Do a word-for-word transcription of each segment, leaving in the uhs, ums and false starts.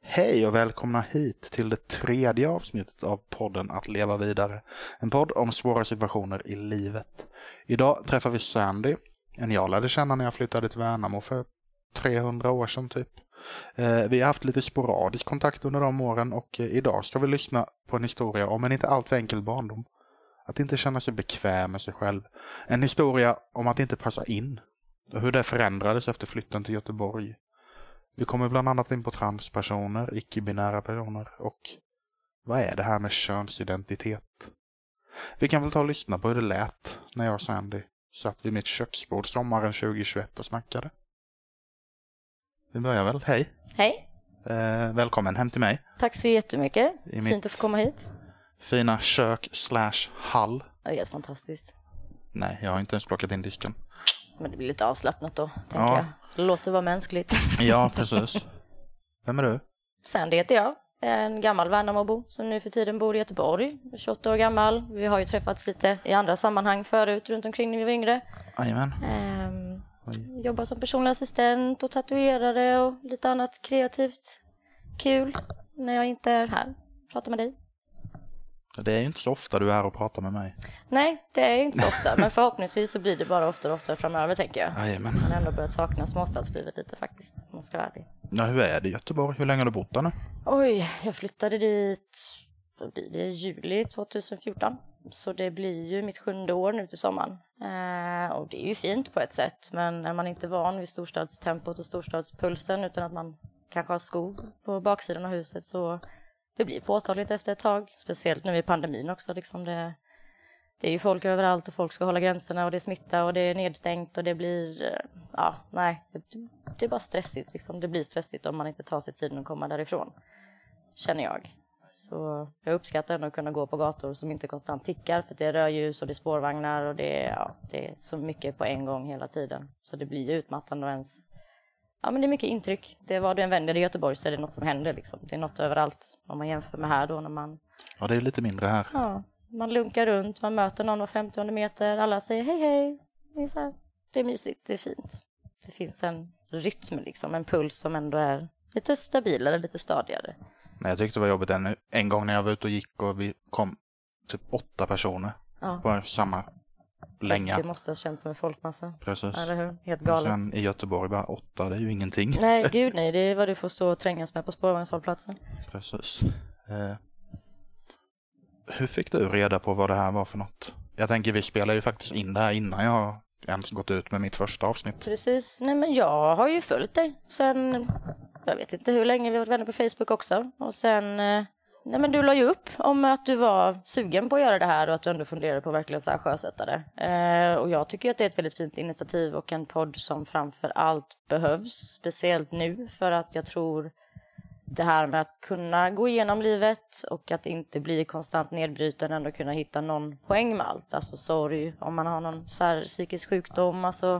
Hej och välkomna hit till det tredje avsnittet av podden Att leva vidare. En podd om svåra situationer i livet. Idag träffar vi Sandy, en jag lärde känna när jag flyttade till Värnamo för trehundra år sedan typ. Eh, vi har haft lite sporadisk kontakt under de åren och eh, idag ska vi lyssna på en historia om en inte alltför enkel barndom. Att inte känna sig bekväm med sig själv. En historia om att inte passa in och hur det förändrades efter flytten till Göteborg. Vi kommer bland annat in på transpersoner, icke-binära personer och vad är det här med könsidentitet? Vi kan väl ta och lyssna på hur det lät när jag och Sandy satt vid mitt köksbord sommaren tjugohundratjugoett och snackade. Vi börjar väl. Hej. Hej. Eh, välkommen hem till mig. Tack så jättemycket. I Fint att få komma hit. Fina kök slash hall. Det är helt fantastiskt. Nej, jag har inte ens plockat in disken. Men det blir lite avslappnat då, tänker Ja. jag. Det låter vara mänskligt. Ja, precis. Vem är du? Sandy heter jag. Jag är en gammal Värnamobo som nu för tiden bor i Göteborg. tjugoåtta år gammal. Vi har ju träffats lite i andra sammanhang förut runt omkring när vi var yngre. Jajamän. Ehm, jobbar som personlig assistent och tatuerare och lite annat kreativt kul när jag inte är här. Pratar med dig. Det är ju inte så ofta du är här och pratar med mig. Nej, det är inte så ofta. Men förhoppningsvis så blir det bara oftare och oftare framöver, tänker jag. Jajamän. Man har ändå börjat sakna småstadslivet lite faktiskt, om man ska vara ärlig. Ja, hur är det i Göteborg? Hur länge har du bott där nu? Oj, jag flyttade dit, vad blir det, juli tjugohundrafjorton. Så det blir ju mitt sjunde år nu till sommaren. Eh, och det är ju fint på ett sätt, men är man inte van vid storstadstempot och storstadspulsen utan att man kanske har skog på baksidan av huset, så det blir påtagligt efter ett tag. Speciellt nu i pandemin också. Liksom det, det är ju folk överallt och folk ska hålla gränserna och det är smitta och det är nedstängt och det blir, ja, nej, det, det är bara stressigt liksom. Det blir stressigt om man inte tar sig tiden att komma därifrån, känner jag. Så jag uppskattar ändå att kunna gå på gator som inte konstant tickar, för det är rödljus och det är spårvagnar och det är, ja, det är så mycket på en gång hela tiden. Så det blir ju utmattande och ens, ja, men det är mycket intryck. Det är vad du än vänder i Göteborg så är det något som händer liksom. Det är något överallt om man jämför med här då när man... Ja, det är lite mindre här. Ja, man lunkar runt, man möter någon var femtionde meter, alla säger hej hej. Det är, så här, det är mysigt, det är fint. Det finns en rytm liksom, en puls som ändå är lite stabilare, lite stadigare. Nej, jag tyckte det var jobbigt en, en gång när jag var ute och gick och vi kom typ åtta personer Ja. på samma länga. Det måste ha känts som en folkmassa. Precis. Eller hur? Helt Och galet. sen i Göteborg bara åtta, det är ju ingenting. Nej, gud nej. Det är vad du får stå och trängas med på spårvagnshållplatsen. Precis. Eh, hur fick du reda på vad det här var för något? Jag tänker vi spelar ju faktiskt in det här innan jag ens gått ut med mitt första avsnitt. Precis. Nej, men jag har ju följt dig sen, jag vet inte hur länge, vi har varit vänner på Facebook också. Och sen, eh, nej men du la ju upp om att du var sugen på att göra det här och att du ändå funderade på att verkligen så här sjösätta det. Eh, och jag tycker att det är ett väldigt fint initiativ och en podd som framför allt behövs, speciellt nu, för att jag tror det här med att kunna gå igenom livet och att inte bli konstant nedbruten, ändå kunna hitta någon poäng med allt. Alltså sorry, om man har någon så här psykisk sjukdom, alltså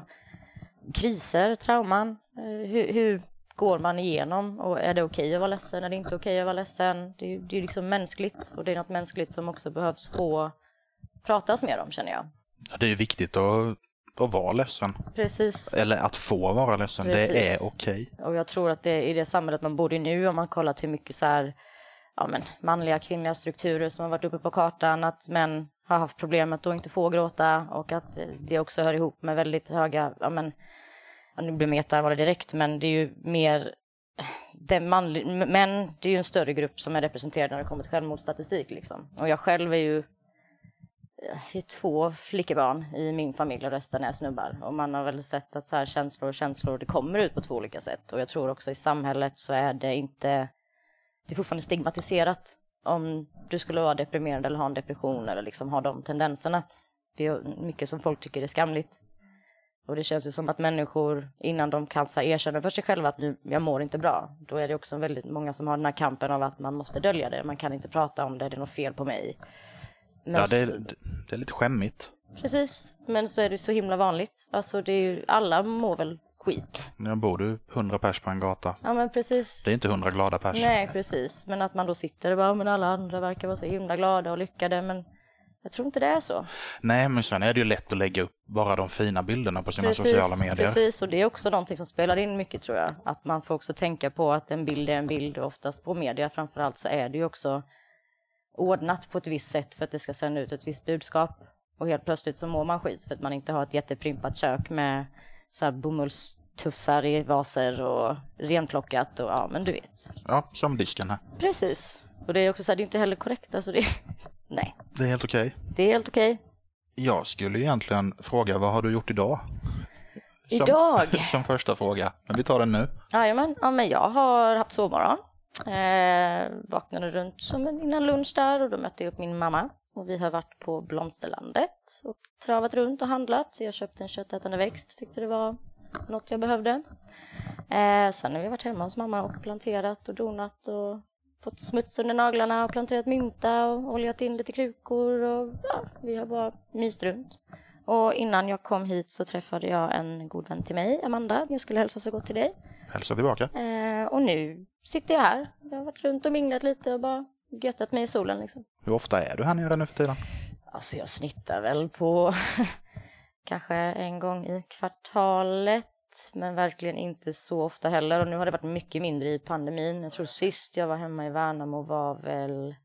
kriser, trauman. Eh, hur, hur går man igenom? Och är det okej att vara ledsen? Är det inte okej att vara ledsen? Det är ju det är liksom mänskligt. Och det är något mänskligt som också behövs få pratas mer om, känner jag. Ja, det är ju viktigt att, att vara ledsen. Precis. Eller att få vara ledsen. Precis. Det är okej. Och jag tror att det är i det samhället man bor i nu, om man kollar till mycket så här, ja, men, manliga, kvinnliga strukturer som har varit uppe på kartan, att män har haft problemet att inte få gråta och att det också hör ihop med väldigt höga, ja men, ja, nu blir meta var det direkt, men det är ju mer, det manlig, män, det är ju en större grupp som är representerad när det kommer till självmordsstatistik liksom. Och jag själv är ju det är två flickebarn i min familj och resten är snubbar. Och man har väl sett att så här känslor och känslor, det kommer ut på två olika sätt. Och jag tror också i samhället så är det inte, det är fortfarande stigmatiserat om du skulle vara deprimerad eller ha en depression eller liksom ha de tendenserna. Det är mycket som folk tycker är skamligt. Och det känns ju som att människor innan de kan så här erkänna för sig själva att nu, jag mår inte bra. Då är det också väldigt många som har den här kampen av att man måste dölja det. Man kan inte prata om det, det är något fel på mig. Men ja, det är, det är lite skämmigt. Precis, men så är det så himla vanligt. Alltså det är ju, alla mår väl skit. Jag bor du hundra pers på en gata. Ja men precis. Det är inte hundra glada pers. Nej precis, men att man då sitter och bara, men alla andra verkar vara så himla glada och lyckade. Men Jag tror inte det är så. Nej, men sen är det ju lätt att lägga upp bara de fina bilderna på sina Precis, sociala medier. Precis, och det är också någonting som spelar in mycket tror jag. Att man får också tänka på att en bild är en bild och oftast på media framförallt så är det ju också ordnat på ett visst sätt för att det ska sända ut ett visst budskap. Och helt plötsligt så mår man skit för att man inte har ett jätteprimpat kök med så här bomullstussar i vaser och renplockat och ja, men du vet. Ja, som disken här. Precis. Och det är också så här, det är inte heller korrekt. Alltså det, nej. Det är helt okej. Det är helt okej. Jag skulle egentligen fråga, vad har du gjort idag? Som, Idag? Som första fråga. Men vi tar den nu. Jajamän. Ja, men jag har haft sovmorgon. Eh, vaknade runt som innan lunch där och då mötte jag upp min mamma. Och vi har varit på Blomsterlandet och travat runt och handlat. Jag köpte en köttätande växt, tyckte det var något jag behövde. Eh, sen har vi varit hemma hos mamma och planterat och donat och fått smuts under naglarna och planterat mynta och oljat in lite krukor. Och ja, vi har bara myst runt. Och innan jag kom hit så träffade jag en god vän till mig, Amanda. Jag skulle hälsa så gott till dig. Hälsa tillbaka. Eh, och nu sitter jag här. Jag har varit runt och minglat lite och bara göttat mig i solen liksom. Hur ofta är du här nere nu för tiden? Alltså jag snittar väl på kanske en gång i kvartalet. Men verkligen inte så ofta heller. Och nu har det varit mycket mindre i pandemin. Jag tror sist jag var hemma i Värnamo var väl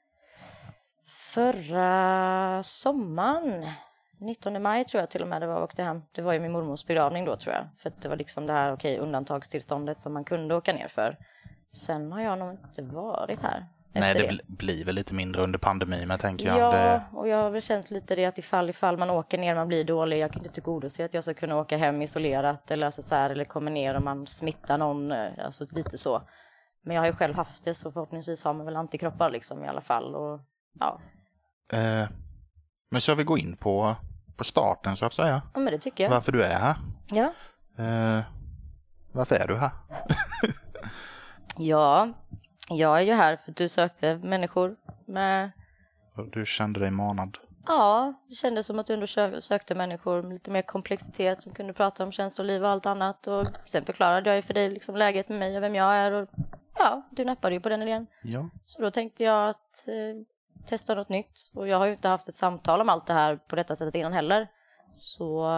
förra sommaren. nittonde maj tror jag till och med det var och åkte hem. Det var ju min mormors begravning då tror jag. För att det var liksom det här okej, undantagstillståndet som man kunde åka ner för. Sen har jag nog inte varit här. Nej, det, det bl- blir väl lite mindre under pandemin, men tänker jag. Ja, Det... och jag har väl känt lite det att ifall, ifall man åker ner, man blir dålig. Jag kan inte tillgodose att jag ska kunna åka hem isolerat eller, alltså så här, eller komma ner om man smittar någon, alltså lite så. Men jag har ju själv haft det så förhoppningsvis har man väl antikroppar liksom i alla fall. Och, ja. Eh, men så vi gå in på, på starten så att säga. Ja, men det tycker jag. Varför du är här. Ja. Eh, varför är du här? Ja, jag är ju här för att du sökte människor med... Du kände dig manad. Ja, det kändes som att du ändå sökte människor med lite mer komplexitet som kunde prata om känsloliv och allt annat. Och sen förklarade jag ju för dig liksom läget med mig och vem jag är. Och ja, du nappade ju på den idén. Ja. Så då tänkte jag att eh, testa något nytt. Och jag har ju inte haft ett samtal om allt det här på detta sättet innan heller. Så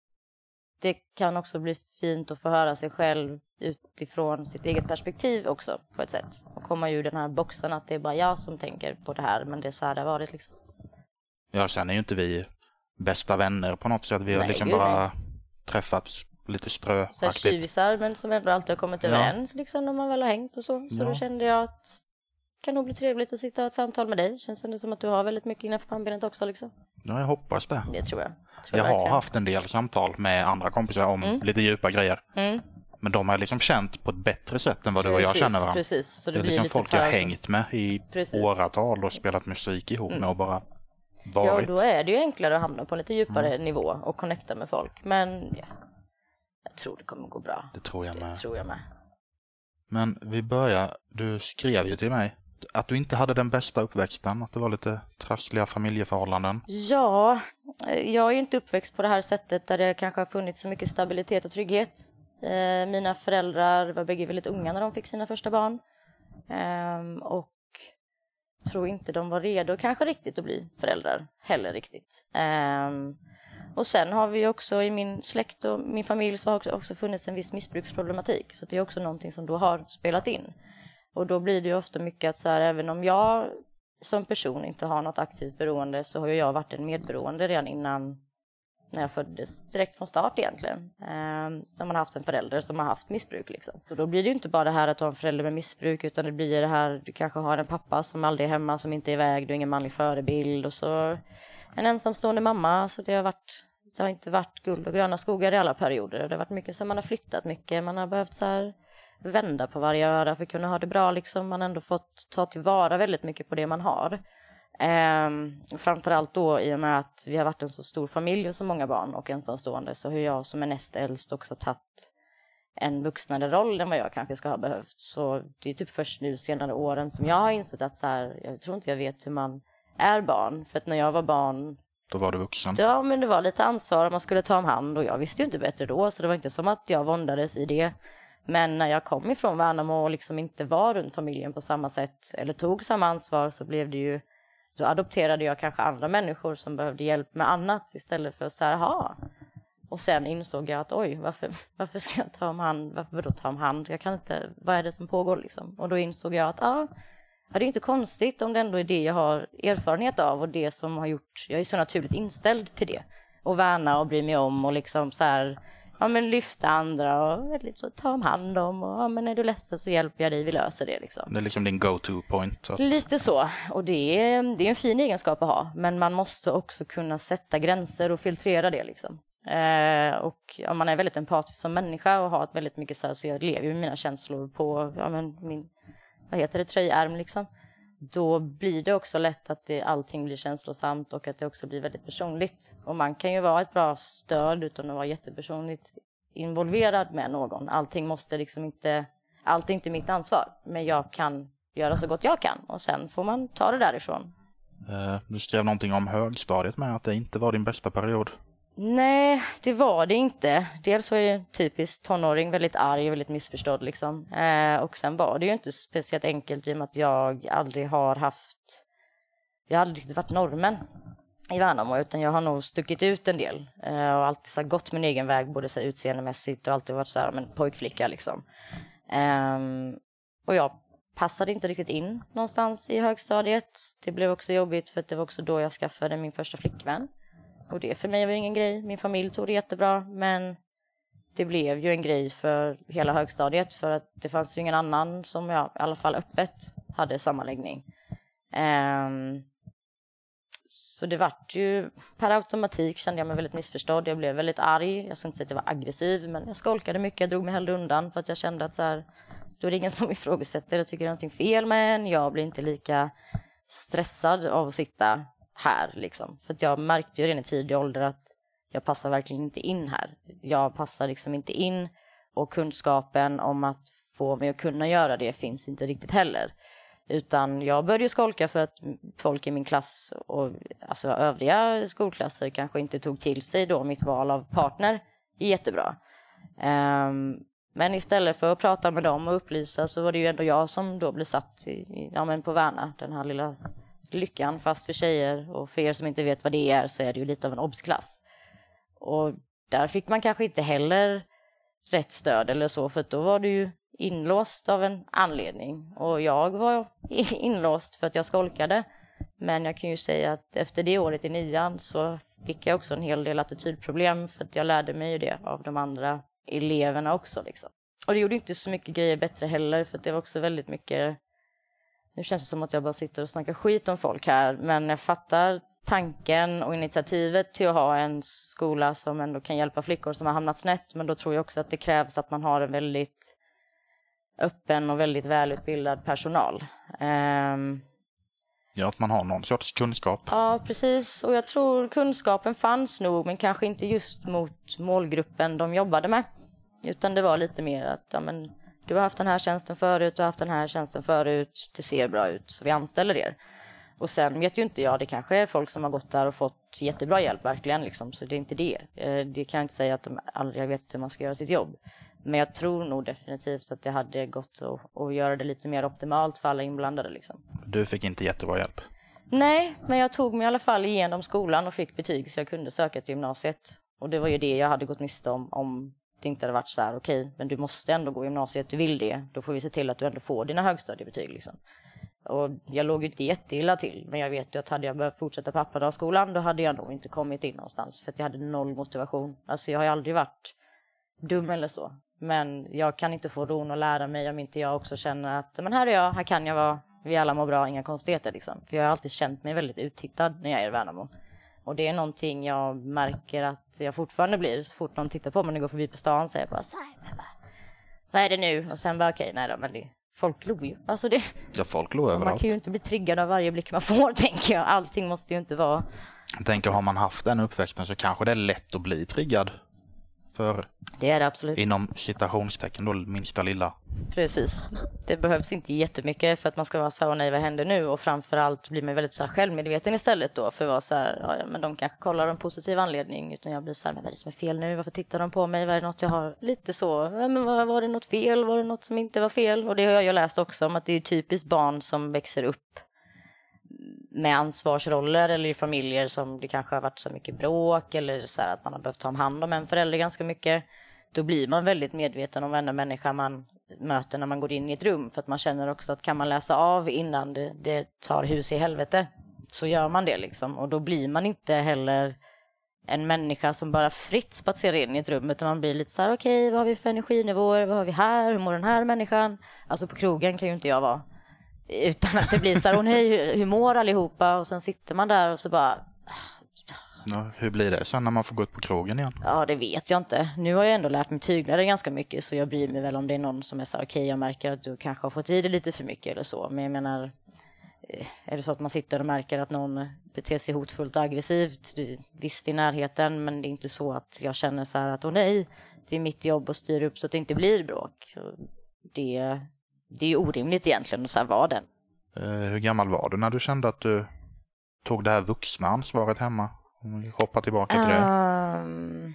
det kan också bli fint att få höra sig själv utifrån sitt eget perspektiv också på ett sätt. Och komma ur den här boxen att det är bara jag som tänker på det här. Men det är så här det har varit liksom. Ja, sen är ju inte vi bästa vänner på något sätt. Vi har Nej, liksom gud, bara nej. träffats lite ströaktigt. Så här tjuvisar, men som ändå alltid har kommit Ja. överens liksom när man väl har hängt och så. Så Ja. då kände jag att det kan nog bli trevligt att sitta och ha ett samtal med dig. Känns det som att du har väldigt mycket innanför pannbenet också liksom. Ja, jag hoppas det. Det tror jag. Tror Jag har verkligen. haft en del samtal med andra kompisar om Mm. lite djupa grejer. Mm. Men de har liksom känt på ett bättre sätt än vad du och jag Precis, känner varandra. Precis, så det, Det är blir liksom lite folk jag har för- hängt med i Precis. åratal och spelat musik ihop Mm. med och bara Ja, varit. då är det ju enklare att hamna på en lite djupare nivå och connecta med folk. Men ja, jag tror det kommer gå bra. Det tror jag Det med. tror jag med. Men vi börjar, du skrev ju till mig att du inte hade den bästa uppväxten, att det var lite trassliga familjeförhållanden. Ja, jag är ju inte uppväxt på det här sättet där det kanske har funnits så mycket stabilitet och trygghet. Eh, mina föräldrar var bägge väldigt unga när de fick sina första barn. Eh, och tror inte de var redo kanske riktigt att bli föräldrar heller riktigt. Eh, och sen har vi också i min släkt och min familj så har också, också funnits en viss missbruksproblematik. Så det är också någonting som då har spelat in. Och då blir det ju ofta mycket att så här, även om jag som person inte har något aktivt beroende så har ju jag varit en medberoende redan innan när jag föddes, direkt från start egentligen. Eh, när man har haft en förälder som har haft missbruk liksom. Så då blir det ju inte bara det här att ha en förälder med missbruk utan det blir det här, du kanske har en pappa som aldrig är hemma, som inte är iväg, du är ingen manlig förebild och så en ensamstående mamma. Så det har varit, det har inte varit guld och gröna skogar i alla perioder. Det har varit mycket så man har flyttat mycket, man har behövt så här vända på varje öra för att kunna ha det bra liksom. Man har ändå fått ta tillvara väldigt mycket på det man har. Ehm, framförallt då i och med att vi har varit en så stor familj och så många barn och ensamstående så har jag som är näst äldst också tagit en vuxnare roll än vad jag kanske ska ha behövt. Så det är typ först nu senare åren som jag har insett att så här, jag tror inte jag vet hur man är barn. För att när jag var barn, Då var du vuxen. ja men det var lite ansvar man skulle ta om hand och jag visste ju inte bättre då så det var inte som att jag våndades i det. Men när jag kom ifrån Värnamo och liksom inte var runt familjen på samma sätt eller tog samma ansvar så blev det ju Då adopterade jag kanske andra människor som behövde hjälp med annat istället för så här, ha. Och sen insåg jag att oj, varför, varför ska jag ta om hand? Varför då ta om hand? Jag kan inte, vad är det som pågår liksom? Och då insåg jag att ja, det är inte konstigt om det ändå är det jag har erfarenhet av och det som har gjort, jag är så naturligt inställd till det. Och värna och bry mig om och liksom så här, ja men lyfta andra och väldigt så ta om hand om och ja men är du ledsen så hjälper jag dig, vi löser det liksom. Det är liksom din go-to point. Att... Lite så, och det är, det är en fin egenskap att ha, men man måste också kunna sätta gränser och filtrera det liksom. Eh, och om man är väldigt empatisk som människa och har ett väldigt mycket så här, så jag lever ju med mina känslor på ja, men min, vad heter det, tröjärm liksom. Då blir det också lätt att det, allting blir känslosamt och att det också blir väldigt personligt. Och man kan ju vara ett bra stöd utan att vara jättepersonligt involverad med någon. Allting måste liksom inte, allt är inte mitt ansvar, men jag kan göra så gott jag kan och sen får man ta det därifrån. Eh, du skrev någonting om högstadiet med att det inte var din bästa period. Nej, det var det inte. Dels var jag typiskt tonåring, väldigt arg och väldigt missförstådd liksom. Eh, och sen var det ju inte speciellt enkelt i och med att jag aldrig har haft, jag har aldrig riktigt varit normen i Värnamo, utan jag har nog stuckit ut en del. Eh, och alltid så gått min egen väg, både så här utseendemässigt och alltid varit så här, men pojkflicka liksom. Eh, och jag passade inte riktigt in någonstans i högstadiet. Det blev också jobbigt för att det var också då jag skaffade min första flickvän. Och det för mig var ingen grej. Min familj tog det jättebra. Men det blev ju en grej för hela högstadiet. För att det fanns ju ingen annan som jag i alla fall öppet hade sammanläggning. Um, så det vart ju per automatik kände jag mig väldigt missförstådd. Jag blev väldigt arg. Jag ska inte säga att jag var aggressiv. Men jag skolkade mycket. Jag drog mig hellre undan. För att jag kände att så här, då är det ingen som ifrågasätter. Jag tycker det är någonting fel med en. Jag blir inte lika stressad av att sitta här liksom. För att jag märkte ju redan i tidig ålder att jag passar verkligen inte in här. Jag passar liksom inte in och kunskapen om att få mig att kunna göra det finns inte riktigt heller. Utan jag började skolka för att folk i min klass och alltså övriga skolklasser kanske inte tog till sig då mitt val av partner jättebra. Um, men istället för att prata med dem och upplysa så var det ju ändå jag som då blev satt i, i, ja, men på Värna, den här lilla lyckan fast för tjejer, och för er som inte vet vad det är så är det ju lite av en obsklass. Och där fick man kanske inte heller rätt stöd eller så, för då var det ju inlåst av en anledning. Och jag var inlåst för att jag skolkade. Men jag kan ju säga att efter det året i nian så fick jag också en hel del attitydproblem, för att jag lärde mig ju det av de andra eleverna också liksom. Och det gjorde inte så mycket grejer bättre heller, för att det var också väldigt mycket. Nu känns det som att jag bara sitter och snackar skit om folk här. Men jag fattar tanken och initiativet till att ha en skola som ändå kan hjälpa flickor som har hamnat snett. Men då tror jag också att det krävs att man har en väldigt öppen och väldigt välutbildad personal. Um, ja, att man har någon sorts kunskap. Ja, precis. Och jag tror kunskapen fanns nog, men kanske inte just mot målgruppen de jobbade med. Utan det var lite mer att ja, men, du har haft den här tjänsten förut, du har haft den här tjänsten förut, det ser bra ut så vi anställer er. Och sen vet ju inte jag, det kanske är folk som har gått där och fått jättebra hjälp verkligen liksom, så det är inte det. Det kan jag inte säga att de aldrig vet hur man ska göra sitt jobb. Men jag tror nog definitivt att det hade gått att, att göra det lite mer optimalt för alla inblandade liksom. Du fick inte jättebra hjälp? Nej, men jag tog mig i alla fall igenom skolan och fick betyg så jag kunde söka till gymnasiet. Och det var ju det jag hade gått miste om om det inte hade varit så här, okej, okay, men du måste ändå gå gymnasiet, du vill det. Då får vi se till att du ändå får dina högstadiebetyg liksom. Och jag låg ju inte jätteilla till, men jag vet ju att hade jag behövt fortsätta pappadagskolan, då hade jag nog inte kommit in någonstans. För att jag hade noll motivation. Alltså jag har ju aldrig varit dum eller så. Men jag kan inte få ron att lära mig om inte jag också känner att men här är jag, här kan jag vara, vi alla mår bra, inga konstigheter liksom. För jag har alltid känt mig väldigt uttittad när jag är i Värnamo. Och det är någonting jag märker att jag fortfarande blir. Så fort någon tittar på mig när jag går förbi på stan så är jag bara så här, men vad, vad är det nu? Och sen bara okej, okay, nej då, men det, folk lor ju. Alltså det, ja, folk lor överallt. Man kan ju inte bli triggad av varje blick man får, tänker jag. Allting måste ju inte vara. Jag tänker, har man haft den uppväxten så kanske det är lätt att bli triggad. För det är det absolut. Inom citationstecken då minsta lilla. Precis. Det behövs inte jättemycket för att man ska vara så här, nej vad händer nu? Och framförallt blir man väldigt så här självmedveten istället då. För att vara så här, ja men de kanske kollar en positiv anledning. Utan jag blir så här, men vad är det som är fel nu? Varför tittar de på mig? Vad är det något jag har? Lite så, ja, men var, var det något fel? Var det något som inte var fel? Och det har jag ju läst också om att det är typiskt barn som växer upp med ansvarsroller eller i familjer som det kanske har varit så mycket bråk eller så här att man har behövt ta hand om en förälder ganska mycket. Då blir man väldigt medveten om varenda människa man möter när man går in i ett rum. För att man känner också att kan man läsa av innan det, det tar hus i helvete så gör man det liksom. Och då blir man inte heller en människa som bara fritt spatserar in i ett rum. Utan man blir lite så här, okej, okay, vad har vi för energinivåer? Vad har vi här? Hur mår den här människan? Alltså på krogen kan ju inte jag vara. Utan att det blir så här, oh, nej, hur, hur mår allihopa? Och sen sitter man där och så bara... Ja, hur blir det sen när man får gå ut på krogen igen? Ja, det vet jag inte. Nu har jag ändå lärt mig tygla det ganska mycket. Så jag bryr mig väl om det är någon som är så här, okej, okay, jag märker att du kanske har fått i det lite för mycket eller så. Men jag menar, är det så att man sitter och märker att någon beter sig hotfullt och aggressivt, visst i närheten, men det är inte så att jag känner så här att, åh nej, det är mitt jobb att styra upp så att det inte blir bråk. Det, det är ju orimligt egentligen att så här vara den. Hur gammal var du när du kände att du tog det här vuxna ansvaret hemma? Om vi hoppar tillbaka till det. Um,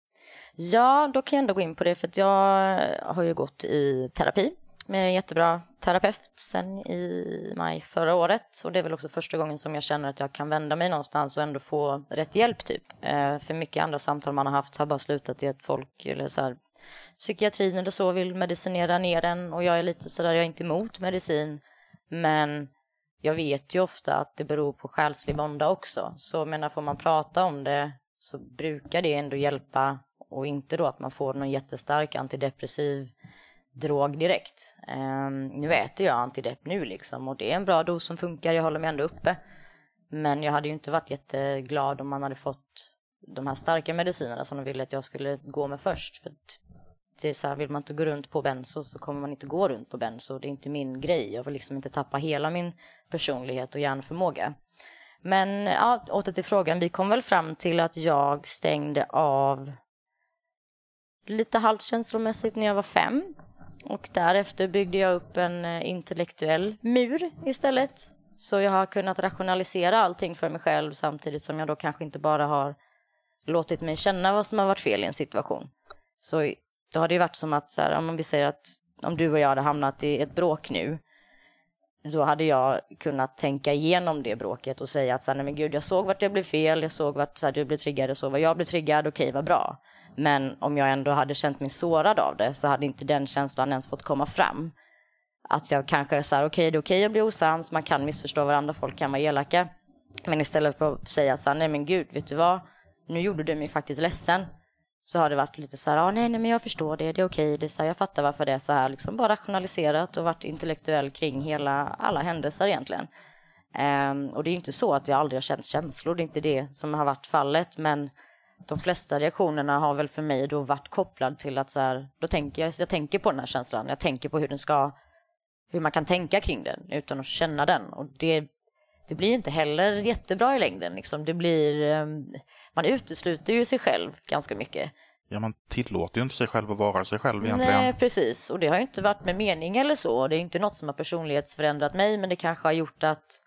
ja, då kan jag ändå gå in på det för att jag har ju gått i terapi med en jättebra terapeut sen i maj förra året. Och det är väl också första gången som jag känner att jag kan vända mig någonstans och ändå få rätt hjälp typ. Uh, för mycket andra samtal man har haft har bara slutat i att folk eller så här, psykiatrin eller så vill medicinera ner den. Och jag är lite sådär, jag är inte emot medicin. Men jag vet ju ofta att det beror på själslig vånda också. Så menar, får man prata om det så brukar det ändå hjälpa. Och inte då att man får någon jättestark antidepressiv drog direkt. Um, nu äter jag antidepp nu liksom. Och det är en bra dos som funkar, jag håller mig ändå uppe. Men jag hade ju inte varit jätteglad om man hade fått de här starka medicinerna som de ville att jag skulle gå med först. För det är så här, vill man inte gå runt på benzo så kommer man inte gå runt på benzo. Det är inte min grej. Jag vill liksom inte tappa hela min personlighet och hjärnförmåga. Men ja, åter till frågan. Vi kom väl fram till att jag stängde av lite halvkänslomässigt när jag var fem. Och därefter byggde jag upp en intellektuell mur istället. Så jag har kunnat rationalisera allting för mig själv samtidigt som jag då kanske inte bara har låtit mig känna vad som har varit fel i en situation. Så då har det ju varit som att så här, om vi säger att om du och jag hade hamnat i ett bråk nu, då hade jag kunnat tänka igenom det bråket och säga att så här, nej men gud, jag såg vart jag blev fel, jag såg vart så här, du blev triggad, jag såg vad jag blev triggad, okej, vad bra. Men om jag ändå hade känt mig sårad av det så hade inte den känslan ens fått komma fram. Att jag kanske så här, okej, det är okej att bli osams, man kan missförstå varandra, folk kan vara elaka. Men istället för att säga så här, nej men gud, vet du vad, nu gjorde du mig faktiskt ledsen. Så har det varit lite så här, ah, nej, nej men jag förstår det, det är okej, det är så här, jag fattar varför det är så här, liksom bara rationaliserat och varit intellektuell kring hela, alla händelser egentligen. Um, och det är inte så att jag aldrig har känt känslor, det är inte det som har varit fallet, men de flesta reaktionerna har väl för mig då varit kopplad till att så här, då tänker jag, jag tänker på den här känslan, jag tänker på hur den ska, hur man kan tänka kring den utan att känna den, och det Det blir inte heller jättebra i längden. Liksom. Det blir, man utesluter ju sig själv ganska mycket. Ja, man tillåter ju inte sig själv att vara sig själv egentligen. Nej, precis. Och det har ju inte varit med mening eller så. Det är inte något som har personlighetsförändrat mig. Men det kanske har gjort att,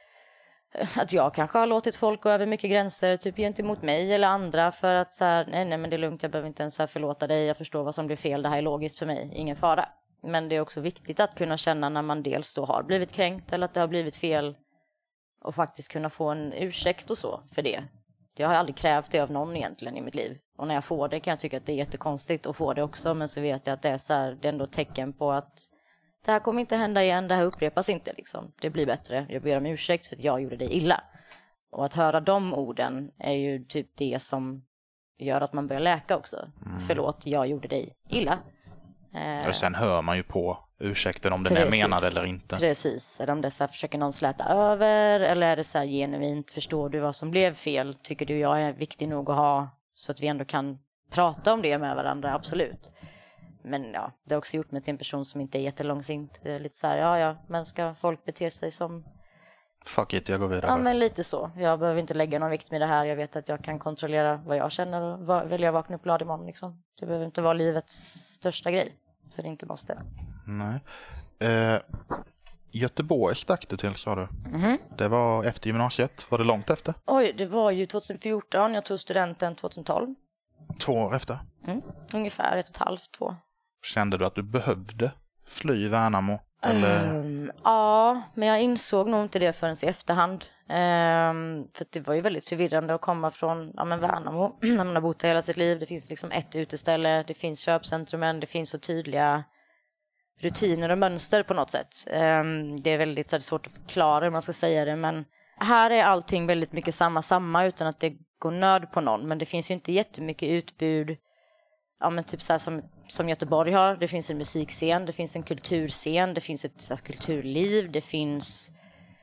att jag kanske har låtit folk gå över mycket gränser. Typ gentemot mig eller andra. För att så här, nej, nej men det är lugnt. Jag behöver inte ens förlåta dig. Jag förstår vad som blir fel. Det här är logiskt för mig. Ingen fara. Men det är också viktigt att kunna känna när man dels då har blivit kränkt. Eller att det har blivit fel. Och faktiskt kunna få en ursäkt och så för det. Jag har aldrig krävt det av någon egentligen i mitt liv. Och när jag får det kan jag tycka att det är jättekonstigt att få det också. Men så vet jag att det är, så här, det är ändå tecken på att det här kommer inte hända igen. Det här upprepas inte liksom. Det blir bättre. Jag ber om ursäkt för att jag gjorde det illa. Och att höra de orden är ju typ det som gör att man börjar läka också. Mm. Förlåt, jag gjorde dig illa. Och sen hör man ju på ursäkten om den Precis. är menad eller inte. Precis, eller om det så här, försöker någon släta över, eller är det så här genuint, förstår du vad som blev fel, tycker du jag är viktig nog att ha, så att vi ändå kan prata om det med varandra, absolut. Men ja, det har också gjort mig till en person som inte är jättelångsint. Lite så här, ja ja, men ska folk bete sig som... Fuck it, jag går vidare. Ja, men lite så. Jag behöver inte lägga någon vikt med det här. Jag vet att jag kan kontrollera vad jag känner och vad, vill jag vakna upp glad imorgon liksom. Det behöver inte vara livets största grej. Så det inte måste. Nej. Eh, Göteborg stack du till, sa du. Mm-hmm. Det var efter gymnasiet. Var det långt efter? Oj, det var ju tjugohundrafjorton. Jag tog studenten tjugotolv. Två år efter? Mm. Ungefär ett och ett halvt, två. Kände du att du behövde fly Värnamo? Eller? Um, Um, ja, men jag insåg nog inte det förrän i efterhand. Um, för det var ju väldigt förvirrande att komma från ja, men Värnamo när man har bott hela sitt liv. Det finns liksom ett uteställe, det finns köpcentrumen, det finns så tydliga rutiner och mönster på något sätt. Um, det är väldigt så här, svårt att förklara hur man ska säga det, men här är allting väldigt mycket samma samma utan att det går nöd på någon. Men det finns ju inte jättemycket utbud. Ja, men typ så här som, som Göteborg har. Det finns en musikscen, det finns en kulturscen, det finns ett så här, kulturliv, det finns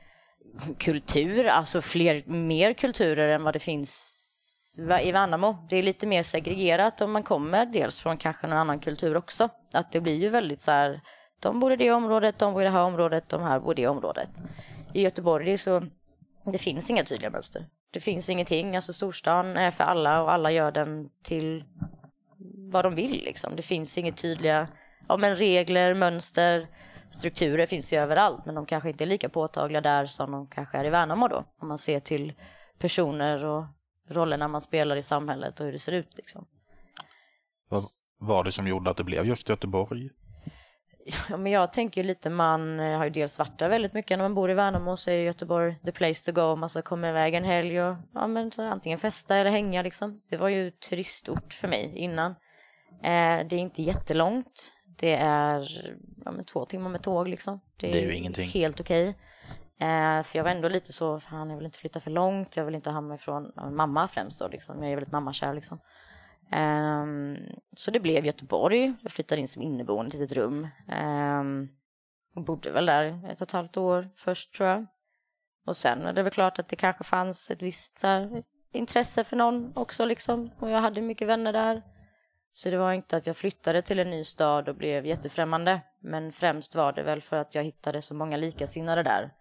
kultur, alltså fler, mer kulturer än vad det finns i Värnamo. Det är lite mer segregerat om man kommer dels från kanske någon annan kultur också. Att det blir ju väldigt så här, de bor i det området, de bor i det här området, de här bor i det området. I Göteborg det är så, det finns inga tydliga mönster. Det finns ingenting, alltså storstan är för alla och alla gör den till vad de vill liksom. Det finns inga tydliga ja, men regler, mönster, strukturer finns ju överallt, men de kanske inte är lika påtagliga där som de kanske är i Värnamo då. Om man ser till personer och rollerna man spelar i samhället och hur det ser ut liksom. Vad var det som gjorde att det blev just Göteborg? Ja, men jag tänker ju lite, man har ju dels varit där väldigt mycket när man bor i Värnamo, så är Göteborg the place to go. Man ska komma iväg en helg och ja, men, så antingen festa eller hänga liksom. Det var ju turistort för mig innan. Eh, det är inte jättelångt. Det är ja, men, två timmar med tåg liksom. Det är, det är ju ingenting. Helt okej. Eh, för jag var ändå lite så, fan jag vill inte flytta för långt. Jag vill inte hamna ifrån ja, mamma främst då liksom. Jag är väldigt mammakär liksom. Um, så det blev Göteborg. Jag flyttade in som inneboende i ett rum um, och bodde väl där ett och ett halvt år först tror jag. Och sen är det väl klart att det kanske fanns ett visst så här, intresse för någon också liksom. Och jag hade mycket vänner där. Så det var inte att jag flyttade till en ny stad och blev jättefrämmande. Men främst var det väl för att jag hittade så många likasinnade där.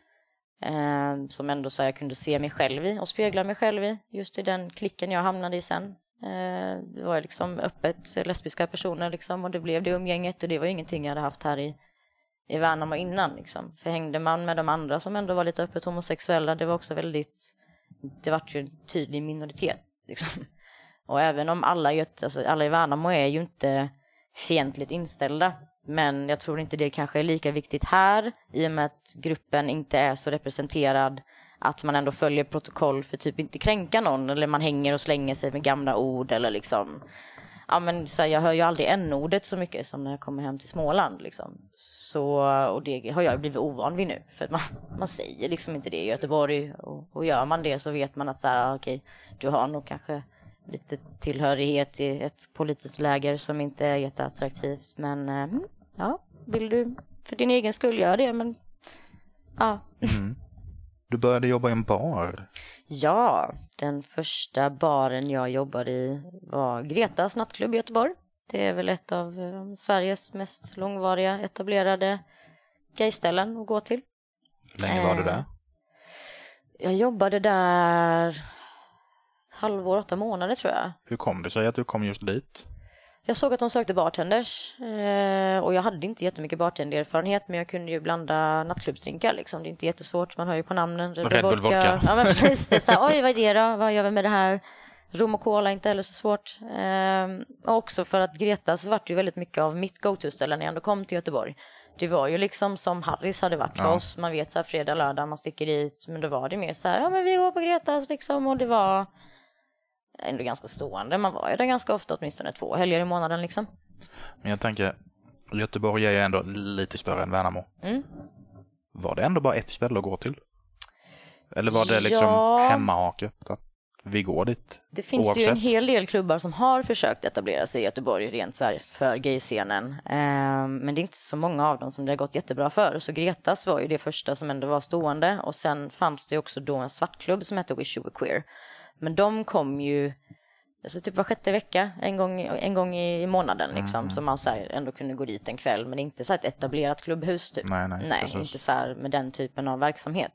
Um, som ändå så här, jag kunde se mig själv i och spegla mig själv i. Just i den klicken jag hamnade i sen. Det var liksom öppet lesbiska personer liksom, och det blev det umgänget och det var ingenting jag hade haft här i, i Värnamo innan liksom. För hängde man med de andra som ändå var lite öppet homosexuella, det var också väldigt, det var ju en tydlig minoritet liksom. Och även om alla, alltså alla i Värnamo är ju inte fientligt inställda, men jag tror inte det kanske är lika viktigt här i och med att gruppen inte är så representerad att man ändå följer protokoll för typ inte kränka någon, eller man hänger och slänger sig med gamla ord eller liksom ja men så här, jag hör ju aldrig n-ordet så mycket som när jag kommer hem till Småland liksom. Så och det har jag blivit ovan vid nu för att man, man säger liksom inte det i Göteborg och, och gör man det så vet man att så här okej, du har nog kanske lite tillhörighet i ett politiskt läger som inte är jätteattraktivt, men äh, ja, vill du för din egen skull göra det, men ja. Mm. Du började jobba i en bar. Ja, den första baren jag jobbade i var Gretas nattklubb i Göteborg. Det är väl ett av um, Sveriges mest långvariga etablerade gayställen att gå till. Hur länge var du där? Jag jobbade där ett halvår, åtta månader tror jag. Hur kom det sig att du kom just dit? Jag såg att de sökte bartenders eh, och jag hade inte jättemycket bartendererfarenhet, men jag kunde ju blanda nattklubbsdrinkar liksom. Det är inte jättesvårt, man hör ju på namnen. Red Bull vodka. Ja men precis, det är så här, oj vad är det då? Vad gör vi med det här? Rom och cola, inte heller så svårt. Eh, och också för att Gretas var det ju väldigt mycket av mitt go-to-ställe när jag ändå kom till Göteborg. Det var ju liksom som Harris hade varit för ja. oss. Man vet så här fredag, lördag, man sticker dit. Men då var det mer så här, ja men vi går på Gretas liksom. Och det var ändå ganska stående. Man var ju där ganska ofta, åtminstone två helger i månaden liksom. Men jag tänker, Göteborg är ju ändå lite större än Värnamo. Mm. Var det ändå bara ett ställe att gå till? Eller var det liksom ja. hemmahake? Vi går dit. Det finns oavsett. Ju en hel del klubbar som har försökt etablera sig i Göteborg rent så här för gayscenen. Eh, men det är inte så många av dem som det har gått jättebra för. Så Gretas var ju det första som ändå var stående. Och sen fanns det också då en svartklubb som hette Wish You Were Queer. Men de kom ju alltså typ var sjätte vecka, en gång, en gång i månaden liksom. Mm. Så man så här ändå kunde gå dit en kväll. Men inte så här ett etablerat klubbhus typ. Nej, nej, nej inte så här med den typen av verksamhet.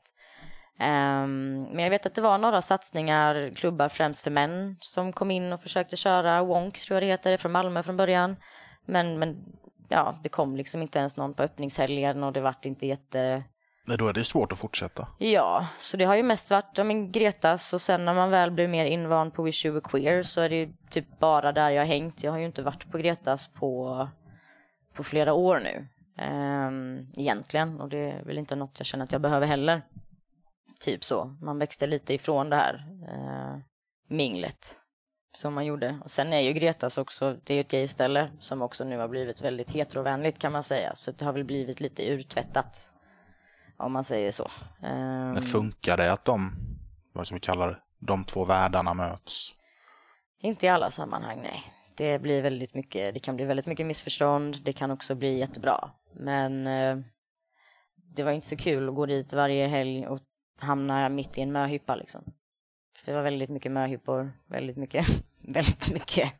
Um, men jag vet att det var några satsningar, klubbar främst för män som kom in och försökte köra Wonk tror jag det heter, från Malmö från början. Men, men ja, det kom liksom inte ens någon på öppningshelgen och det vart inte jätte... Nej, då är det svårt att fortsätta. Ja, så det har ju mest varit ja, men Gretas och sen när man väl blir mer invand på Wish You Were Queer så är det ju typ bara där jag har hängt. Jag har ju inte varit på Gretas på, på flera år nu. Um, egentligen. Och det är väl inte något jag känner att jag behöver heller. Typ så. Man växte lite ifrån det här uh, minglet som man gjorde. Och sen är ju Gretas också, det är ju ett gayställe som också nu har blivit väldigt heterovänligt kan man säga. Så det har väl blivit lite urtvättat, om man säger så. Um, det funkar det att de, vad ska vi kalla det, de två världarna möts? Inte i alla sammanhang, nej. Det blir väldigt mycket, det kan bli väldigt mycket missförstånd. Det kan också bli jättebra. Men uh, det var inte så kul att gå dit varje helg och hamna mitt i en möhippa liksom. För det var väldigt mycket möhippor, väldigt mycket, väldigt mycket.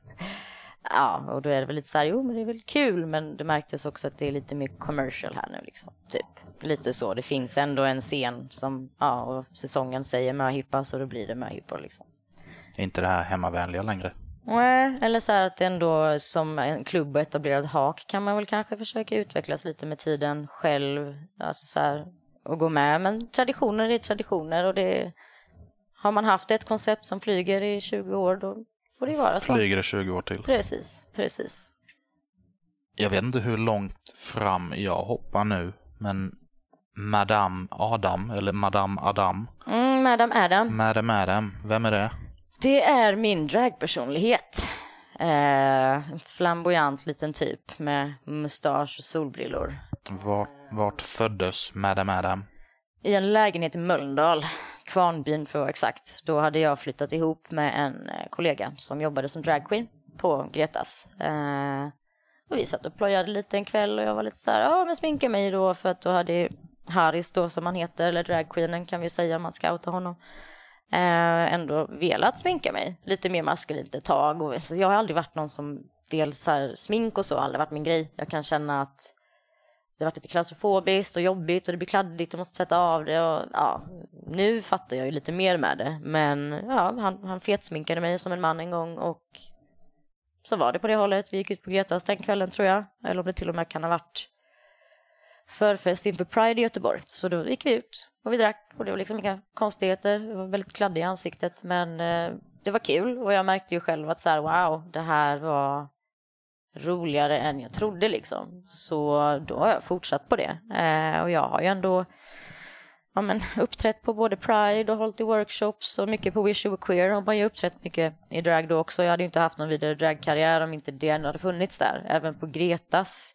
Ja, och då är det väl lite så här, jo men det är väl kul, men det märktes också att det är lite mer commercial här nu liksom, typ. Lite så, det finns ändå en scen som, ja, och säsongen säger möhippa, så då blir det möhippor liksom. Är inte det här hemmavänliga längre? Nej, eller så här att ändå som en klubb och etablerad hak kan man väl kanske försöka utvecklas lite med tiden själv, alltså så här, och gå med, men traditioner är traditioner, och det har man haft ett koncept som flyger i tjugo år, då får det vara så. Flyger det tjugo år till. Precis, precis. Jag vet inte hur långt fram jag hoppar nu, men Madame Adam, eller Madame Adam. Mm, Madame Adam. Madame Adam, vem är det? Det är min dragpersonlighet. Eh, flamboyant liten typ med mustasch och solbrillor. Vart, vart föddes Madame Adam? I en lägenhet i Mölndal, Kvarnbyn för att vara exakt. Då hade jag flyttat ihop med en kollega som jobbade som dragqueen på Gretas. Eh, och vi satt och plojade lite en kväll, och jag var lite så här, ja men sminka mig då, för att då hade Harris då, som han heter, eller dragqueenen kan vi säga om man ska outa honom, eh, ändå velat sminka mig lite mer maskulint ett tag. Och, så jag har aldrig varit någon som dels här, smink och så har aldrig varit min grej. Jag kan känna att det har varit lite klaustrofobiskt och jobbigt, och det blir kladdigt och måste tvätta av det. Och, ja, nu fattar jag ju lite mer med det. Men ja, han, han fetsminkade mig som en man en gång, och så var det på det hållet. Vi gick ut på Gretas den kvällen, tror jag. Eller om det till och med kan ha varit förfest inför Pride i Göteborg. Så då gick vi ut och vi drack, och det var liksom inga konstigheter. Det var väldigt kladdig i ansiktet, men eh, det var kul. Och jag märkte ju själv att så här, wow, det här var roligare än jag trodde liksom. Så då har jag fortsatt på det. Eh, och jag har ju ändå ja, men, uppträtt på både Pride och hållit i workshops och mycket på Wish You Were Queer. Och man har ju uppträtt mycket i drag då också. Jag hade ju inte haft någon vidare dragkarriär om inte det hade funnits där. Även på Gretas.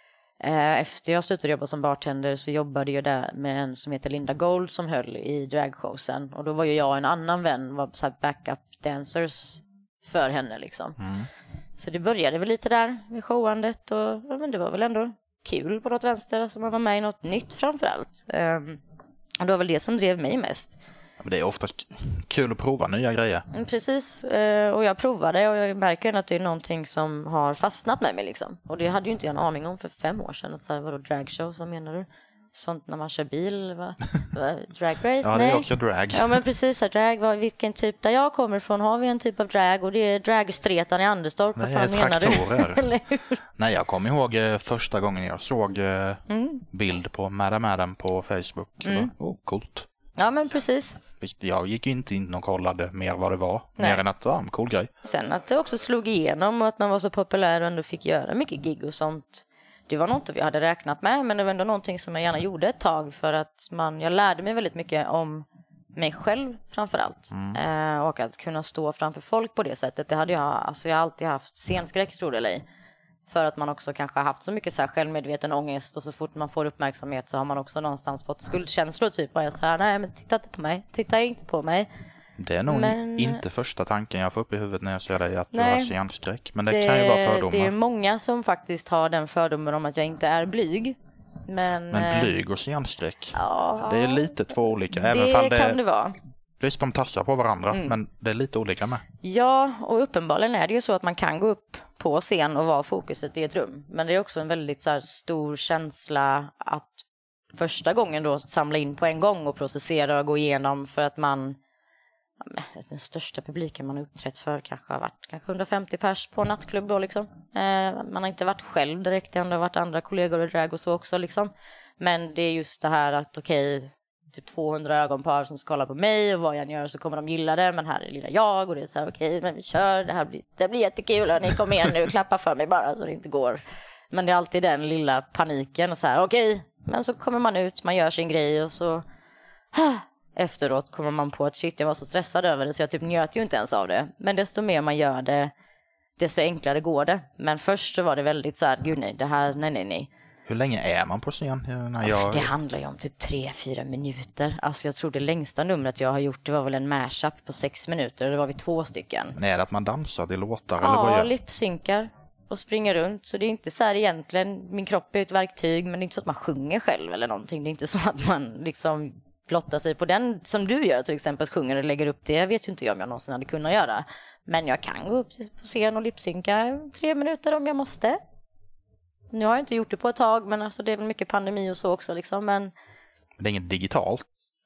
Eh, efter jag slutade jobba som bartender så jobbade jag där med en som heter Linda Gold som höll i dragshowsen. Och då var ju jag och en annan vän var så här backup dancers för henne liksom. Mm. Så det började väl lite där med showandet, och ja, men det var väl ändå kul på något vänster. Alltså man var med i något nytt framförallt. Um, och det var väl det som drev mig mest. Men det är ofta kul att prova nya grejer. Mm, precis, uh, och jag provade, och jag märker att det är någonting som har fastnat med mig liksom. Och det hade ju inte jag en aning om för fem år sedan. Att så här, vadå dragshows, vad menar du? Sånt när man kör bil, va? Drag race? Ja, Nej. det är också drag. Ja, men precis, här, drag, vad, vilken typ, där jag kommer ifrån har vi en typ av drag, och det är dragstretan i Anderstorp. Nej, vad fan menar du? Eller hur? Nej, jag kommer ihåg eh, första gången jag såg eh, mm. bild på Madame Adam på Facebook. Mm. Bara, oh, coolt. Ja, men precis. Visst, jag gick inte in och kollade mer vad det var. Nej. Mer än att, ja, en cool grej. Sen att det också slog igenom, och att man var så populär och ändå fick göra mycket gig och sånt. Det var något vi hade räknat med, men det var ändå någonting som jag gärna gjorde ett tag, för att man, jag lärde mig väldigt mycket om mig själv framförallt. Mm. Eh, och att kunna stå framför folk på det sättet. Det hade jag, alltså jag har alltid haft scenskräck, tror det eller ej. För att man också kanske har haft så mycket så här självmedveten ångest, och så fort man får uppmärksamhet så har man också någonstans fått skuldkänslor typ. Och jag så här, nej men titta inte på mig, titta inte på mig. Det är nog men... inte första tanken jag får upp i huvudet när jag ser dig, att nej, du har scenskräck. Men det, det kan ju vara fördomar. Det är många som faktiskt har den fördomen om att jag inte är blyg. Men, men blyg och scenskräck, ja, det är lite två olika. Det även fall det kan det vara. Visst, de tassar på varandra, mm. men det är lite olika med. Ja, och uppenbarligen är det ju så att man kan gå upp på scen och vara fokuset i ett rum. Men det är också en väldigt så här, stor känsla att första gången då samla in på en gång och processera och gå igenom, för att man, ja, den största publiken man har uppträtt för kanske har varit kanske hundrafemtio pers på nattklubb då liksom. Eh, man har inte varit själv direkt, det har varit andra kollegor och drag och så också liksom. Men det är just det här att okej, okay, typ tvåhundra ögonpar som ska kolla på mig, och vad jag gör så kommer de gilla det, men här är lilla jag, och det är så här okej, okay, men vi kör, det här blir, det blir jättekul, och ni kommer igen nu, klappa för mig bara så det inte går Men det är alltid den lilla paniken och så här, okej, okay. Men så kommer man ut, man gör sin grej och så efteråt kommer man på att shit, jag var så stressad över det så jag typ njöt ju inte ens av det. Men desto mer man gör det, desto enklare går det. Men först så var det väldigt så här, gud nej, det här, nej, nej, nej. Hur länge är man på scen? När jag... Det handlar ju om typ tre, fyra minuter. Alltså jag tror det längsta numret jag har gjort, det var väl en mashup på sex minuter. Det var vi två stycken. Men är det att man dansar till låtar? Ja, eller vad gör... lipsynkar och springer runt. Så det är inte så här egentligen, min kropp är ett verktyg, men det är inte så att man sjunger själv eller någonting. Det är inte så att man liksom blottar sig på den som du gör till exempel, sjunger och lägger upp det. Jag vet ju inte om jag någonsin hade kunnat göra. Men jag kan gå upp på scen och lipsynka tre minuter om jag måste. Nu har jag inte gjort det på ett tag, men alltså det är väl mycket pandemi och så också liksom, men... Det är inget digitalt?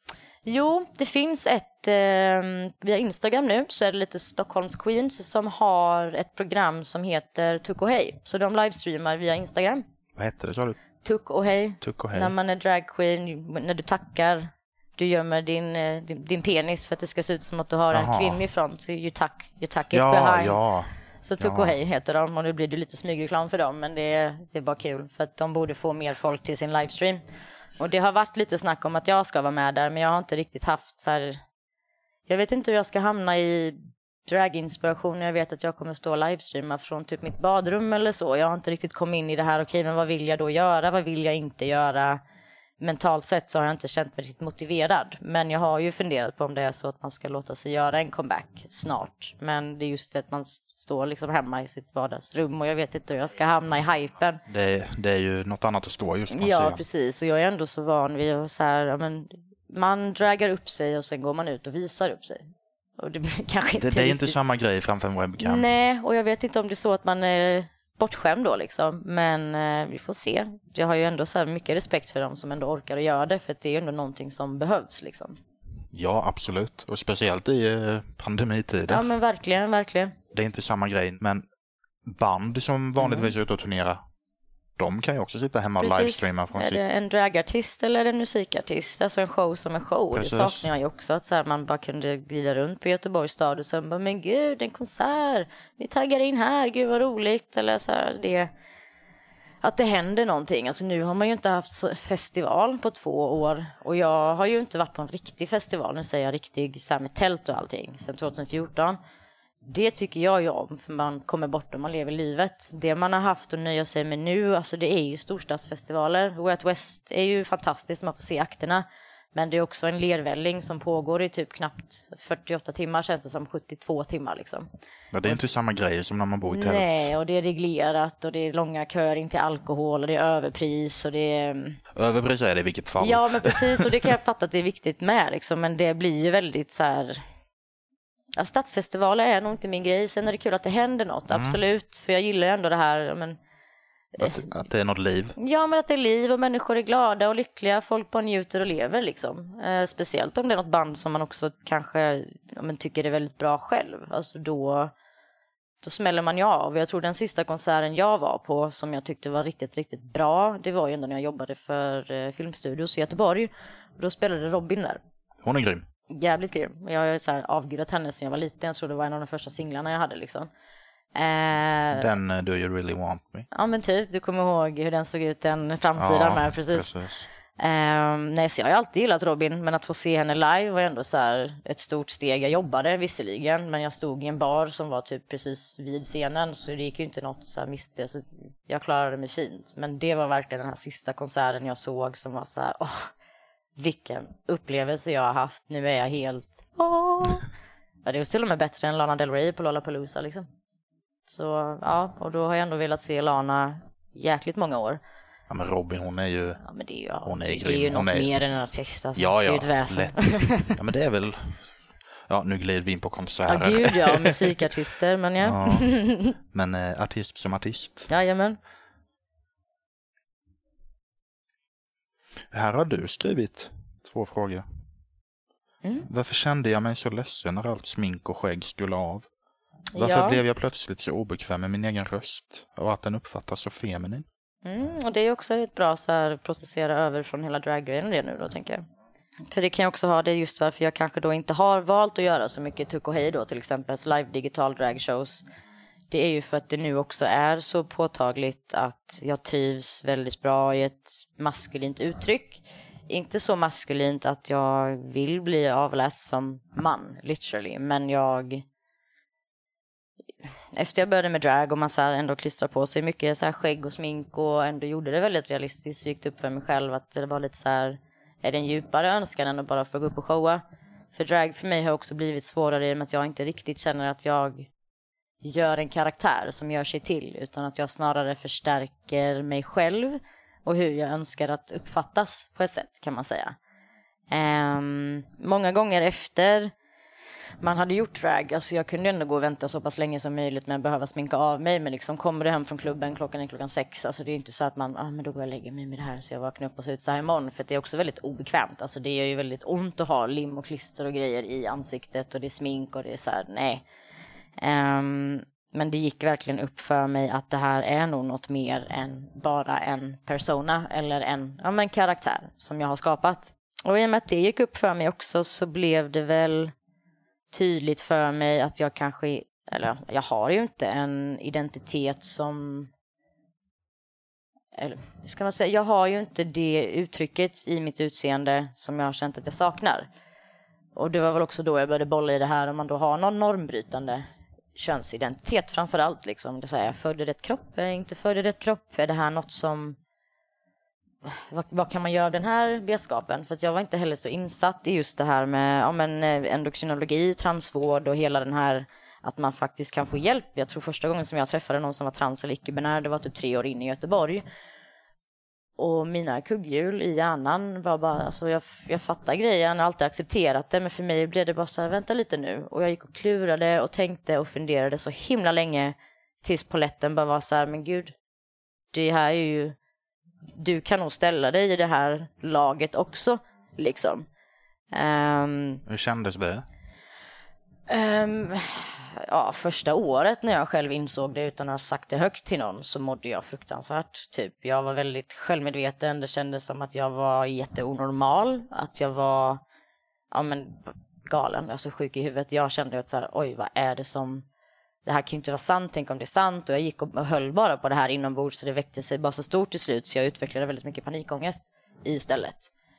Jo, det finns ett, eh, via Instagram nu så är det lite Stockholms Queens som har ett program som heter Tuck och hej. Så de livestreamar via Instagram. Vad heter det, sa du? Tuck och hej. Tuck och hej. När man är dragqueen, när du tackar, du gömmer din, din, din penis för att det ska se ut som att du har Aha. en kvinnlig front. Så you tuck, you tuck it ja, behind. Ja, Så Tuck och hej heter de, och nu blir det lite smygreklam för dem, men det är, det är bara kul för att de borde få mer folk till sin livestream. Och det har varit lite snack om att jag ska vara med där, men jag har inte riktigt haft så här... Jag vet inte hur jag ska hamna i draginspiration. Jag vet att jag kommer stå och livestreama från typ mitt badrum eller så. Jag har inte riktigt kommit in i det här. Okej, men vad vill jag då göra? Vad vill jag inte göra? Mentalt sett så har jag inte känt mig riktigt motiverad. Men jag har ju funderat på om det är så att man ska låta sig göra en comeback snart. Men det är just det att man står liksom hemma i sitt vardagsrum och jag vet inte hur jag ska hamna i hypen. Det, det är ju något annat att stå just på Ja, scen. precis. Och jag är ändå så van vid att så här, ja, men man dragar upp sig och sen går man ut och visar upp sig. Och det blir kanske inte det, det är riktigt... inte samma grej framför en webcam. Nej, och jag vet inte om det är så att man är bortskämd då liksom. Men eh, vi får se. Jag har ju ändå så här mycket respekt för dem som ändå orkar att göra det. För att det är ju ändå någonting som behövs liksom. Ja, absolut. Och speciellt i eh, pandemitiden. Ja, men verkligen, verkligen. Det är inte samma grej. Men band som vanligtvis är ute och turnera, de kan ju också sitta hemma och Precis. livestreama från Är sitt... det en dragartist eller är det en musikartist? Alltså en show som en show. Precis. Det saknar jag ju också. Att så här, man bara kunde glida runt på Göteborgs stad och sen bara, men gud, en konsert. Vi taggar in här, gud vad roligt. Eller så här, det... Att det händer någonting. Alltså nu har man ju inte haft festival på två år. Och jag har ju inte varit på en riktig festival. Nu säger jag riktig så här med tält och allting. Sen tjugohundrafjorton. Det tycker jag ju om, för man kommer bort och man lever livet. Det man har haft att nöja sig med nu, alltså det är ju storstadsfestivaler. Way Out West är ju fantastiskt, man får se akterna. Men det är också en lervälling som pågår i typ knappt fyrtioåtta timmar, känns det som sjuttiotvå timmar liksom. Ja, det är inte samma grej som när man bor i tält. Nej, och det är reglerat och det är långa köer in till alkohol och det är överpris och det är... Överpris är det i vilket fall. Ja, men precis, och det kan jag fatta att det är viktigt med liksom, men det blir ju väldigt så här... Ja, stadsfestivaler är nog inte min grej. Sen är det kul att det händer något, mm. absolut. För jag gillar ju ändå det här... Men, att, att det är något liv. Ja, men att det är liv och människor är glada och lyckliga. Folk bara njuter och lever liksom. Eh, speciellt om det är något band som man också kanske ja, men tycker är väldigt bra själv. Alltså då, då smäller man ju av. Jag tror den sista konserten jag var på som jag tyckte var riktigt, riktigt bra. Det var ju ändå när jag jobbade för eh, Filmstudios i Göteborg. Och då spelade Robin där. Hon är grym. Jävligt grym. Jag har ju så här avgudat henne sedan jag var liten. Jag tror det var en av de första singlarna jag hade liksom. Eh, den uh, Do You Really Want Me? Ja men typ, du kommer ihåg hur den såg ut, den framsidan ja, med, precis. precis. Eh, nej, så jag har alltid gillat Robin, men att få se henne live var ändå så här ett stort steg. Jag jobbade visserligen, men jag stod i en bar som var typ precis vid scenen, så det gick ju inte något så här miste, så jag klarade mig fint. Men det var verkligen den här sista konserten jag såg som var så här, åh, vilken upplevelse jag har haft. Nu är jag helt, åh. Ja, det var till och med bättre än Lana Del Rey på Lollapalooza liksom. Så ja, och då har jag ändå velat se Lana jäkligt många år. Ja, men Robin, hon är ju... Ja, men det är ju, hon är, det, det är ju något är... mer än en artist. Alltså. Ja, ja, det är ett väsen. lätt. Ja, men det är väl... Ja, nu glider vi in på konserter. Ja, gud ja, musikartister, men ja. ja. Men eh, artist som artist. Jajamän. Här har du skrivit två frågor. Mm. Varför kände jag mig så ledsen när allt smink och skägg skulle av? Varför ja. blev jag plötsligt så obekväm med min egen röst och att den uppfattas så feminin? Mm, och det är också ett bra så här processera över från hela draggrejen det nu då, tänker jag. För det kan jag också ha, det just varför jag kanske då inte har valt att göra så mycket Tuck och hej då, till exempel live digital dragshows. det är ju för att det nu också är så påtagligt att jag trivs väldigt bra i ett maskulint uttryck. Inte så maskulint att jag vill bli avläst som man, literally. Men jag... Efter jag började med drag och man så här ändå klistrar på sig mycket så här skägg och smink och ändå gjorde det väldigt realistiskt, så gick det upp för mig själv att det var lite så här, är det en djupare önskan än att bara få gå upp och showa? För drag för mig har också blivit svårare i och med att jag inte riktigt känner att jag gör en karaktär som gör sig till, utan att jag snarare förstärker mig själv och hur jag önskar att uppfattas på ett sätt, kan man säga. Um, många gånger efter man hade gjort drag, alltså jag kunde ändå gå och vänta så pass länge som möjligt men behöva sminka av mig, men liksom kommer du hem från klubben klockan är klockan sex, alltså det är inte så att man, ah men då går jag och lägger mig med det här så jag vaknar upp och ser ut så här imorgon, för det är också väldigt obekvämt, alltså det är ju väldigt ont att ha lim och klister och grejer i ansiktet och det är smink och det är så här, nej. Um, men det gick verkligen upp för mig att det här är nog något mer än bara en persona eller en, ja, men karaktär som jag har skapat. Och i och med att det gick upp för mig också så blev det väl tydligt för mig att jag kanske, eller jag har ju inte en identitet som, eller ska man säga, jag har ju inte det uttrycket i mitt utseende som jag har känt att jag saknar. Och det var väl också då jag började bolla i det här, om man då har någon normbrytande könsidentitet framförallt liksom, det säger jag född i rätt kropp, är jag inte född i rätt kropp, är det här något som, vad, vad kan man göra av den här vetskapen? För att jag var inte heller så insatt i just det här med, ja, men endokrinologi, transvård och hela den här, att man faktiskt kan få hjälp. Jag tror första gången som jag träffade någon som var trans eller icke-binär, det var typ tre år in i Göteborg. Och mina kugghjul i hjärnan var bara, alltså jag, jag fattar grejen, jag har alltid accepterat det, men för mig blev det bara så här, vänta lite nu. Och jag gick och klurade och tänkte och funderade så himla länge tills poletten bara var så här, men gud, det här är ju, du kan nog ställa dig i det här laget också, liksom. Um, Hur kändes det? Um, ja, första året när jag själv insåg det utan att ha sagt det högt till någon så mådde jag fruktansvärt. Typ, jag var väldigt självmedveten. Det kändes som att jag var jätteonormal. Att jag var, ja, men galen, alltså sjuk i huvudet. Jag kände att så här, oj, vad är det som, det här kan ju inte vara sant, tänk om det är sant. Och jag gick och höll bara på det här inombords, så det väckte sig bara så stort till slut så jag utvecklade väldigt mycket panikångest istället.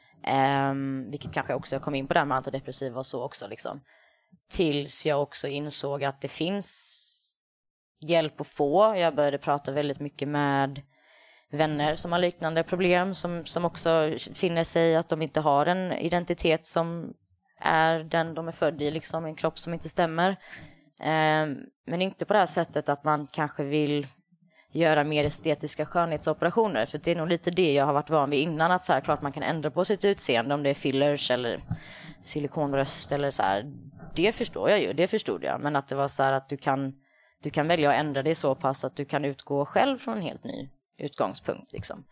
Um, vilket kanske också, jag kom in på det här med antidepressiva och så också liksom. Tills jag också insåg att det finns hjälp att få. Jag började prata väldigt mycket med vänner som har liknande problem, som, som också finner sig att de inte har en identitet som är den de är född i, liksom en kropp som inte stämmer. Um, men inte på det här sättet att man kanske vill göra mer estetiska skönhetsoperationer, för det är nog lite det jag har varit van vid innan, att så här, klart man kan ändra på sitt utseende om det är fillers eller silikonbröst eller så här, det förstår jag ju, det förstod jag, men att det var så här att du kan du kan välja att ändra det så pass att du kan utgå själv från en helt ny utgångspunkt liksom.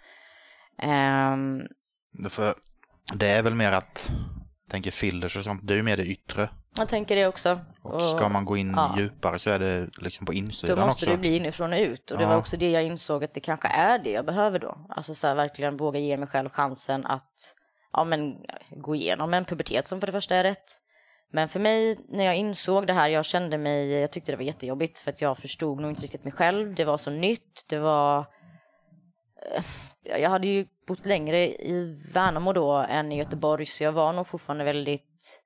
Um, För det är väl mer att, jag tänker fillers och sånt, det är ju mer det yttre. Jag tänker det också. Och ska man gå in ja. djupare så är det liksom på insidan också. Då måste också. det bli inifrån och ut. Och ja. det var också det jag insåg att det kanske är det jag behöver då. Alltså så här, verkligen våga ge mig själv chansen att, ja, men, gå igenom en pubertet som för det första är rätt. Men för mig, när jag insåg det här, jag kände mig, jag tyckte det var jättejobbigt för att jag förstod nog inte riktigt mig själv. Det var så nytt, det var... Jag hade ju bott längre i Värnamo då än i Göteborg, så jag var nog fortfarande väldigt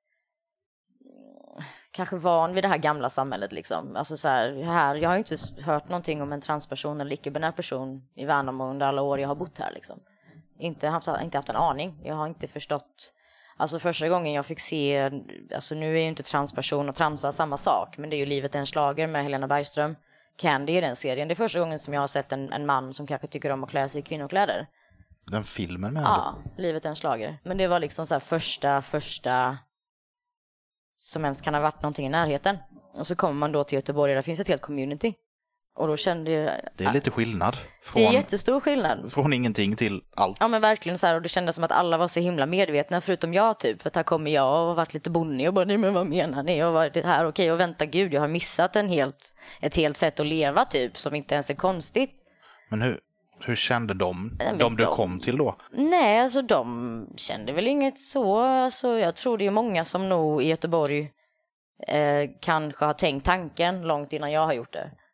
kanske van vid det här gamla samhället liksom. Alltså så här, här jag har ju inte hört någonting om en transperson eller icke-binär person i Värnamo under alla år jag har bott här liksom. Inte haft, inte haft en aning. Jag har inte förstått. Alltså första gången jag fick se, alltså nu är ju inte transperson och transa samma sak, men det är ju Livet är en slager med Helena Bergström. Candy i den serien. Det är första gången som jag har sett en, en man som kanske tycker om att klä sig i kvinnokläder. Den filmen med Ja, det? Livet är en slager. Men det var liksom så här första, första som ens kan ha varit någonting i närheten. Och så kommer man då till Göteborg, där finns ett helt community. Och då kände jag... Det är lite skillnad. Från, det är jättestor skillnad. Från ingenting till allt. Ja, men verkligen så här. Och det kändes som att alla var så himla medvetna, förutom jag typ. För att här kommer jag och har varit lite bonnig och bara, nej men vad menar ni? Och var det här, okej, och vänta gud, jag har missat en helt, ett helt sätt att leva typ, som inte ens är konstigt. Men hur, hur kände de, de, de du kom till då? Nej, alltså de kände väl inget så. Alltså, jag tror det är många som nog i Göteborg eh, kanske har tänkt tanken långt innan jag har gjort det.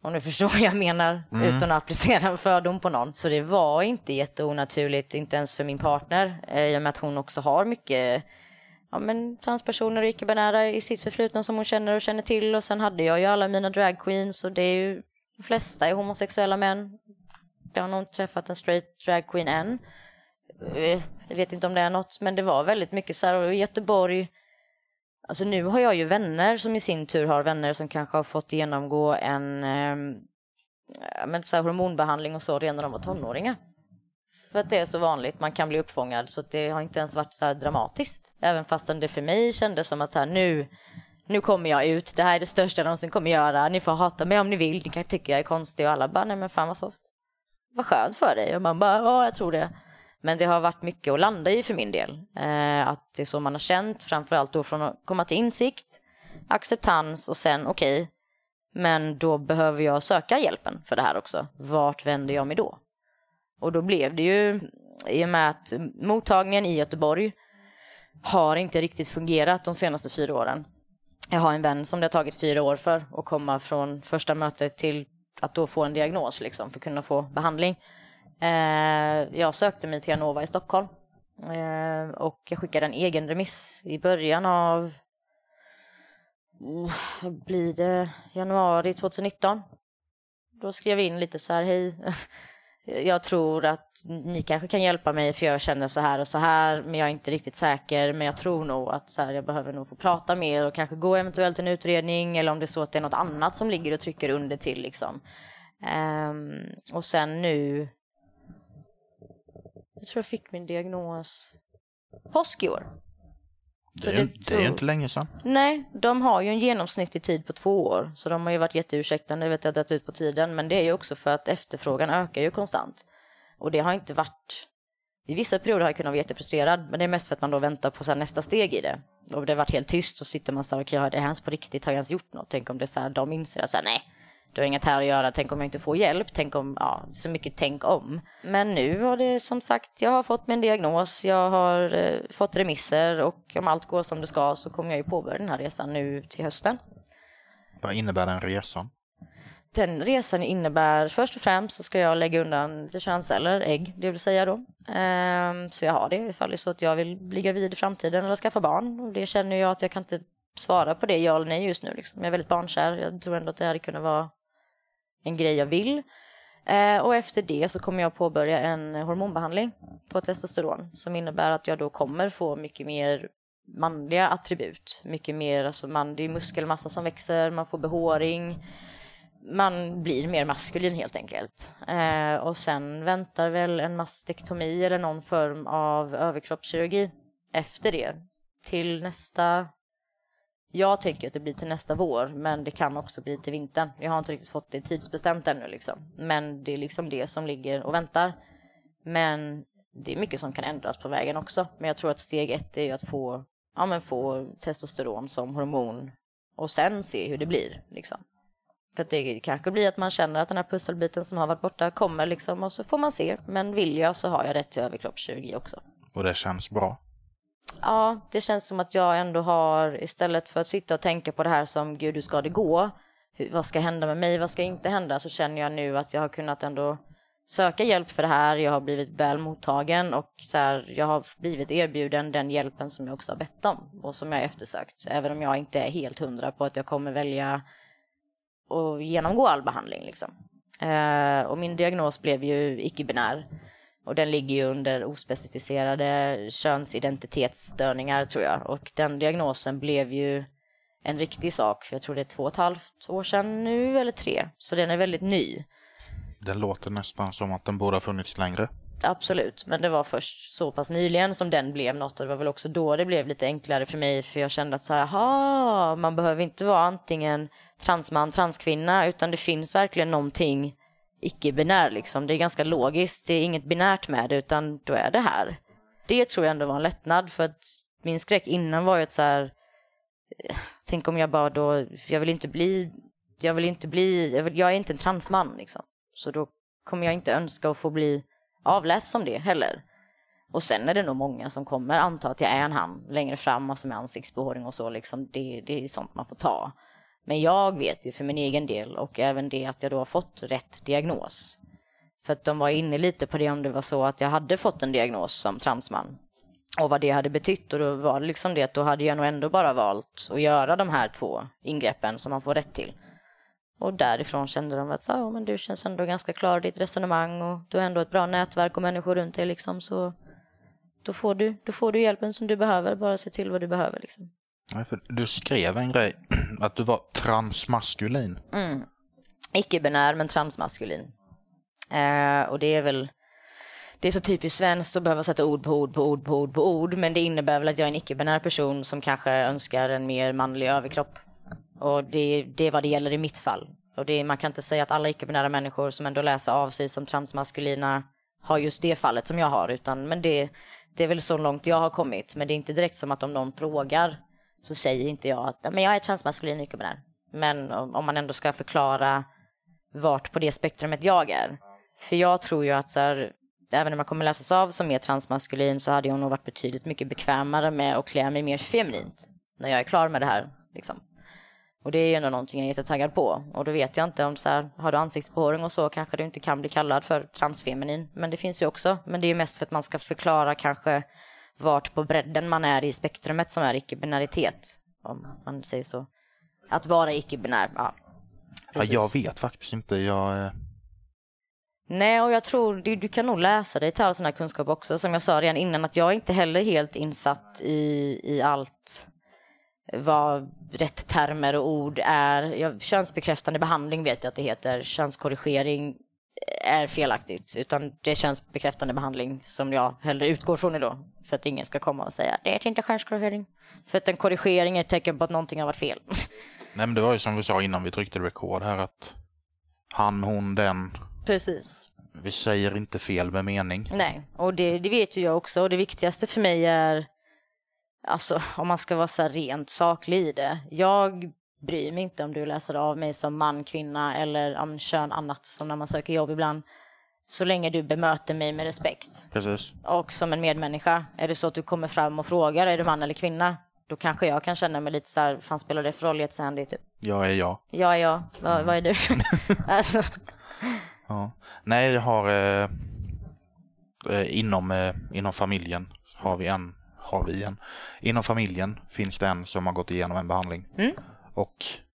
Om du förstår vad jag menar, mm. utan att applicera en fördom på någon. Så det var inte jätteonaturligt, inte ens för min partner. Eh, I och med att hon också har mycket ja, men, transpersoner och icke-binära i sitt förflutna som hon känner och känner till. Och sen hade jag ju alla mina drag queens, och det är ju de flesta är homosexuella män. Jag har nog inte träffat en straight drag queen än. Jag vet inte om det är något, men det var väldigt mycket så här. Och i Göteborg, alltså nu har jag ju vänner som i sin tur har vänner som kanske har fått genomgå en eh, men så här, hormonbehandling och så redan när de var tonåringar. För att det är så vanligt, man kan bli uppfångad, så att det har inte ens varit så här dramatiskt. Även fastän det för mig kändes som att här, nu, nu kommer jag ut, det här är det största jag någonsin kommer göra, ni får hata mig om ni vill, ni kan tycka jag är konstig, och alla bara, nej men fan vad soft. Vad skönt för dig, och man bara, ja jag tror det. Men det har varit mycket att landa i för min del. Eh, att det är så man har känt, framförallt då från att komma till insikt, acceptans och sen okej. Okay, men då behöver jag söka hjälpen för det här också. Vart vänder jag mig då? Och då blev det ju, i och med att mottagningen i Göteborg har inte riktigt fungerat de senaste fyra åren. Jag har en vän som det har tagit fyra år för att komma från första mötet till att då få en diagnos liksom, för att kunna få behandling. Eh, jag sökte mig till Anova i Stockholm eh, och jag skickade en egen remiss i början av uh, blir det januari tjugonitton. Då skrev jag in lite så här, hej, jag tror att ni kanske kan hjälpa mig för jag känner så här och så här, men jag är inte riktigt säker, men jag tror nog att så här, jag behöver nog få prata mer och kanske gå eventuellt en utredning, eller om det är så att det är något annat som ligger och trycker under till liksom. Um, och sen nu jag tror jag fick min diagnos påsk i år. Det är, det, det är ju inte länge sedan. Nej, de har ju en genomsnittlig tid på två år. Så de har ju varit jätteursäktande, jag vet att jag har dragit ut på tiden. Men det är ju också för att efterfrågan ökar ju konstant. Och det har inte varit... I vissa perioder har jag kunnat vara jättefrustrerad. Men det är mest för att man då väntar på så här nästa steg i det. Och det har varit helt tyst, så sitter man så här, okej, har det ens på riktigt? Har jag ens gjort något? Tänk om det är så här, de inser så här, nej. Du har inget här att göra, tänk om jag inte får hjälp, tänk om, ja, så mycket tänk om. Men nu har det som sagt, jag har fått min diagnos, jag har eh, fått remisser, och om allt går som det ska så kommer jag ju påbörja den här resan nu till hösten. Vad innebär den resan? Den resan innebär, först och främst så ska jag lägga undan lite könsceller, ägg, det vill säga då. Ehm, så jag har det ifall det är så att jag vill bli gravid i framtiden eller skaffa barn. Och det känner jag att jag kan inte svara på det, ja eller nej just nu. Liksom. Jag är väldigt barnkär, jag tror ändå att det hade kunnat vara en grej jag vill. Eh, och efter det så kommer jag påbörja en hormonbehandling på testosteron. Som innebär att jag då kommer få mycket mer manliga attribut. Mycket mer, alltså man, det är muskelmassa som växer, man får behåring. Man blir mer maskulin helt enkelt. Eh, och sen väntar väl en mastektomi eller någon form av överkroppskirurgi efter det. Till nästa... Jag tänker att det blir till nästa vår, men det kan också bli till vintern. Jag har inte riktigt fått det tidsbestämt ännu liksom. Men det är liksom det som ligger och väntar. Men det är mycket som kan ändras på vägen också. Men jag tror att steg ett är att få, ja, men få testosteron som hormon. Och sen se hur det blir liksom. För att det kanske blir att man känner att den här pusselbiten som har varit borta kommer liksom. Och så får man se. Men vill jag så har jag rätt till överkroppskirurgi också. Och det känns bra? Ja, det känns som att jag ändå har, istället för att sitta och tänka på det här som gud, hur ska det gå? Hur, vad ska hända med mig? Vad ska inte hända? Så känner jag nu att jag har kunnat ändå söka hjälp för det här. Jag har blivit väl mottagen och så här, jag har blivit erbjuden den hjälpen som jag också har bett om och som jag har eftersökt. Även om jag inte är helt hundra på att jag kommer välja att genomgå all behandling liksom. Eh, och min diagnos blev ju icke-binär. Och den ligger ju under ospecificerade könsidentitetsstörningar tror jag. Och den diagnosen blev ju en riktig sak. För jag tror det är två och ett halvt år sedan nu eller tre. Så den är väldigt ny. Den låter nästan som att den borde ha funnits längre. Absolut, men det var först så pass nyligen som den blev något. Och det var väl också då det blev lite enklare för mig. För jag kände att så här, aha, man behöver inte vara antingen transman, transkvinna. Utan det finns verkligen någonting icke-binär liksom. Det är ganska logiskt. Det är inget binärt med det, utan då är det här. Det tror jag ändå var en lättnad. För att min skräck innan var ju att så här, tänk om jag bara då, jag vill inte bli, jag vill inte bli, jag, vill, jag är inte en transman liksom. Så då kommer jag inte önska att få bli avläst som det heller. Och sen är det nog många som kommer anta att jag är en han längre fram, alltså med ansiktsbehåring och så liksom. Det, det är sånt man får ta. Men jag vet ju för min egen del och även det att jag då har fått rätt diagnos. För att de var inne lite på det om det var så att jag hade fått en diagnos som transman. Och vad det hade betytt. Och då var det liksom det att då hade jag nog ändå bara valt att göra de här två ingreppen som man får rätt till. Och därifrån kände de att så, ja, men du känns ändå ganska klar i ditt resonemang. Och du har ändå ett bra nätverk och människor runt dig liksom. Så då får du, då får du hjälpen som du behöver. Bara se till vad du behöver liksom. Ja, för du skrev en grej att du var transmaskulin. Mm. Icke-binär men transmaskulin. Eh, och det är väl det är så typiskt svenskt att behöva sätta ord på ord på ord på ord på ord. Men det innebär väl att jag är en icke-binär person som kanske önskar en mer manlig överkropp. Och det, det är vad det gäller i mitt fall. Och det, man kan inte säga att alla icke-binära människor som ändå läser av sig som transmaskulina har just det fallet som jag har. Utan, men det, det är väl så långt jag har kommit. Men det är inte direkt som att om någon frågar så säger inte jag att men jag är transmaskulin och icke-binär. Men om, om man ändå ska förklara vart på det spektrumet jag är. För jag tror ju att så här, även när man kommer läsas av som mer transmaskulin så hade jag nog varit betydligt mycket bekvämare med att klä mig mer feminint när jag är klar med det här. Liksom. Och det är ju ändå någonting jag är jättetaggad på. Och då vet jag inte om så här, har du ansiktsbehåring och så kanske du inte kan bli kallad för transfeminin. Men det finns ju också. Men det är ju mest för att man ska förklara kanske vart på bredden man är i spektrumet som är icke-binaritet. Om man säger så. Att vara icke-binär, ja. Ja, jag vet faktiskt inte. Jag... Nej, och jag tror du, du kan nog läsa dig till all sån här kunskap också. Som jag sa redan innan, att jag är inte heller helt insatt i, i allt vad rätt termer och ord är. Jag, könsbekräftande behandling vet jag att det heter. Könskorrigering är felaktigt. Utan det är könsbekräftande behandling som jag hellre utgår från idag. För att ingen ska komma och säga det är inte könskorrigering. För att en korrigering är ett tecken på att någonting har varit fel. Nej, men det var ju som vi sa innan vi tryckte rekord här att han, hon, den... Precis. Vi säger inte fel med mening. Nej, och det, det vet ju jag också. Och det viktigaste för mig är, alltså om man ska vara så här rent saklig i det. Jag bryr mig inte om du läser av mig som man, kvinna eller om kön annat som när man söker jobb ibland. Så länge du bemöter mig med respekt. Precis. Och som en medmänniska. Är det så att du kommer fram och frågar, är du man eller kvinna? Då kanske jag kan känna mig lite så här, fan spelar det för roll i ett Sandy typ? Jag är jag. Jag är jag. Vad, mm. vad är du? alltså... Ja. Nej, jag har eh, eh, inom, eh, inom familjen har vi en har vi en. Inom familjen finns det en som har gått igenom en behandling. Mm. Och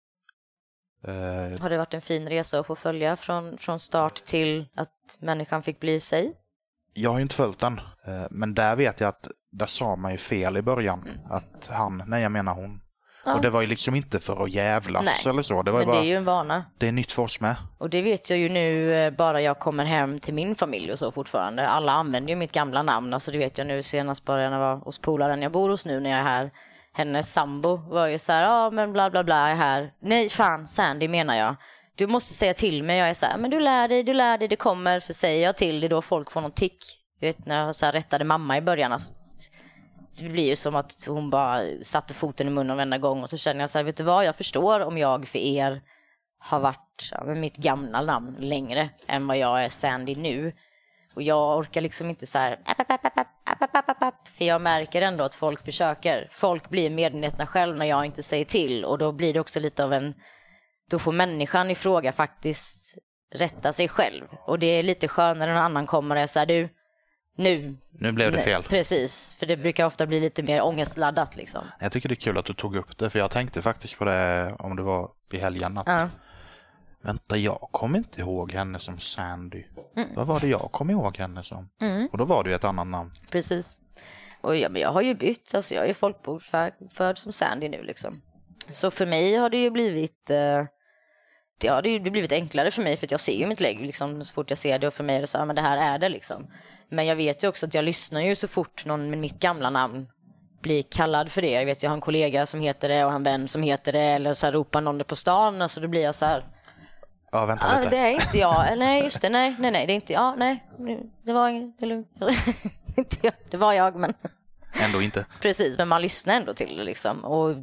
eh, har det varit en fin resa att få följa från, från start till att människan fick bli sig? Jag har ju inte följt den. Eh, men där vet jag att där sa man ju fel i början. Mm. Att han, nej jag menar hon. Ja. Och det var ju liksom inte för att jävlas nej. Eller så. Det var men bara, det är ju en vana. Det är nytt för oss med. Och det vet jag ju nu bara jag kommer hem till min familj och så fortfarande. Alla använder ju mitt gamla namn. Alltså det vet jag nu senast bara när jag var hos polaren jag bor hos nu när jag är här. Hennes sambo var ju så här, ja men bla bla bla är här. Nej fan, Sandy menar jag. Du måste säga till mig. Jag är så här, men du lär dig, du lär dig, det kommer. För säger jag till dig då folk får någon tick. Jag vet när jag så här rättade mamma i början alltså. Det blir ju som att hon bara satte foten i munnen varenda gång. Och så känner jag så här, vet du vad? Jag förstår om jag för er har varit ja, med mitt gamla namn längre än vad jag är Sandy nu. Och jag orkar liksom inte så här... App, app, app, app, app, app, app, app, för jag märker ändå att folk försöker. Folk blir medvetna själv när jag inte säger till. Och då blir det också lite av en... Då får människan i fråga faktiskt rätta sig själv. Och det är lite skönare när en annan kommer och är så här, du... Nu, nu blev det fel. Precis, för det brukar ofta bli lite mer ångestladdat liksom. Jag tycker det är kul att du tog upp det, för jag tänkte faktiskt på det om det var i helgen att ja. Vänta, jag kommer inte ihåg henne som Sandy. Mm. Vad var det jag kom ihåg henne som? Mm. Och då var det ju ett annat namn. Precis. Och ja, men jag har ju bytt, alltså jag är folkbokförd som Sandy nu liksom. Så för mig har det ju blivit... Eh, det har det ju blivit enklare för mig för att jag ser ju mitt lägg liksom, så fort jag ser det och för mig är det så här, men det här är det liksom. Men jag vet ju också att jag lyssnar ju så fort någon med mitt gamla namn blir kallad för det. Jag vet jag har en kollega som heter det och en vän som heter det eller så här ropar någon det på stan alltså då blir jag så här. Ja, vänta ah, lite. Det är inte jag. Nej, just det. Nej, nej, nej, det är inte jag. Nej, det var inget. Det är lugnt. Inte jag. Det var jag, men ändå inte. Precis, men man lyssnar ändå till det liksom och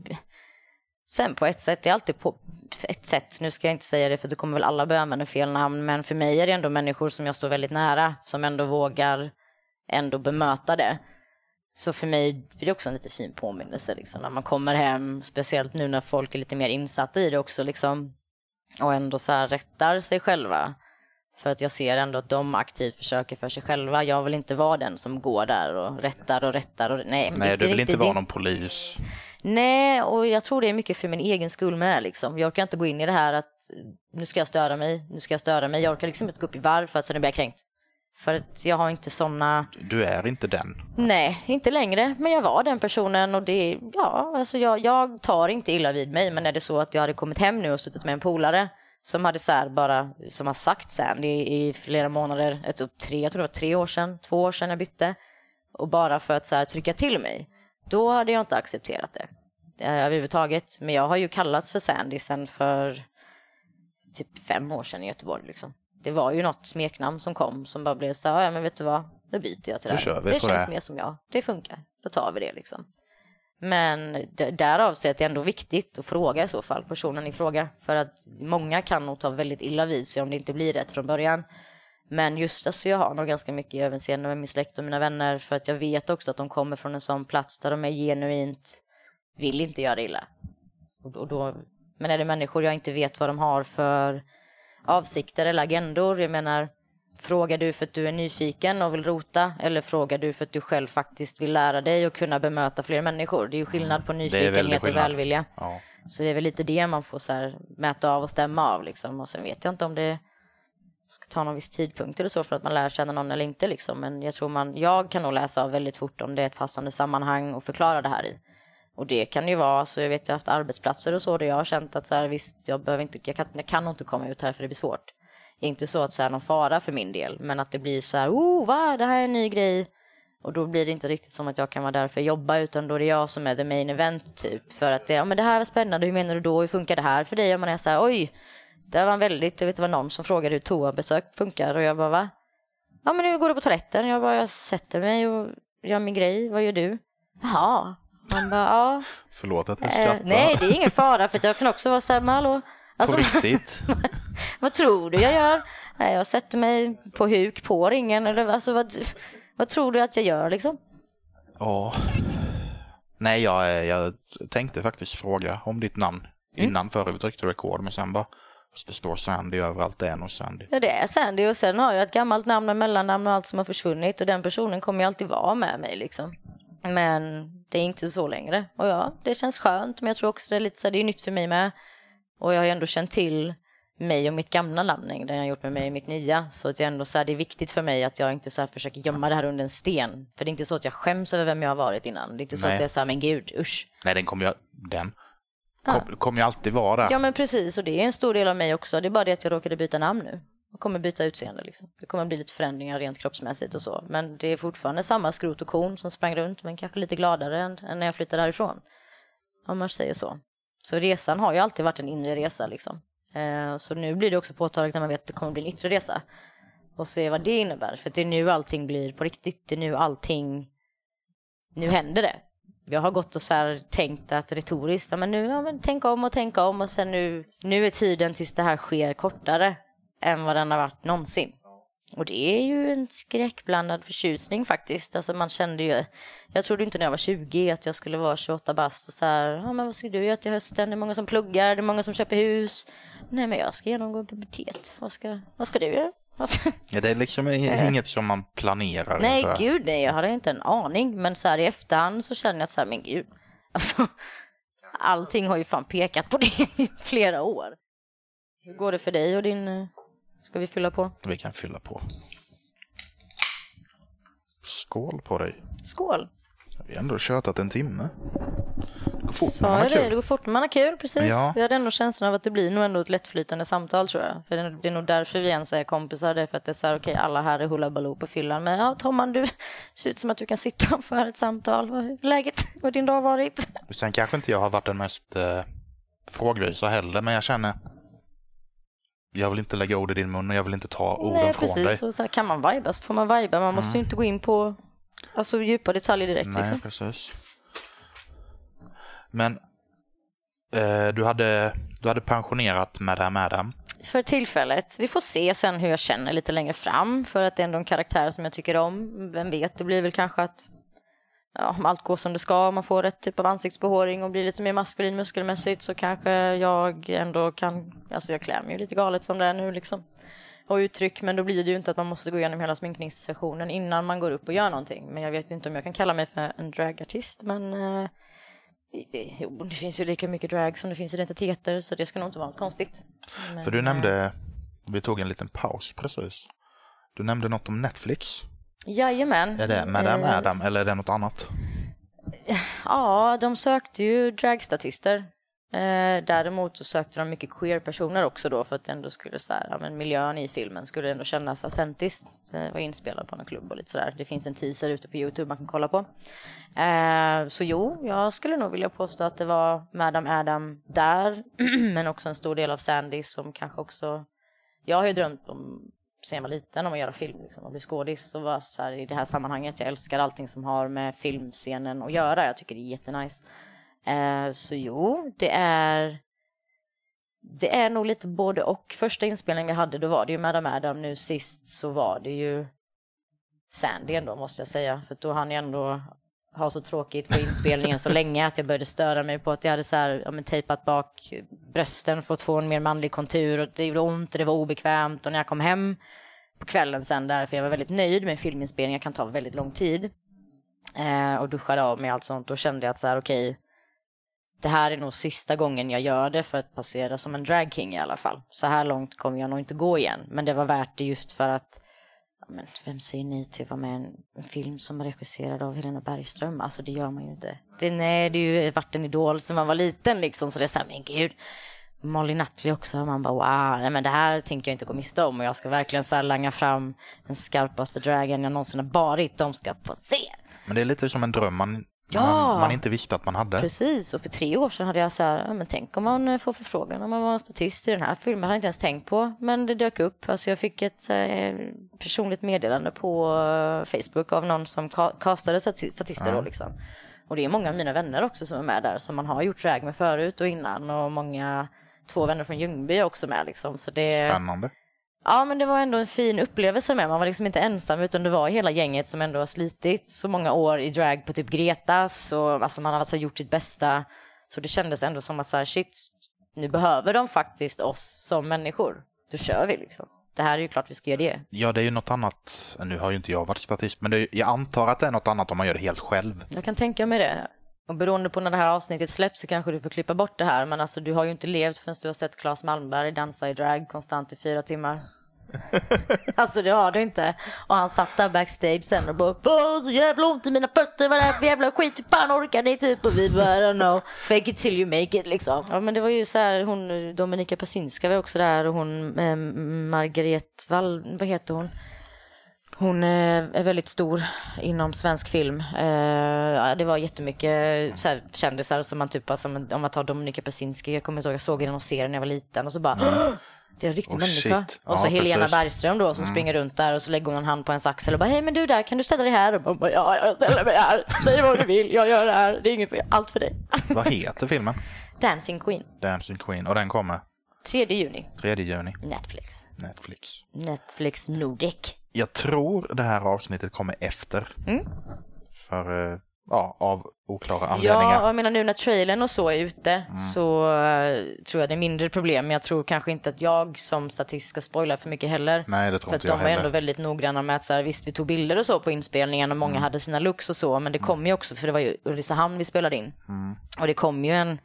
sen på ett sätt, det är alltid på ett sätt, nu ska jag inte säga det för det kommer väl alla börja använda fel namn, men för mig är det ändå människor som jag står väldigt nära, som ändå vågar ändå bemöta det. Så för mig är det också en lite fin påminnelse liksom, när man kommer hem, speciellt nu när folk är lite mer insatta i det också liksom, och ändå så här rättar sig själva. För att jag ser ändå att de aktivt försöker för sig själva. Jag vill inte vara den som går där och rättar och rättar. Och, nej, nej, du vill riktigt, inte vara det, någon polis. Nej, och jag tror det är mycket för min egen skull med. Liksom. Jag orkar inte gå in i det här att nu ska jag störa mig, nu ska jag störa mig. Jag orkar liksom inte gå upp i varv för att sen blir jag kränkt. För att jag har inte såna... Du är inte den. Nej, inte längre. Men jag var den personen och det... Ja, alltså jag, jag tar inte illa vid mig. Men är det så att jag hade kommit hem nu och suttit med en polare som hade så här bara, som har sagt sen i, i flera månader, ett upp tre, jag tror det var tre år sedan, två år sedan jag bytte. Och bara för att så här trycka till mig. Då hade jag inte accepterat det. Eh, överhuvudtaget. Men jag har ju kallats för Sandy sen för typ fem år sedan i Göteborg liksom. Det var ju något smeknamn som kom som bara blev så här, ja men vet du vad, då byter jag till det här. Det känns det. Mer som jag, det funkar, då tar vi det liksom. Men d- därav så är det ändå viktigt att fråga i så fall, personen i fråga. För att många kan nog ta väldigt illa vid sig om det inte blir rätt från början. Men just alltså jag har nog ganska mycket överseende med min släkt och mina vänner. För att jag vet också att de kommer från en sån plats där de är genuint vill inte göra illa. Och, och då, men är det människor jag inte vet vad de har för avsikter eller agendor, jag menar, frågar du för att du är nyfiken och vill rota, eller frågar du för att du själv faktiskt vill lära dig och kunna bemöta fler människor? Det är ju skillnad på nyfikenhet och välvilja. Ja. Så det är väl lite det man får så här mäta av och stämma av liksom. Och sen vet jag inte om det ska ta någon viss tidpunkt eller så för att man lär känna någon eller inte liksom. Men jag tror man, jag kan nog läsa av väldigt fort om det är ett passande sammanhang och förklara det här i. Och det kan ju vara, så jag vet jag har haft arbetsplatser och så där jag har känt att så här, visst, jag behöver inte, jag kan, jag kan inte komma ut här för det blir svårt. Inte så att så här, någon fara för min del, men att det blir så här, oh va, det här är en ny grej. Och då blir det inte riktigt som att jag kan vara där för att jobba, utan då är det jag som är the main event typ. För att det, ja men det här var spännande, hur menar du då, hur funkar det här för dig? Och man är så här, oj, det var väldigt, jag vet det var någon som frågade hur toabesök funkar och jag bara, va? Ja men nu går du på toaletten, jag bara, jag sätter mig och gör min grej, vad gör du? Jaha. Man bara, ja. Förlåt att jag skrattar. Eh, nej, det är ingen fara för jag kan också vara så här, men hallå. Alltså, på riktigt? Vad tror du jag gör? Nej, jag sätter mig på huk på ringen. Eller alltså, vad, vad tror du att jag gör liksom? Ja. Nej, jag, jag tänkte faktiskt fråga om ditt namn mm. innan före vi tryckte rekord. Men sen bara, det står Sandy överallt, det är nog Sandy. Ja, det är Sandy och sen har jag ett gammalt namn och mellannamn och allt som har försvunnit. Och den personen kommer ju alltid vara med mig liksom. Men det är inte så längre. Och ja, det känns skönt. Men jag tror också det är lite så här, det är nytt för mig med. Och jag har ju ändå känt till mig och mitt gamla namn. Det jag har gjort med mig och mitt nya. Så att jag ändå så här, det är viktigt för mig att jag inte så här försöker gömma det här under en sten. För det är inte så att jag skäms över vem jag har varit innan. Det är inte så Nej. Att jag är så här, men gud, usch. Nej, den kommer jag, den kom, ja. kommer ju alltid vara. Ja, men precis. Och det är en stor del av mig också. Det är bara det att jag råkade byta namn nu. Jag kommer byta utseende liksom. Det kommer bli lite förändringar rent kroppsmässigt och så. Men det är fortfarande samma skrot och korn som sprang runt. Men kanske lite gladare än, än när jag flyttade därifrån. Om man säger så. Så resan har ju alltid varit en inre resa liksom. Eh, så nu blir det också påtagligt när man vet att det kommer bli en yttre resa. Och se vad det innebär. För det är nu allting blir på riktigt. Det är nu allting... Nu händer det. Jag har gått och så här tänkt att retoriskt, ja, men nu, ja, men tänk om och tänk om. Och sen nu, nu är tiden tills det här sker kortare än vad den har varit någonsin. Och det är ju en skräckblandad förtjusning faktiskt. Alltså man kände ju, jag trodde inte när jag var tjugo att jag skulle vara tjugoåtta bast och så här, ja men vad ska du göra till hösten? Det är många som pluggar, det är många som köper hus. Nej men jag ska genomgå en pubertet. Vad ska, vad ska du göra? Ska... Ja, det är liksom inget som man planerar. Nej för. Gud, nej, jag hade inte en aning. Men så här i efterhand så känner jag så här, men gud. Alltså, allting har ju fan pekat på det i flera år. Hur går det för dig och din... Ska vi fylla på? Vi kan fylla på. Skål på dig. Skål. Vi har ändå tjötat en timme. Det går fort Så när man har det, kul. det går fort när man har kul, precis. Ja. Jag hade ändå känslan av att det blir nog ändå ett lättflytande samtal, tror jag. För det är, det är nog därför vi ens är kompisar. Det är för att det är så här, okej, alla här är hullabaloo på fyllan. Men ja, Tomman, du ser ut som att du kan sitta och föra ett samtal. Vad är läget? Vad har din dag varit? Sen kanske inte jag har varit den mest eh, frågvisa heller, men jag känner... Jag vill inte lägga ord i din mun och jag vill inte ta orden Nej, från precis. dig. Så, så här, kan man viba så får man viba. Man måste mm. ju inte gå in på alltså, djupa detaljer direkt. Nej, liksom. precis. Men eh, du, hade, du hade pensionerat Madame Madame. För tillfället. Vi får se sen hur jag känner lite längre fram. För att det är ändå en karaktär som jag tycker om. Vem vet, det blir väl kanske att ja, om allt går som det ska, man får rätt typ av ansiktsbehåring och blir lite mer maskulin muskelmässigt, så kanske jag ändå kan, alltså jag klär mig ju lite galet som det är nu liksom. Och uttryck, men då blir det ju inte att man måste gå igenom hela sminkningssessionen innan man går upp och gör någonting. Men jag vet inte om jag kan kalla mig för en dragartist, men eh, det, jo, det finns ju lika mycket drag som det finns identiteter, så det ska nog inte vara konstigt. Men, för du nämnde, vi tog en liten paus precis. Du nämnde något om Netflix. Jajamän. Är det Madame eh, Adam eller är det något annat? Ja, de sökte ju dragstatister. Eh, däremot så sökte de mycket queer-personer också då, för att ändå skulle så här, ja, men miljön i filmen skulle ändå kännas autentiskt. Det var inspelad på en klubb och lite sådär. Det finns en teaser ute på YouTube man kan kolla på. Eh, så jo, jag skulle nog vilja påstå att det var Madame Adam där, men också en stor del av Sandy som kanske också... Jag har ju drömt om, sen jag var liten, om att göra film liksom, och bli skådis och vara så här, i det här sammanhanget. Jag älskar allting som har med filmscenen att göra. Jag tycker det är jättenice. Eh, så jo, det är det är nog lite både och. Första inspelningen vi hade, då var det ju Madame Adam. Nu sist så var det ju Sandy ändå, måste jag säga. För då hann jag ändå ha så tråkigt på inspelningen så länge att jag började störa mig på att jag hade så här, ja, men tejpat bak brösten för att få en mer manlig kontur, och det gjorde ont och det var obekvämt. Och när jag kom hem på kvällen sen där, för jag var väldigt nöjd med filminspelningen, kan ta väldigt lång tid, eh, och duschade av med allt sånt, då kände jag att så här, okej, okay, det här är nog sista gången jag gör det för att passera som en drag king i alla fall. Så här långt kommer jag nog inte gå igen. Men det var värt det just för att, ja, men vem säger ni till att vara med i en, en film som är regisserad av Helena Bergström? Alltså det gör man ju inte. Det, nej, det är ju varit en idol som man var liten liksom. Så det är så här, men gud, Molly Nutley också. Man bara, wow, nej, men det här tänker jag inte gå miste om. Och jag ska verkligen så här langa fram den skarpaste dragen jag någonsin har varit. De ska få se. Men det är lite som en dröm man... Ja, man, man inte visste att man hade. Precis, och för tre år sedan hade jag så här, ja, men tänk om man får förfrågan om man var en statist i den här filmen, hade jag inte ens tänkt på, men det dök upp. Alltså jag fick ett eh, personligt meddelande på uh, Facebook av någon som ka- castade statister mm. då liksom. Och det är många av mina vänner också som är med där, som man har gjort drag med förut och innan, och många, två vänner från Ljungby är också med liksom. Så det... Spännande. Ja, men det var ändå en fin upplevelse med. Man var liksom inte ensam, utan det var hela gänget som ändå har slitit så många år i drag på typ Gretas. Och alltså man har alltså gjort sitt bästa. Så det kändes ändå som att så här, shit, nu behöver de faktiskt oss som människor. Då kör vi liksom. Det här är ju klart vi ska göra det. Ja, det är ju något annat. Nu har ju inte jag varit statist, men det är, jag antar att det är något annat om man gör det helt själv. Jag kan tänka mig det. Och beroende på när det här avsnittet släpps så kanske du får klippa bort det här. Men alltså du har ju inte levt förrän du har sett Claes Malmberg dansa i drag konstant i fyra timmar. Alltså det har du inte. Och han satt där backstage sen och bara, åh, så jävla ont i mina fötter, vad är det här för jävla skit, hur fan orkar ni typ? Och vi bara, I don't know, fake it till you make it liksom. Ja, men det var ju så här, hon Dominika Persinska var också där, och hon eh, Margaret Wall, vad heter hon? Hon eh, är väldigt stor inom svensk film. Eh, ja, det var jättemycket så här, kändisar som man typ, som, om man tar Dominika Persinski, jag kommer inte ihåg, jag såg i någon serie när jag var liten, och så bara mm. Det är en riktig oh, människa. Shit. Och så ja, Helena precis. Bergström då som mm. springer runt där, och så lägger hon en hand på en axel och bara, hej men du där, kan du ställa dig här? Och bara, ja, jag ställer mig här. Säg vad du vill, jag gör det här. Det är inget för, allt för dig. Vad heter filmen? Dancing Queen. Dancing Queen, och den kommer? tredje juni. tredje juni. Netflix. Netflix. Netflix Nordic. Jag tror det här avsnittet kommer efter. Mm. För... Ja, av oklara anledningar. Ja, jag menar nu när trailern och så är ute mm. så uh, tror jag det är mindre problem. Men jag tror kanske inte att jag som statist ska spoila för mycket heller. Nej, det tror för inte jag jag heller. För de är ändå väldigt noggranna med att så här, visst vi tog bilder och så på inspelningen och många mm. hade sina looks och så. Men det kom ju också, för det var ju Ulricehamn vi spelade in. Mm. Och det kom ju en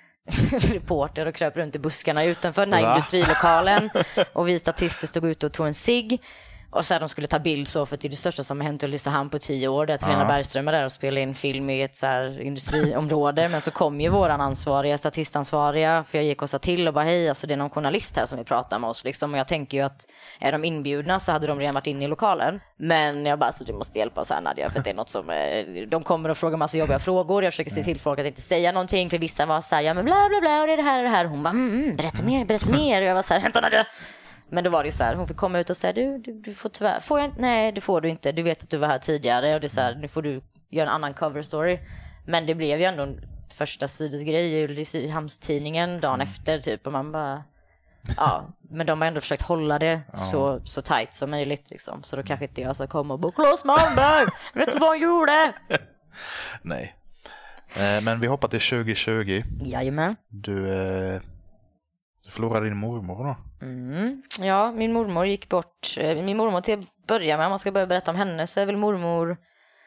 reporter och kröp runt i buskarna utanför den här Va? industrilokalen. Och vi statister stod ute och tog en cigg. Och så här, de skulle ta bild så, för det är det största som har hänt i Ulricehamn på tio år. Det att Helena Bergström är där och spelar in film i ett så här industriområde. Men så kom ju våran ansvariga, statistansvariga, för jag gick och sa till och bara, hej, alltså det är någon journalist här som vi pratar med oss liksom. Och jag tänker ju att är de inbjudna så hade de redan varit inne i lokalen. Men jag bara, så du måste hjälpa oss här Nadia, för det är något som, de kommer och frågar massa jobbiga frågor. Jag försöker se till folk att inte säga någonting, för vissa var så här, ja men bla bla bla, och det är det här och det här. Hon bara, mm, berätta mer, berätta mer. Och jag var så här, hämta Nadia. Men då var det så här, hon fick komma ut och säga, du, du, du får tyvärr, får jag inte? Nej, det får du inte. Du vet att du var här tidigare, och det är så här, nu får du göra en annan cover story. Men det blev ju ändå en första sidesgrej i Ulricehamnstidningen dagen mm. efter typ, och man bara, ja, men de har ändå försökt hålla det ja. så, så tight som möjligt liksom. Så då kanske inte jag ska komma och bara, Claes Malmberg, vet du vad han gjorde? Nej. Eh, men vi hoppar till tjugo tjugo. Jajamän. Du, eh, du förlorade din mormor då? Mm. Ja, min mormor gick bort. Min mormor till att börja med, om man ska börja berätta om henne, så är väl mormor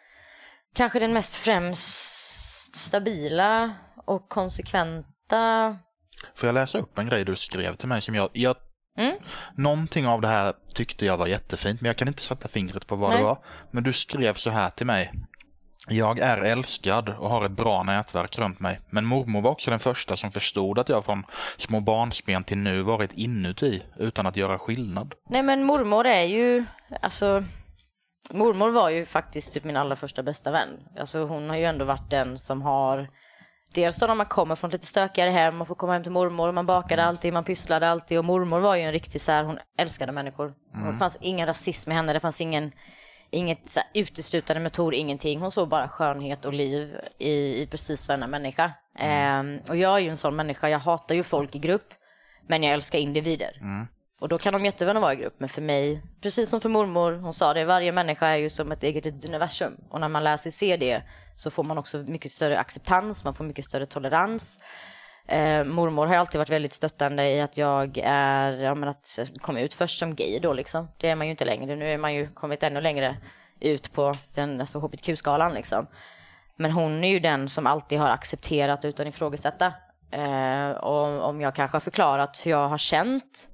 kanske den mest främst stabila och konsekventa. Får jag läsa upp en grej du skrev till mig som jag... jag mm. Någonting av det här tyckte jag var jättefint, men jag kan inte sätta fingret på vad Nej. det var. Men du skrev så här till mig. Jag är älskad och har ett bra nätverk runt mig. Men mormor var också den första som förstod att jag från små barnsben till nu varit inuti utan att göra skillnad. Nej, men mormor är ju... Alltså... Mormor var ju faktiskt typ min allra första bästa vän. Alltså hon har ju ändå varit den som har... Dels då när man kommer från lite stökigare hem och får komma hem till mormor. Man bakade alltid, man pysslade alltid. Och mormor var ju en riktig så här, hon älskade människor. Mm. Det fanns ingen rasism i henne, det fanns ingen... Inget så här, uteslutande metod, ingenting. Hon såg bara skönhet och liv i, i precis varje människa. Mm. Eh, och jag är ju en sån människa, jag hatar ju folk i grupp. Men jag älskar individer. Mm. Och då kan de jättegärna vara i grupp. Men för mig, precis som för mormor, hon sa det, varje människa är ju som ett eget universum. Och när man lär sig se det så får man också mycket större acceptans, man får mycket större tolerans. Eh, mormor har alltid varit väldigt stöttande i att jag är, ja, men att komma ut först som gay då liksom. Det är man ju inte längre, nu är man ju kommit ännu längre ut på den alltså H B T Q-skalan liksom. Men hon är ju den som alltid har accepterat utan ifrågasätta. Eh, och om jag kanske har förklarat hur jag har känt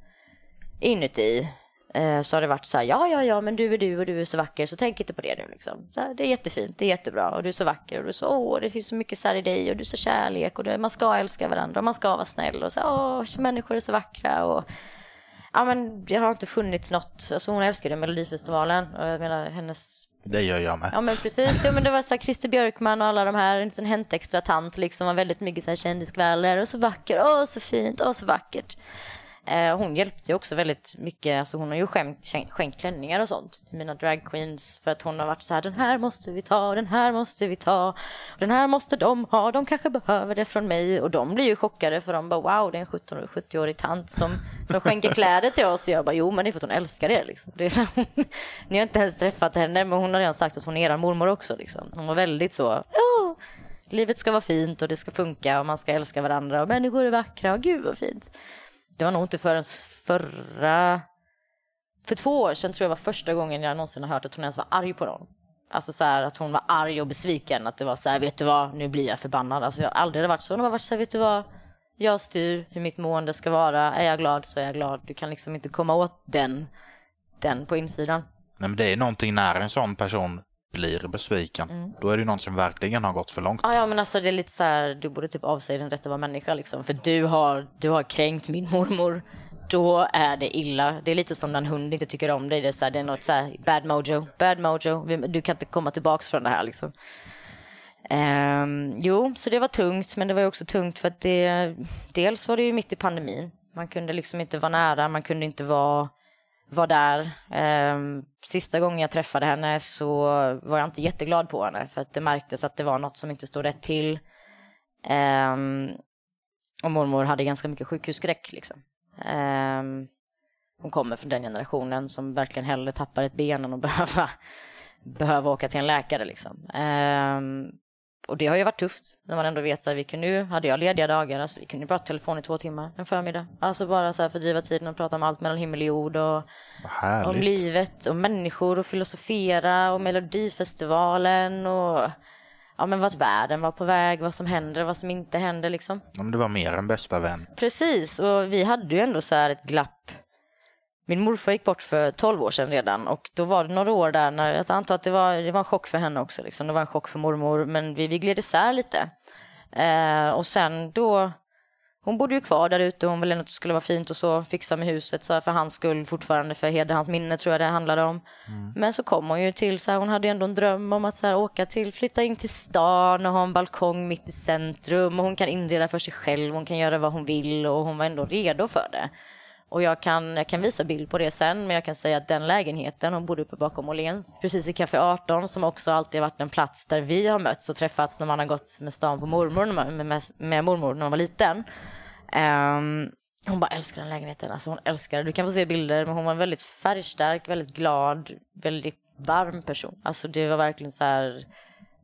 inuti, eh, så har det varit så här, ja, ja, ja, men du är du och du är så vacker, så tänk inte på det nu liksom. Så här, det är jättefint, det är jättebra och du är så vacker och du är så, åh, det finns så mycket så här i dig och du är så kärlek och det, man ska älska varandra och man ska vara snäll och så, åh, människor är så vackra och ja, men det har inte funnits något, alltså hon älskade Melodifestivalen och jag menar hennes... Det gör jag med. Ja, men precis. Ja, men det var så här Christer Björkman och alla de här, en liten hänt extra tant liksom, var väldigt mycket så här kändiskväller och så vacker, åh, så fint, åh, så vackert. Eh, hon hjälpte ju också väldigt mycket, alltså hon har ju skänkt, skänkt klänningar och sånt till mina drag queens för att hon har varit så här, den här måste vi ta, den här måste vi ta, den här måste de ha, de kanske behöver det från mig och de blir ju chockade för de bara, wow, det är en sjutton-sjuttio-årig tant som, som skänker kläder till oss och jag bara, jo, men det är för att hon älskar det liksom. Det är så, ni har inte ens träffat henne, men hon har redan sagt att hon är er mormor också liksom. Hon var väldigt så, oh, livet ska vara fint och det ska funka och man ska älska varandra och människor är vackra och gud vad fint. Det var nog inte förrän förra... För två år sedan tror jag var första gången jag någonsin har hört att hon ens var arg på någon. Alltså så här att hon var arg och besviken. Att det var så här, vet du vad, nu blir jag förbannad. Alltså jag har aldrig varit så. Hon har varit så här, vet du vad, jag styr hur mitt mående ska vara. Är jag glad så är jag glad. Du kan liksom inte komma åt den, den på insidan. Nej, men det är någonting när en sån person blir besviken. Mm. Då är det någon som verkligen har gått för långt. Ja, ja, men alltså det är lite så här, du borde typ avsäga din rätt att vara människa liksom. För du har, du har kränkt min mormor. Då är det illa. Det är lite som när en hund inte tycker om dig. Det är, så här, det är något så här, bad mojo. Bad mojo. Du kan inte komma tillbaka från det här liksom. Um, jo, så det var tungt. Men det var ju också tungt för att det... Dels var det ju mitt i pandemin. Man kunde liksom inte vara nära. Man kunde inte vara... var där. Um, sista gången jag träffade henne så var jag inte jätteglad på henne för att det märktes att det var något som inte stod rätt till. Um, och mormor hade ganska mycket sjukhusskräck liksom. Um, hon kommer från den generationen som verkligen hellre tappar ett ben än att behöva, behöva åka till en läkare liksom. Um, och det har ju varit tufft när man ändå vet så här, vi kunde ju, hade jag lediga dagar, alltså vi kunde prata telefon i två timmar en förmiddag. Alltså bara så här fördriva tiden och prata om allt mellan himmel och jord och om livet och människor och filosofera och Melodifestivalen och ja, men vart världen var på väg, vad som händer, vad som inte händer liksom. Om det var mer än bästa vän. Precis, och vi hade ju ändå så här ett glapp. Min morfar gick bort för tolv år sedan redan och då var det några år där när jag antar att det var, det var en chock för henne också liksom. Det var en chock för mormor, men vi, vi gled isär lite. Eh, och sen då, hon bodde ju kvar där ute, hon ville att det skulle vara fint och så, fixa med huset så här, för hans skull fortfarande, för hedra hans minne tror jag det handlade om. Mm. Men så kom hon ju till så här, hon hade ju ändå en dröm om att så här, åka till, flytta in till stan och ha en balkong mitt i centrum och hon kan inreda för sig själv, hon kan göra vad hon vill och hon var ändå redo för det. Och jag kan, jag kan visa bild på det sen, men jag kan säga att den lägenheten, hon bodde uppe bakom Åhléns, precis i Café arton, som också alltid har varit en plats där vi har mötts och träffats när man har gått med stan på mormor, med, med, med mormor när man var liten. Um, hon bara älskar den lägenheten, alltså hon älskar det. Du kan få se bilder, men hon var en väldigt färgstark, väldigt glad, väldigt varm person. Alltså det var verkligen så här,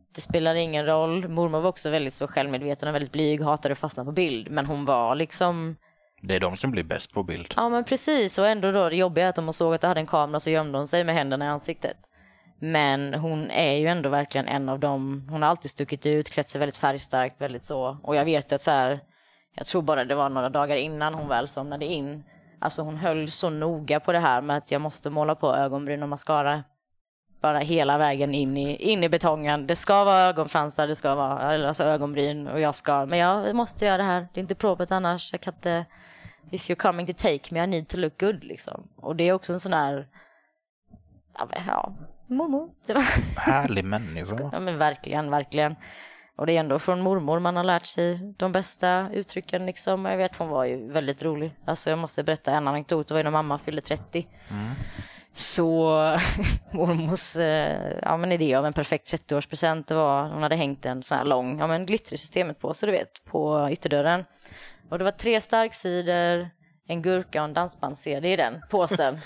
det spelar ingen roll. Mormor var också väldigt så självmedveten och väldigt blyg, hatade att fastna på bild. Men hon var liksom... Det är de som blir bäst på bild. Ja, men precis. Och ändå då det jobbiga är att om hon såg att det hade en kamera så gömde hon sig med händerna i ansiktet. Men hon är ju ändå verkligen en av dem. Hon har alltid stuckit ut, klätt sig väldigt färgstarkt, väldigt så. Och jag vet att så här, jag tror bara det var några dagar innan hon väl somnade in. Alltså hon höll så noga på det här med att jag måste måla på ögonbryn och mascara. Bara hela vägen in i, in i betongen. Det ska vara ögonfransar, det ska vara alltså ögonbryn och jag ska, men jag måste göra det här. Det är inte provet annars. Jag kan inte, if you're coming to take me, I need to look good liksom. Och det är också en sån här, ja, ja mormor. Det var härlig människa. Ja men verkligen, verkligen. Och det är ändå från mormor man har lärt sig de bästa uttrycken liksom. Jag vet, hon var ju väldigt rolig. Alltså jag måste berätta en anekdot. Det var ju när mamma fyllde trettio. Mm. Så mormors eh, ja, men idé av en perfekt trettioårspresent, det var, hon hade hängt en sån här lång, ja men glitter-systemet på, så du vet, på ytterdörren. Och det var tre starksidor, en gurka och en dansbands-C D i den påsen.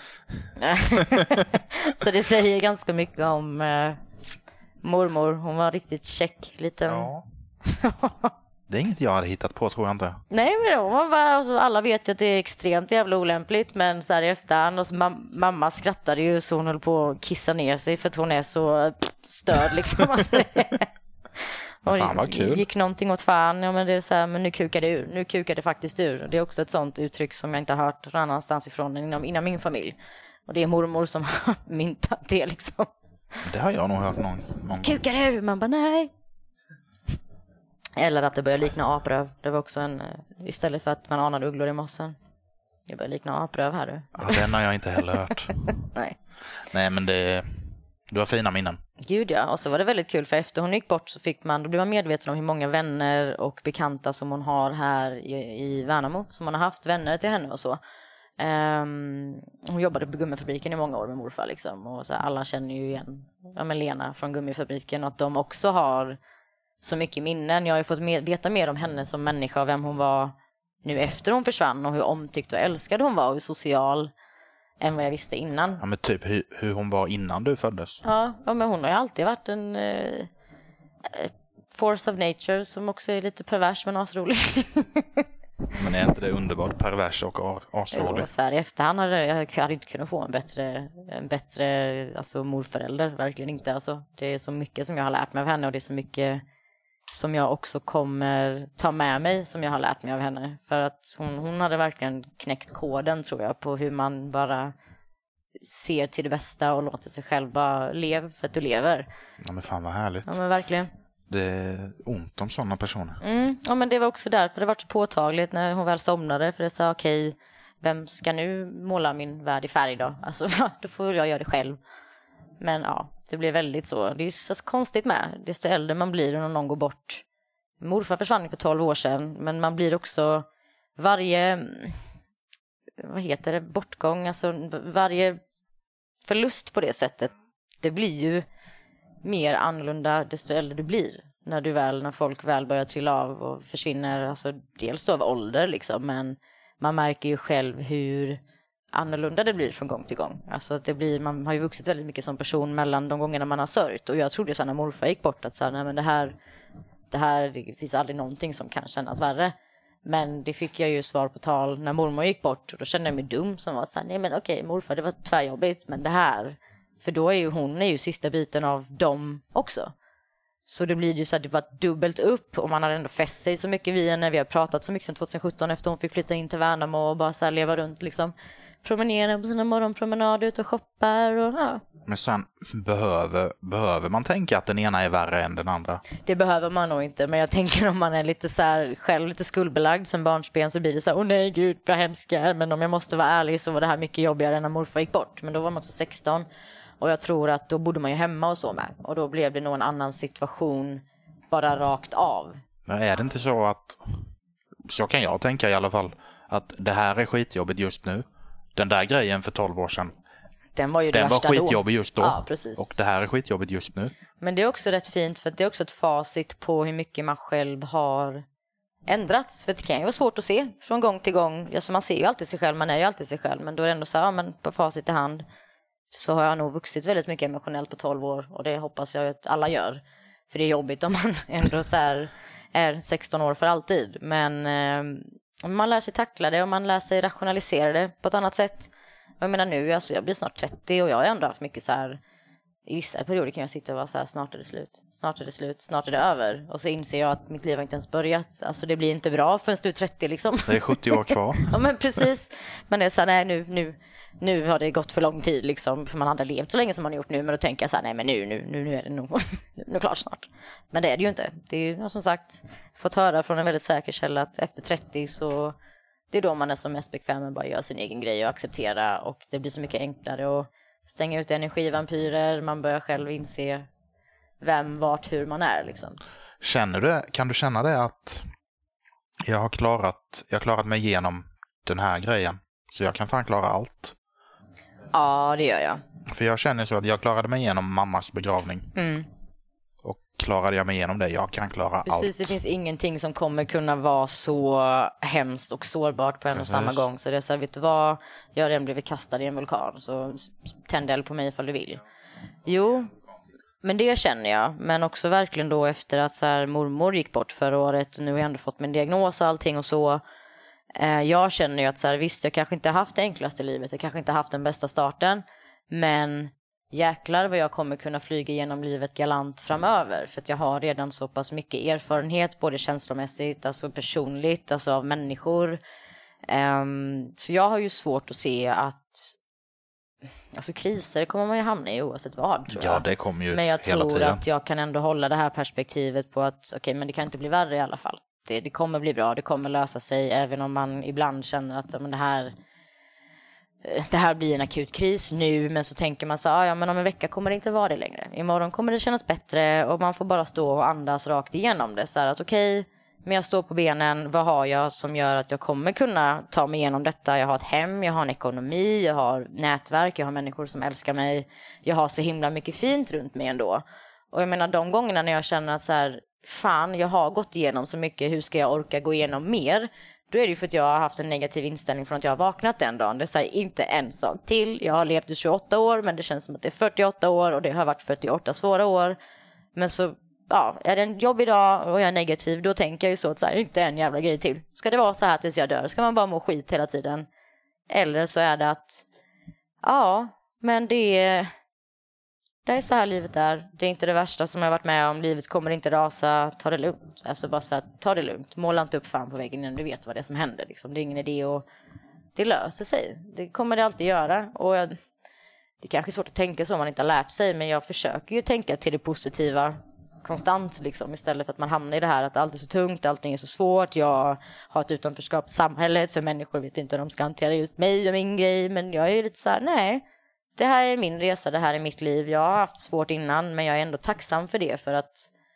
Så det säger ganska mycket om eh, mormor. Hon var riktigt check liten. Ja. Det är inget jag hade hittat på, tror jag inte. Nej, men då, man var, alltså, alla vet ju att det är extremt jävla olämpligt. Men så här i efterhand, alltså, mam- mamma skrattade ju så hon höll på att kissa ner sig för att hon är så störd liksom. Alltså, och fan vad kul. Gick någonting åt fan, ja, men det är så här, men nu kukar det ur. Nu kukar det faktiskt ur. Det är också ett sånt uttryck som jag inte har hört någon annanstans ifrån inom, inom min familj. Och det är mormor som har myntat det liksom. Det har jag nog hört någon, någon gång. Kukar det ur? Man bara nej. Eller att det börjar likna apröv. Det var också en, istället för att man anade ugglor i mossen. Det börjar likna apröv här du. Ja, den har jag inte heller hört. Nej. Nej, men det, du har fina minnen. Gud ja, och så var det väldigt kul för efter hon gick bort så fick man, då blev man medveten om hur många vänner och bekanta som hon har här i, i Värnamo. Som man har haft vänner till henne och så. Um, hon jobbade på gummifabriken i många år med morfar liksom. Och så här, alla känner ju igen ja, men Lena från gummifabriken och att de också har så mycket minnen. Jag har ju fått med, veta mer om henne som människa och vem hon var nu efter hon försvann och hur omtyckt och älskad hon var och hur social än vad jag visste innan. Ja, men typ hur, hur hon var innan du föddes. Ja, ja men hon har ju alltid varit en eh, force of nature som också är lite pervers men asrolig. Men är inte det underbart pervers och asrolig? Jo, så här i efterhand hade jag hade inte kunnat få en bättre, en bättre alltså morförälder, verkligen inte. Alltså, det är så mycket som jag har lärt mig av henne och det är så mycket som jag också kommer ta med mig som jag har lärt mig av henne. För att hon, hon hade verkligen knäckt koden tror jag på hur man bara ser till det bästa och låter sig själv bara leva för att du lever. Ja men fan vad härligt. Ja men verkligen. Det är ont om sådana personer. Mm, ja men det var också därför det var så påtagligt när hon väl somnade. För det sa okej, okay, vem ska nu måla min värld i färg då? Alltså då får jag göra det själv. Men ja, det blev väldigt så. Det är så konstigt med. Desto äldre man blir när någon går bort. Morfar försvann för tolv år sedan. Men man blir också varje, vad heter det, bortgång. Alltså varje förlust på det sättet. Det blir ju mer annorlunda desto äldre du blir. När du väl, när folk väl börjar trilla av och försvinner. Alltså dels då av ålder liksom. Men man märker ju själv hur annorlunda det blir från gång till gång. Alltså det blir, man har ju vuxit väldigt mycket som person mellan de gångerna man har sörjt. Och jag trodde så när morfar gick bort att så här, nej men det här, det här det finns aldrig någonting som kan kännas värre. Men det fick jag ju svar på tal när mormor gick bort. Och då kände jag mig dum som var så här, nej men okej morfar det var tvärjobbigt. Men det här, för då är ju hon är ju sista biten av dem också. Så det blir ju så att det var dubbelt upp. Och man har ändå fäst sig så mycket vid henne. Vi har pratat så mycket sedan tjugohundrasjutton efter hon fick flytta in till Värnamo och bara så här leva runt liksom. Promenera på sina morgonpromenader ut och shoppar och ja. Men sen behöver, behöver man tänka att den ena är värre än den andra? Det behöver man nog inte, men jag tänker om man är lite så här, själv lite skuldbelagd sen barnsben så blir det så här, åh nej gud vad hemskt är. Men om jag måste vara ärlig så var det här mycket jobbigare när morfar gick bort. Men då var man också sexton och jag tror att då bodde man ju hemma och så med. Och då blev det nog en annan situation bara rakt av. Men är det inte så att, så kan jag tänka i alla fall, att det här är skitjobbigt just nu. Den där grejen för tolv år sedan, den var ju den var skitjobbig då. just då. Ja, precis. Och det här är skitjobbigt just nu. Men det är också rätt fint för det är också ett facit på hur mycket man själv har ändrats. För det kan ju vara svårt att se från gång till gång. Alltså man ser ju alltid sig själv, man är ju alltid sig själv. Men då är det ändå så här, ja, men på facit i hand så har jag nog vuxit väldigt mycket emotionellt på tolv år. Och det hoppas jag att alla gör. För det är jobbigt om man ändå så här är sexton år för alltid. Men eh, man lär sig tackla det och man lär sig rationalisera det på ett annat sätt. Jag menar nu, alltså jag blir snart trettio och jag har ändå haft mycket så här, i vissa perioder kan jag sitta och vara så här, snart är det slut, snart är det slut, snart är det över. Och så inser jag att mitt liv har inte ens börjat. Alltså det blir inte bra förrän du är trettio liksom. Det är sjuttio år kvar. Ja men precis. Men det är så här, nej nu, nu, nu har det gått för lång tid liksom. För man hade levt så länge som man har gjort nu. Men då tänker jag så här, nej men nu, nu, nu, nu är det nog nu är det klart snart. Men det är det ju inte. Det är ju som sagt, fått höra från en väldigt säker källa att efter trettio så det är då man är som mest bekväm med att bara göra sin egen grej och acceptera. Och det blir så mycket enklare att stänga ut energivampyrer. Man börjar själv inse vem, vart, hur man är liksom. Känner du, kan du känna det att jag har klarat, jag har klarat mig igenom den här grejen så jag kan fan klara allt? Ja, det gör jag. För jag känner så att jag klarade mig igenom mammas begravning. Mm. Och klarade jag mig igenom det, jag kan klara Precis, allt. Precis, det finns ingenting som kommer kunna vara så hemskt och sårbart på en och samma gång. Så det är så här, vet du vad? Jag har redan blivit kastad i en vulkan, så tänd eld på mig ifall du vill. Jo, men det känner jag. Men också verkligen då efter att så här, mormor gick bort förra året och nu har jag ändå fått min diagnos och allting och så. Eh, jag känner ju att så här, visst, jag kanske inte har haft det enklaste livet. Jag kanske inte har haft den bästa starten. Men jäklar vad jag kommer kunna flyga genom livet galant framöver. För att jag har redan så pass mycket erfarenhet, både känslomässigt, alltså personligt, alltså av människor. Um, så jag har ju svårt att se att alltså kriser kommer man ju hamna i oavsett vad, tror jag. Ja, det kommer ju Men jag hela tror tiden. att jag kan ändå hålla det här perspektivet på att okej, okay, men det kan inte bli värre i alla fall. Det, det kommer bli bra, det kommer lösa sig, även om man ibland känner att men det här det här blir en akut kris nu, men så tänker man så ah, ja men om en vecka kommer det inte vara det längre. Imorgon kommer det kännas bättre och man får bara stå och andas rakt igenom det. Så här att okej, okay, men jag står på benen, vad har jag som gör att jag kommer kunna ta mig igenom detta? Jag har ett hem, jag har en ekonomi, jag har nätverk, jag har människor som älskar mig. Jag har så himla mycket fint runt mig ändå. Och jag menar de gångerna när jag känner att så här, fan, jag har gått igenom så mycket, hur ska jag orka gå igenom mer? Då är det ju för att jag har haft en negativ inställning från att jag har vaknat den dagen. Det säger inte en sak till. Jag har levt i tjugoåtta år, men det känns som att det är fyrtioåtta år och det har varit fyrtioåtta svåra år. Men så, ja, är det en jobbig dag och jag är negativ, då tänker jag ju så att så här, inte en jävla grej till. Ska det vara så här tills jag dör? Ska man bara må skit hela tiden? Eller så är det att, ja, men det är, det är så här livet är. Det är inte det värsta som jag har varit med om. Livet kommer inte rasa. Ta det lugnt. Alltså bara så här, ta det lugnt. Måla inte upp fan på väggen innan du vet vad det är som händer. Liksom. Det är ingen idé och det löser sig. Det kommer det alltid göra. Och jag, det är kanske är svårt att tänka så om man inte har lärt sig. Men jag försöker ju tänka till det positiva konstant. Liksom, istället för att man hamnar i det här att allt är så tungt. Allting är så svårt. Jag har ett utanförskap i samhället. För människor vet inte hur de ska hantera just mig och min grej. Men jag är lite så här, nej. Det här är min resa, det här är mitt liv. Jag har haft svårt innan, men jag är ändå tacksam för det. För att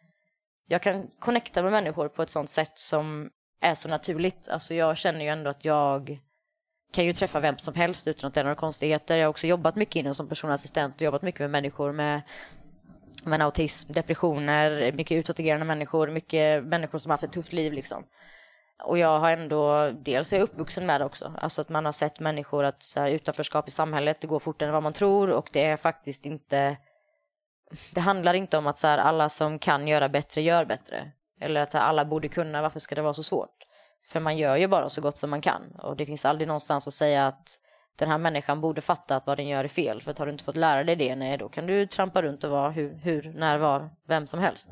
jag kan connecta med människor på ett sånt sätt som är så naturligt. Alltså jag känner ju ändå att jag kan ju träffa vem som helst utan att det är några konstigheter. Jag har också jobbat mycket innan som personassistent och jobbat mycket med människor med, med autism, depressioner, mycket utåtagerande människor, mycket människor som har haft ett tufft liv liksom. Och jag har ändå, dels är jag uppvuxen med det också. Alltså att man har sett människor att så här, utanförskap i samhället, det går fortare än vad man tror. Och det är faktiskt inte, det handlar inte om att så här, alla som kan göra bättre gör bättre. Eller att alla borde kunna, varför ska det vara så svårt? För man gör ju bara så gott som man kan. Och det finns aldrig någonstans att säga att den här människan borde fatta att vad den gör är fel. För att har du inte fått lära dig det, nej, då kan du trampa runt och vara hur, hur när, var, vem som helst.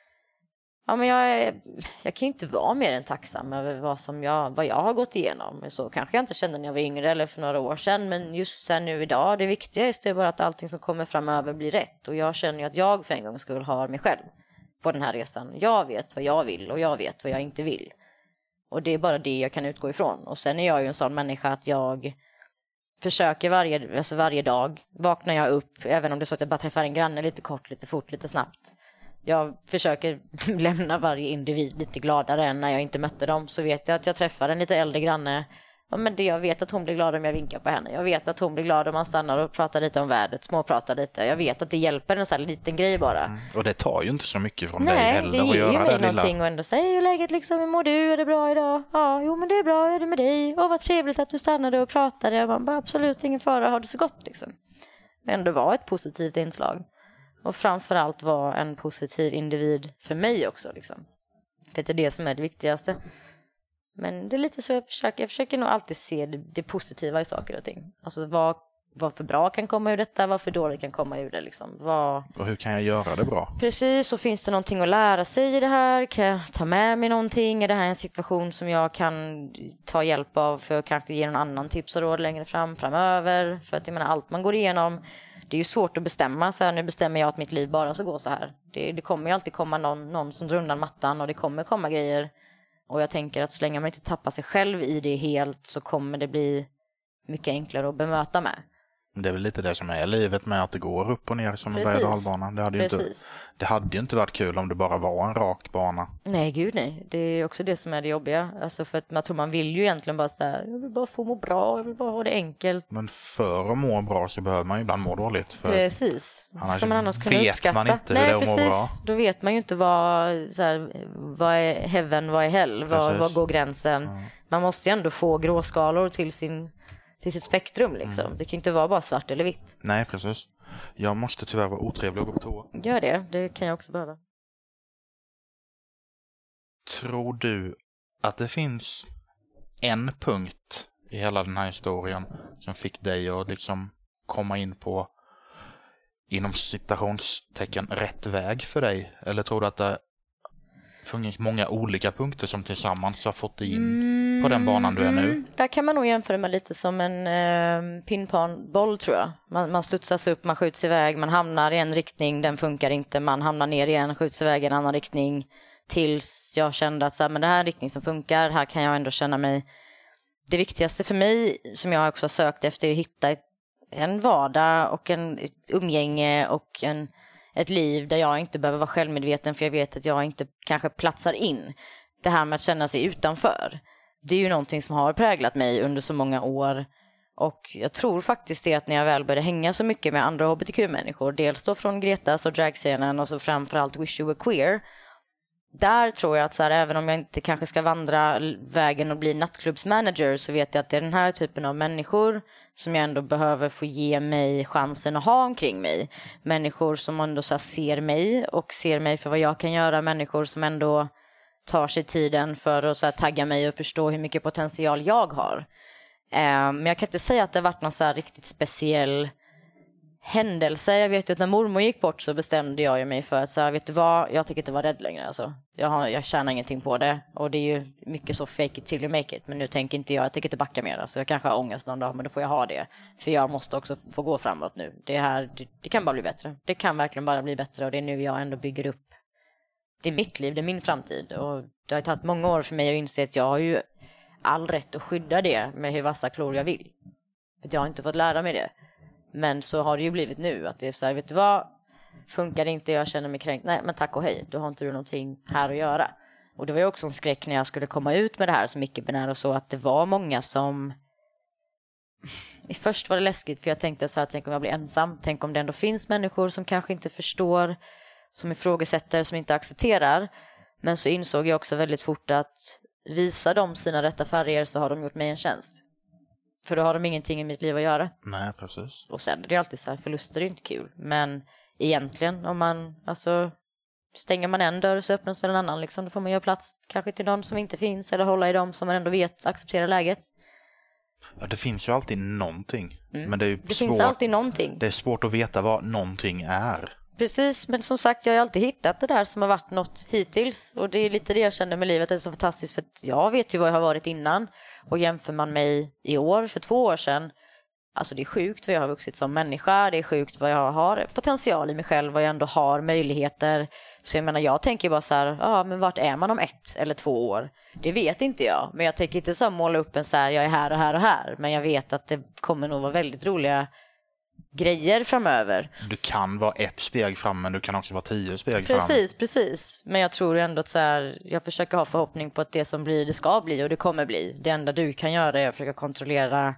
Ja, men jag, är, jag kan ju inte vara mer än tacksam över vad, som jag, vad jag har gått igenom. Så kanske jag inte kände när jag var yngre eller för några år sedan. Men just sen nu idag, det viktigaste är bara att allting som kommer framöver blir rätt. Och jag känner ju att jag för en gång skulle ha mig själv på den här resan. Jag vet vad jag vill och jag vet vad jag inte vill. Och det är bara det jag kan utgå ifrån. Och sen är jag ju en sån människa att jag försöker varje, alltså varje dag. Vaknar jag upp, även om det är så att jag bara träffar en granne lite kort, lite fort, lite snabbt. Jag försöker lämna varje individ lite gladare än när jag inte mötte dem. Så vet jag att jag träffar en lite äldre granne. Ja, men det, jag vet att hon blir glad om jag vinkar på henne. Jag vet att hon blir glad om man stannar och pratar lite om världet. Småpratar lite. Jag vet att det hjälper en sån här liten grej bara. Mm. Och det tar ju inte så mycket från Nej, dig heller att göra det. Nej, det ger ju mig lilla... någonting och ändå säger ju läget liksom. Hur mår du? Är det bra idag? Ja, jo men det är bra. Är det med dig? Åh, vad trevligt att du stannade och pratade. Och man bara, absolut ingen fara. Har det så gott liksom. Det ändå var ett positivt inslag. Och framförallt vara en positiv individ för mig också. Liksom. Det är det som är det viktigaste. Men det är lite så jag försöker. Jag försöker nog alltid se det, det positiva i saker och ting. Alltså vad, vad för bra kan komma ur detta, vad för dåligt kan komma ur det. Liksom. Vad... Och hur kan jag göra det bra? Precis, så finns det någonting att lära sig i det här? Kan jag ta med mig någonting? Är det här en situation som jag kan ta hjälp av för att kanske ge någon annan tips och råd längre fram, framöver? För att jag menar, allt man går igenom, det är ju svårt att bestämma. Så här, nu bestämmer jag att mitt liv bara ska gå så här. Det, det kommer ju alltid komma någon, någon som drar undan mattan och det kommer komma grejer. Och jag tänker att så länge man inte tappar sig själv i det helt så kommer det bli mycket enklare att bemöta med. Det är väl lite det som är livet med att det går upp och ner som en berg- och dalbana. Det hade, ju inte, det hade ju inte varit kul om det bara var en rak bana. Nej, gud nej. Det är också det som är det jobbiga. Alltså för att jag tror man vill ju egentligen bara så här, jag vill bara få må bra, jag vill bara ha det enkelt. Men för att må bra så behöver man ju ibland må dåligt. För precis. Annars ska man annars kunna vet uppskatta. man inte nej, hur det är att må bra. Då vet man ju inte vad, så här, vad är heaven, vad är hell, vad, vad går gränsen. Mm. Man måste ju ändå få gråskalor till sin... till sitt spektrum liksom. Mm. Det kan inte vara bara svart eller vitt. Nej, precis. Jag måste tyvärr vara otrevlig och gå på toa. Gör det, det kan jag också behöva. Tror du att det finns en punkt i hela den här historien som fick dig att liksom komma in på, inom citationstecken, rätt väg för dig? Eller tror du att det funnits många olika punkter som tillsammans har fått dig in mm, på den banan du är nu? Mm, där kan man nog jämföra med lite som en eh, pinpointboll, tror jag. Man, man studsas upp, man skjuts iväg, man hamnar i en riktning, den funkar inte, man hamnar ner igen, skjuts iväg i en annan riktning, tills jag kände att så här, men det här är en riktning som funkar, här kan jag ändå känna mig. Det viktigaste för mig, som jag också har sökt efter, är att hitta ett, en vardag och en umgänge och en ett liv där jag inte behöver vara självmedveten, för jag vet att jag inte kanske platsar in. Det här med att känna sig utanför, det är ju någonting som har präglat mig under så många år. Och jag tror faktiskt det att när jag väl började hänga så mycket med andra hbtq-människor, dels då från Gretas och dragscenen och så framförallt Wish You Were Queer, där tror jag att så här, även om jag inte kanske ska vandra vägen och bli nattklubbsmanager, så vet jag att det är den här typen av människor som jag ändå behöver få ge mig chansen att ha omkring mig. Människor som ändå så här ser mig och ser mig för vad jag kan göra. Människor som ändå tar sig tiden för att så här tagga mig och förstå hur mycket potential jag har. Eh, men jag kan inte säga att det har varit någon så här riktigt speciell händelse. Jag vet ju att när mormor gick bort så bestämde jag mig för att så här, vet du vad, jag tänker inte vara rädd längre. Alltså. Jag, har, jag tjänar ingenting på det. Och det är ju mycket så fake it till you make it. Men nu tänker inte jag, jag tänker inte backa mer. Alltså, jag kanske har ångest någon dag, men då får jag ha det. För jag måste också få gå framåt nu. Det här, det, det kan bara bli bättre. Det kan verkligen bara bli bättre. Och det är nu jag ändå bygger upp. Det är mitt liv, det är min framtid. Och det har tagit många år för mig att inse att jag har ju all rätt att skydda det med hur vassa klor jag vill. För jag har inte fått lära mig det. Men så har det ju blivit nu att det är så här, vet du vad, funkar det inte, jag känner mig kränkt, nej men tack och hej, då har inte du någonting här att göra. Och det var ju också en skräck när jag skulle komma ut med det här som icke-binär och så, att det var många som först var det läskigt, för jag tänkte så här, tänk om jag blir ensam, tänk om det ändå finns människor som kanske inte förstår, som ifrågasätter, som inte accepterar. Men så insåg jag också väldigt fort att visa dem sina rätta färger, så har de gjort mig en tjänst. För då har de ingenting i mitt liv att göra. Nej, precis. Och sen är det alltid så här, förluster är inte kul. Men egentligen, om man, alltså, stänger man en dörr så öppnas väl en annan. Liksom. Då får man göra plats kanske till någon som inte finns. Eller hålla i dem som man ändå vet accepterar läget. Ja, det finns ju alltid någonting. Mm. Men det är ju det svårt, finns alltid någonting. Det är svårt att veta vad någonting är. Precis, men som sagt, jag har alltid hittat det där som har varit något hittills. Och det är lite det jag känner med livet, det är så fantastiskt. För att jag vet ju vad jag har varit innan. Och jämför man mig i år, för två år sedan. Alltså det är sjukt vad jag har vuxit som människa. Det är sjukt vad jag har potential i mig själv. Vad jag ändå har möjligheter. Så jag menar, jag tänker bara så här, ja men vart är man om ett eller två år? Det vet inte jag. Men jag tänker inte så måla upp en så här, jag är här och här och här. Men jag vet att det kommer nog vara väldigt roliga grejer framöver. Du kan vara ett steg fram, men du kan också vara tio steg precis, fram. Precis, precis. Men jag tror ändå att så här, jag försöker ha förhoppning på att det som blir, det ska bli och det kommer bli. Det enda du kan göra är att försöka kontrollera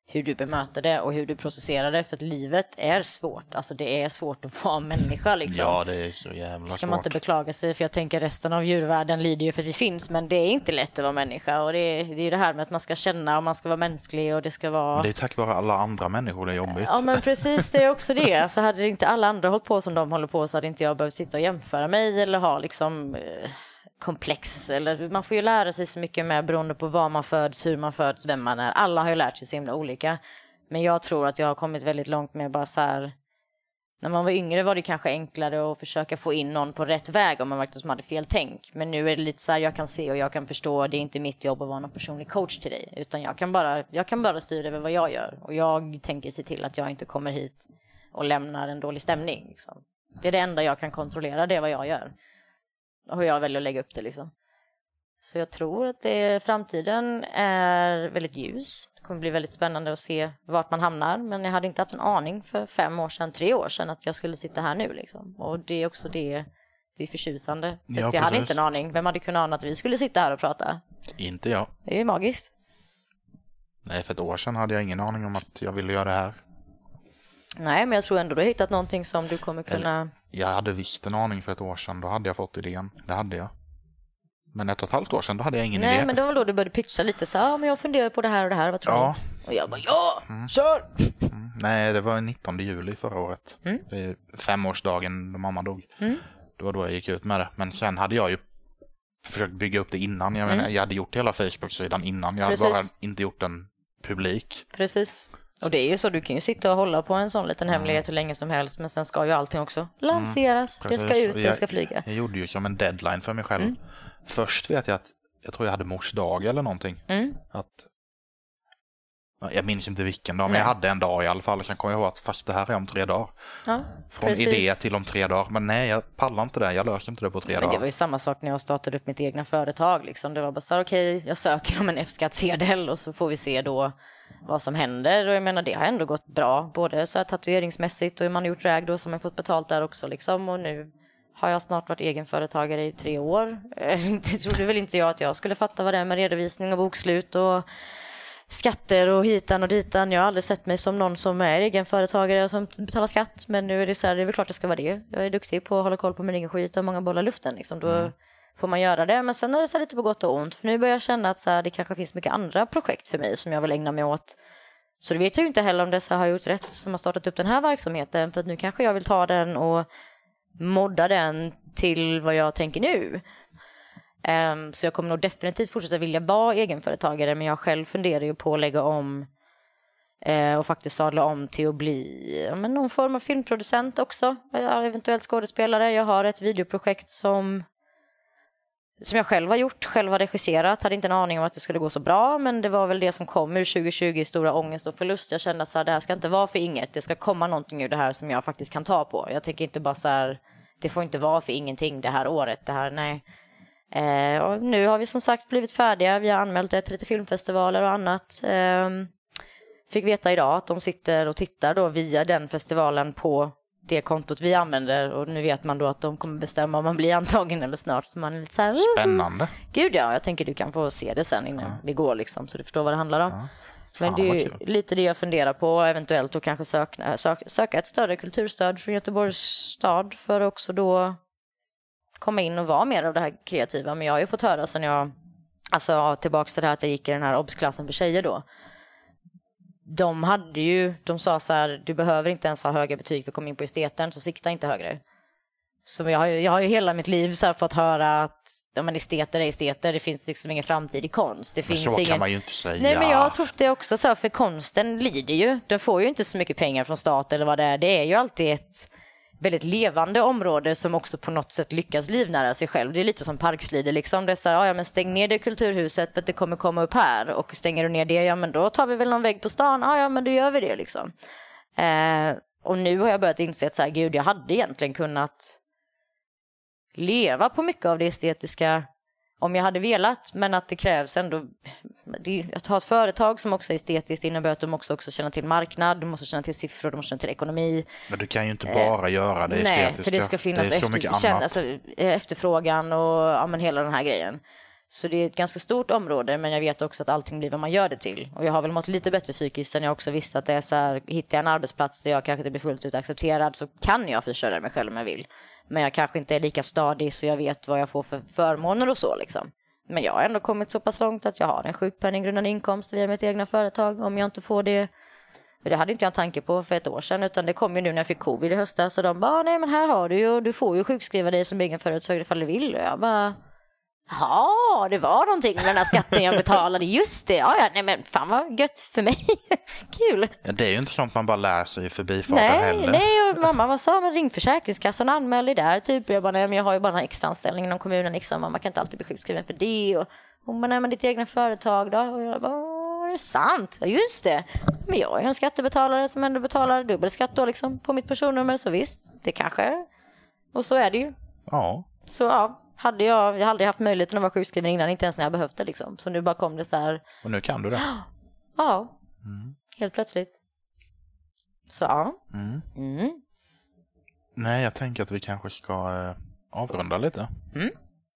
hur du bemöter det och hur du processerar det. För att livet är svårt. Alltså det är svårt att vara människa liksom. Ja, det är så jävla svårt. Ska man inte beklaga sig, för jag tänker resten av djurvärlden lider ju för att vi finns. Men det är inte lätt att vara människa. Och det är det, är det här med att man ska känna och man ska vara mänsklig och det ska vara... Det är tack vare alla andra människor det är jobbigt. Ja, men precis, det är också det. Alltså hade det inte alla andra hållit på som de håller på så hade inte jag behövt sitta och jämföra mig eller ha liksom... Eh, komplex, eller man får ju lära sig så mycket med beroende på var man föds, hur man föds, vem man är. Alla har ju lärt sig så himla olika. Men jag tror att jag har kommit väldigt långt med bara så här, när man var yngre var det kanske enklare att försöka få in någon på rätt väg om man verkligen som hade fel tänk. Men nu är det lite så här, jag kan se och jag kan förstå, det är inte mitt jobb att vara någon personlig coach till dig, utan jag kan bara, jag kan bara styra över vad jag gör. Och jag tänker se till att jag inte kommer hit och lämnar en dålig stämning liksom. Det är det enda jag kan kontrollera, det är vad jag gör. Och hur jag väljer att lägga upp det liksom. Så jag tror att det, framtiden är väldigt ljus. Det kommer bli väldigt spännande att se vart man hamnar. Men jag hade inte haft en aning för fem år sedan, tre år sedan att jag skulle sitta här nu liksom. Och det är också det, det är förtjusande. Ja, jag precis. hade inte en aning. Vem hade kunnat ana att vi skulle sitta här och prata? Inte jag. Det är ju magiskt. Nej, för ett år sedan hade jag ingen aning om att jag ville göra det här. Nej, men jag tror ändå du har hittat någonting som du kommer kunna... Eller, jag hade visst en aning för ett år sedan. Då hade jag fått idén. Det hade jag. Men ett och ett halvt år sedan, då hade jag ingen Nej, idé. men det var då du började pitcha lite. Så, ja, men jag funderar på det här och det här. Vad tror Ja. ni? Och jag bara, ja, mm. kör! Mm. Nej, det var nittonde juli förra året. Mm. Det är femårsdagen då mamma dog. Mm. Det var då jag gick ut med det. Men sen hade jag ju försökt bygga upp det innan. Jag, Mm. menar, jag hade gjort hela Facebook-sidan innan. Jag Precis. hade bara inte gjort den publik. Precis. Och det är ju så, du kan ju sitta och hålla på en sån liten hemlighet hur länge som helst. Men sen ska ju allting också lanseras. Mm, det ska ut, jag, det ska flyga. Jag gjorde ju som en deadline för mig själv. Mm. Först vet jag att, jag tror jag hade mors dag eller någonting. Mm. Att, jag minns inte vilken dag, men Nej. jag hade en dag i alla fall. Sen kom jag ihåg att fast det här är om tre dagar. Ja, Från precis. idé till om tre dagar. Men nej, jag pallar inte det. Jag löser inte det på tre Men dagar. det var ju samma sak när jag startade upp mitt egna företag. Liksom. Det var bara så här, okej, okay, jag söker om en F-skattsedel och så får vi se då vad som händer. Och jag menar, det har ändå gått bra. Både så här tatueringsmässigt och man har gjort drag då som jag fått betalt där också. Liksom. Och nu har jag snart varit egenföretagare i tre år. Det trodde väl inte jag att jag skulle fatta vad det är med redovisning och bokslut och skatter och hitan och ditan. Jag har aldrig sett mig som någon som är egenföretagare och som betalar skatt. Men nu är det så här, det är väl klart det ska vara det. Jag är duktig på att hålla koll på min egen skit och många bollar i luften. Liksom. Då mm. får man göra det. Men sen är det så lite på gott och ont. För nu börjar jag känna att så här, det kanske finns mycket andra projekt för mig som jag vill ägna mig åt. Så det vet jag ju inte heller om dessa har gjort rätt som har startat upp den här verksamheten. För att nu kanske jag vill ta den och modda den till vad jag tänker nu. Um, så jag kommer nog definitivt fortsätta vilja vara egenföretagare, men jag själv funderar ju på att lägga om uh, och faktiskt sadla om till att bli uh, men någon form av filmproducent också. Jag är eventuellt skådespelare. Jag har ett videoprojekt som som jag själv har gjort, själv har regisserat. Hade inte en aning om att det skulle gå så bra, men det var väl det som kom ur tjugo tjugo i stora ångest och förlust. Jag kände att så här, det här ska inte vara för inget. Det ska komma någonting ur det här som jag faktiskt kan ta på. Jag tänker inte bara så här, det får inte vara för ingenting det här året. Det här, nej. Eh, och nu har vi som sagt blivit färdiga. Vi har anmält det till lite filmfestivaler och annat. Eh, fick veta idag att de sitter och tittar då via den festivalen på det kontot vi använder. Och nu vet man då att de kommer bestämma om man blir antagen eller snart. Så man är lite så här, spännande. Gud ja, jag tänker du kan få se det sen innan ja. vi går liksom. Så du förstår vad det handlar om. Ja. Fan, men det är ju lite det jag funderar på. Eventuellt att kanske söka, söka, söka ett större kulturstöd från Göteborgs stad. För att också då komma in och vara mer av det här kreativa. Men jag har ju fått höra sen jag, alltså tillbaka till det här att jag gick i den här obsklassen för tjejer då. De hade ju, de sa så här, du behöver inte ens ha höga betyg för att komma in på esteten, så sikta inte högre. Så jag har ju, jag har ju hela mitt liv så här fått höra att ja, men esteter är esteter, det finns liksom ingen framtid i konst. Det men finns så ingen... kan man ju inte säga. Nej, men jag har trott det också, så här, för konsten lider ju. Den får ju inte så mycket pengar från stat eller vad det är. Det är ju alltid ett väldigt levande område som också på något sätt lyckas livnära sig själv. Det är lite som Parkslider liksom. Det är så här, ja men stäng ner det kulturhuset för att det kommer komma upp här. Och stänger du ner det, ja men då tar vi väl någon vägg på stan. Ja, ja men då gör vi det liksom. Eh, och nu har jag börjat inse att så här, gud, jag hade egentligen kunnat leva på mycket av det estetiska om jag hade velat, men att det krävs ändå det, att ha ett företag som också är estetiskt innebär att de måste också känna till marknad, de måste känna till siffror, de måste känna till ekonomi. Men du kan ju inte bara eh, göra det estetiska. Nej, för det ska finnas det efter, känna, alltså, efterfrågan och ja, men hela den här grejen. Så det är ett ganska stort område, men jag vet också att allting blir vad man gör det till. Och jag har väl mått lite bättre psykiskt sen jag också visste att det är så här, hittar jag en arbetsplats där jag kanske inte blir fullt ut accepterad så kan jag försörja mig själv om jag vill. Men jag kanske inte är lika stadig så jag vet vad jag får för förmåner och så liksom. Men jag har ändå kommit så pass långt att jag har en sjukpenninggrundande inkomst via mitt egna företag om jag inte får det. Det hade inte jag en tanke på för ett år sedan, utan det kom ju nu när jag fick covid i höstas. Så de bara, nej men här har du ju, du får ju sjukskriva dig som egen företagare ifall du vill. Och jag bara, ja, det var någonting med den här skatten jag betalade, just det. Ja, ja, nej men fan vad gött för mig. Kul. Ja, det är ju inte sånt man bara lär sig i förbifarten nej, heller. Nej, och mamma vad sa, men ring Försäkringskassan och anmäl dig där. Typ. Jag bara, nej men jag har ju bara den här extra anställningen inom kommunen. Liksom. Man kan inte alltid bli sjukskriven för det. Och hon bara, nej men ditt egna företag då? Och jag bara, är det sant? Ja, just det. Men jag är en skattebetalare som ändå betalar dubbelskatt då liksom på mitt personnummer. Så visst, det kanske. Och så är det ju. Ja. Så ja. Hade jag, jag hade haft möjligheten att vara sjukskriven innan, inte ens när jag behövde liksom. Så nu bara kom det så här. Och nu kan du det? Ja, mm. helt plötsligt. Så ja. Mm. Mm. Nej, jag tänker att vi kanske ska eh, avrunda lite. Mm.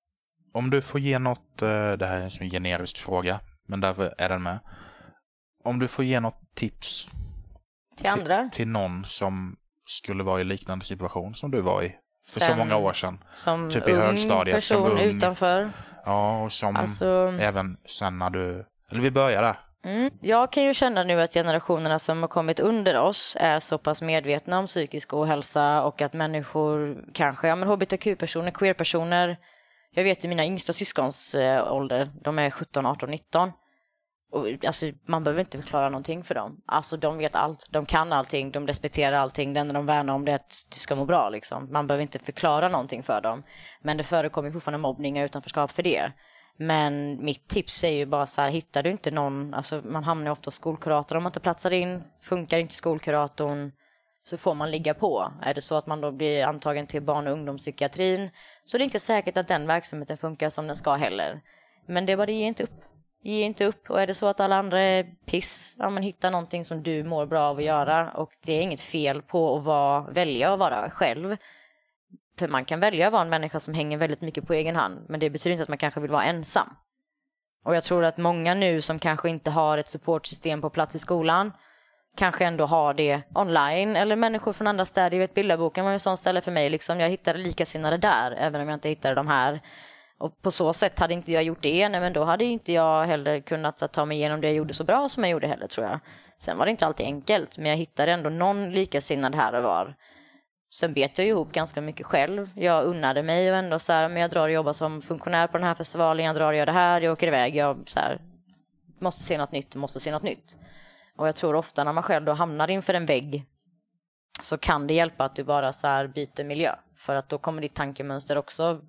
Om du får ge något, eh, det här är en generisk fråga, men därför är den med. Om du får ge något tips till andra, till, till någon som skulle vara i liknande situation som du var i för sen, så många år sedan. Som typ i högstadiet, person som ung, utanför. Ja, och som alltså, även sen när du... Eller vi börjar där. Mm, jag kan ju känna nu att generationerna som har kommit under oss är så pass medvetna om psykisk ohälsa och att människor kanske, ja men hbtq-personer, queer-personer, jag vet i mina yngsta syskons äh, ålder, de är sjutton, arton, nitton. Och, alltså, man behöver inte förklara någonting för dem. Alltså de vet allt, de kan allting, de respekterar allting. Det enda de värnar om det är att du ska må bra liksom. Man behöver inte förklara någonting för dem. Men det förekommer fortfarande mobbning och utanförskap för det. Men mitt tips är ju bara så här, hittar du inte någon, alltså man hamnar ju ofta hos skolkuratorn om man inte platsar in, funkar inte skolkuratorn så får man ligga på. Är det så att man då blir antagen till barn- och ungdomspsykiatrin så är det inte säkert att den verksamheten funkar som den ska heller. Men det är bara det, ge inte upp. Ge inte upp, och är det så att alla andra är piss, ja men hitta någonting som du mår bra av att göra, och det är inget fel på att vara, välja att vara själv. För man kan välja att vara en människa som hänger väldigt mycket på egen hand, men det betyder inte att man kanske vill vara ensam. Och jag tror att många nu som kanske inte har ett supportsystem på plats i skolan kanske ändå har det online, eller människor från andra städer. Jag vet, Bilderboken var ju en sån ställe för mig liksom. Jag hittade likasinnade där, även om jag inte hittade de här. Och på så sätt hade inte jag gjort det, nej, men då hade inte jag heller kunnat ta mig igenom det jag gjorde så bra som jag gjorde heller, tror jag. Sen var det inte alltid enkelt, men jag hittade ändå någon likasinnad här och var. Sen bet jag ihop ganska mycket själv. Jag unnade mig och ändå så här, men jag drar och jobbar som funktionär på den här festivalen, jag drar och gör det här, jag åker iväg, jag så här, måste se något nytt, måste se något nytt. Och jag tror ofta när man själv då hamnar inför en vägg så kan det hjälpa att du bara så här byter miljö. För att då kommer ditt tankemönster också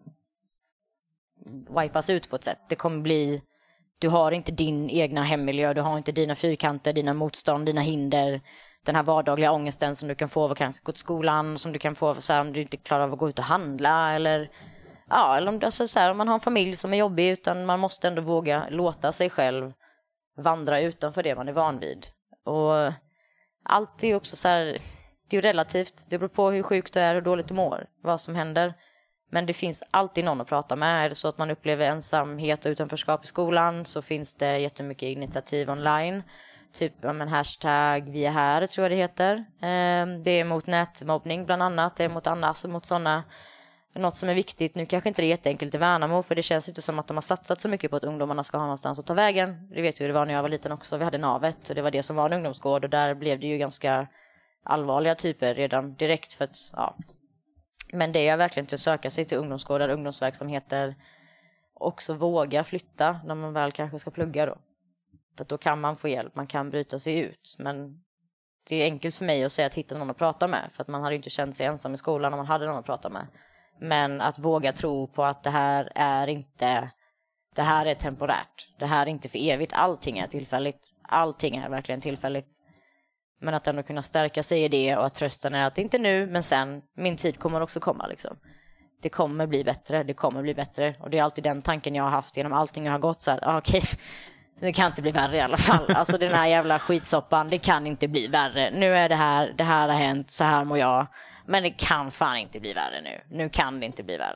wipas ut på ett sätt. Det kommer bli, du har inte din egna hemmiljö, du har inte dina fyrkanter, dina motstånd, dina hinder, den här vardagliga ångesten som du kan få av att kanske gå till skolan, som du kan få så här, om du inte klarar av att gå ut och handla, eller ja, eller om, alltså, så här, om man har en familj som är jobbig, utan man måste ändå våga låta sig själv vandra utanför det man är van vid. Och allt är också så här, det är ju relativt, det beror på hur sjuk du är, hur dåligt du mår, vad som händer. Men det finns alltid någon att prata med. Är det så att man upplever ensamhet och utanförskap i skolan, så finns det jättemycket initiativ online. Typ ja, men hashtag vi är här, tror jag det heter. Eh, det är mot nätmobbning bland annat. Det är mot annars och mot sådana. Något som är viktigt, nu kanske inte det är jätteenkelt i Värnamo, för det känns inte som att de har satsat så mycket på att ungdomarna ska ha någonstans att ta vägen. Det vet ju hur det var när jag var liten också. Vi hade Navet och det var det som var en ungdomsgård, och där blev det ju ganska allvarliga typer redan direkt för att, ja. Men det är verkligen till att söka sig till ungdomsgårdar, ungdomsverksamheter, också våga flytta när man väl kanske ska plugga då. För då kan man få hjälp, man kan bryta sig ut. Men det är enkelt för mig att säga att hitta någon att prata med, för att man hade inte känt sig ensam i skolan om man hade någon att prata med. Men att våga tro på att det här är inte, det här är temporärt. Det här är inte för evigt, allting är tillfälligt. Allting är verkligen tillfälligt. Men att ändå kunna stärka sig i det, och att trösten är att inte nu, men sen, min tid kommer också komma liksom. Det kommer bli bättre, det kommer bli bättre. Och det är alltid den tanken jag har haft genom allting jag har gått, så att ah, okej, okay, det kan inte bli värre i alla fall. Alltså den här jävla skitsoppan, det kan inte bli värre. Nu är det här, det här har hänt, så här mår jag. Men det kan fan inte bli värre nu. Nu kan det inte bli värre.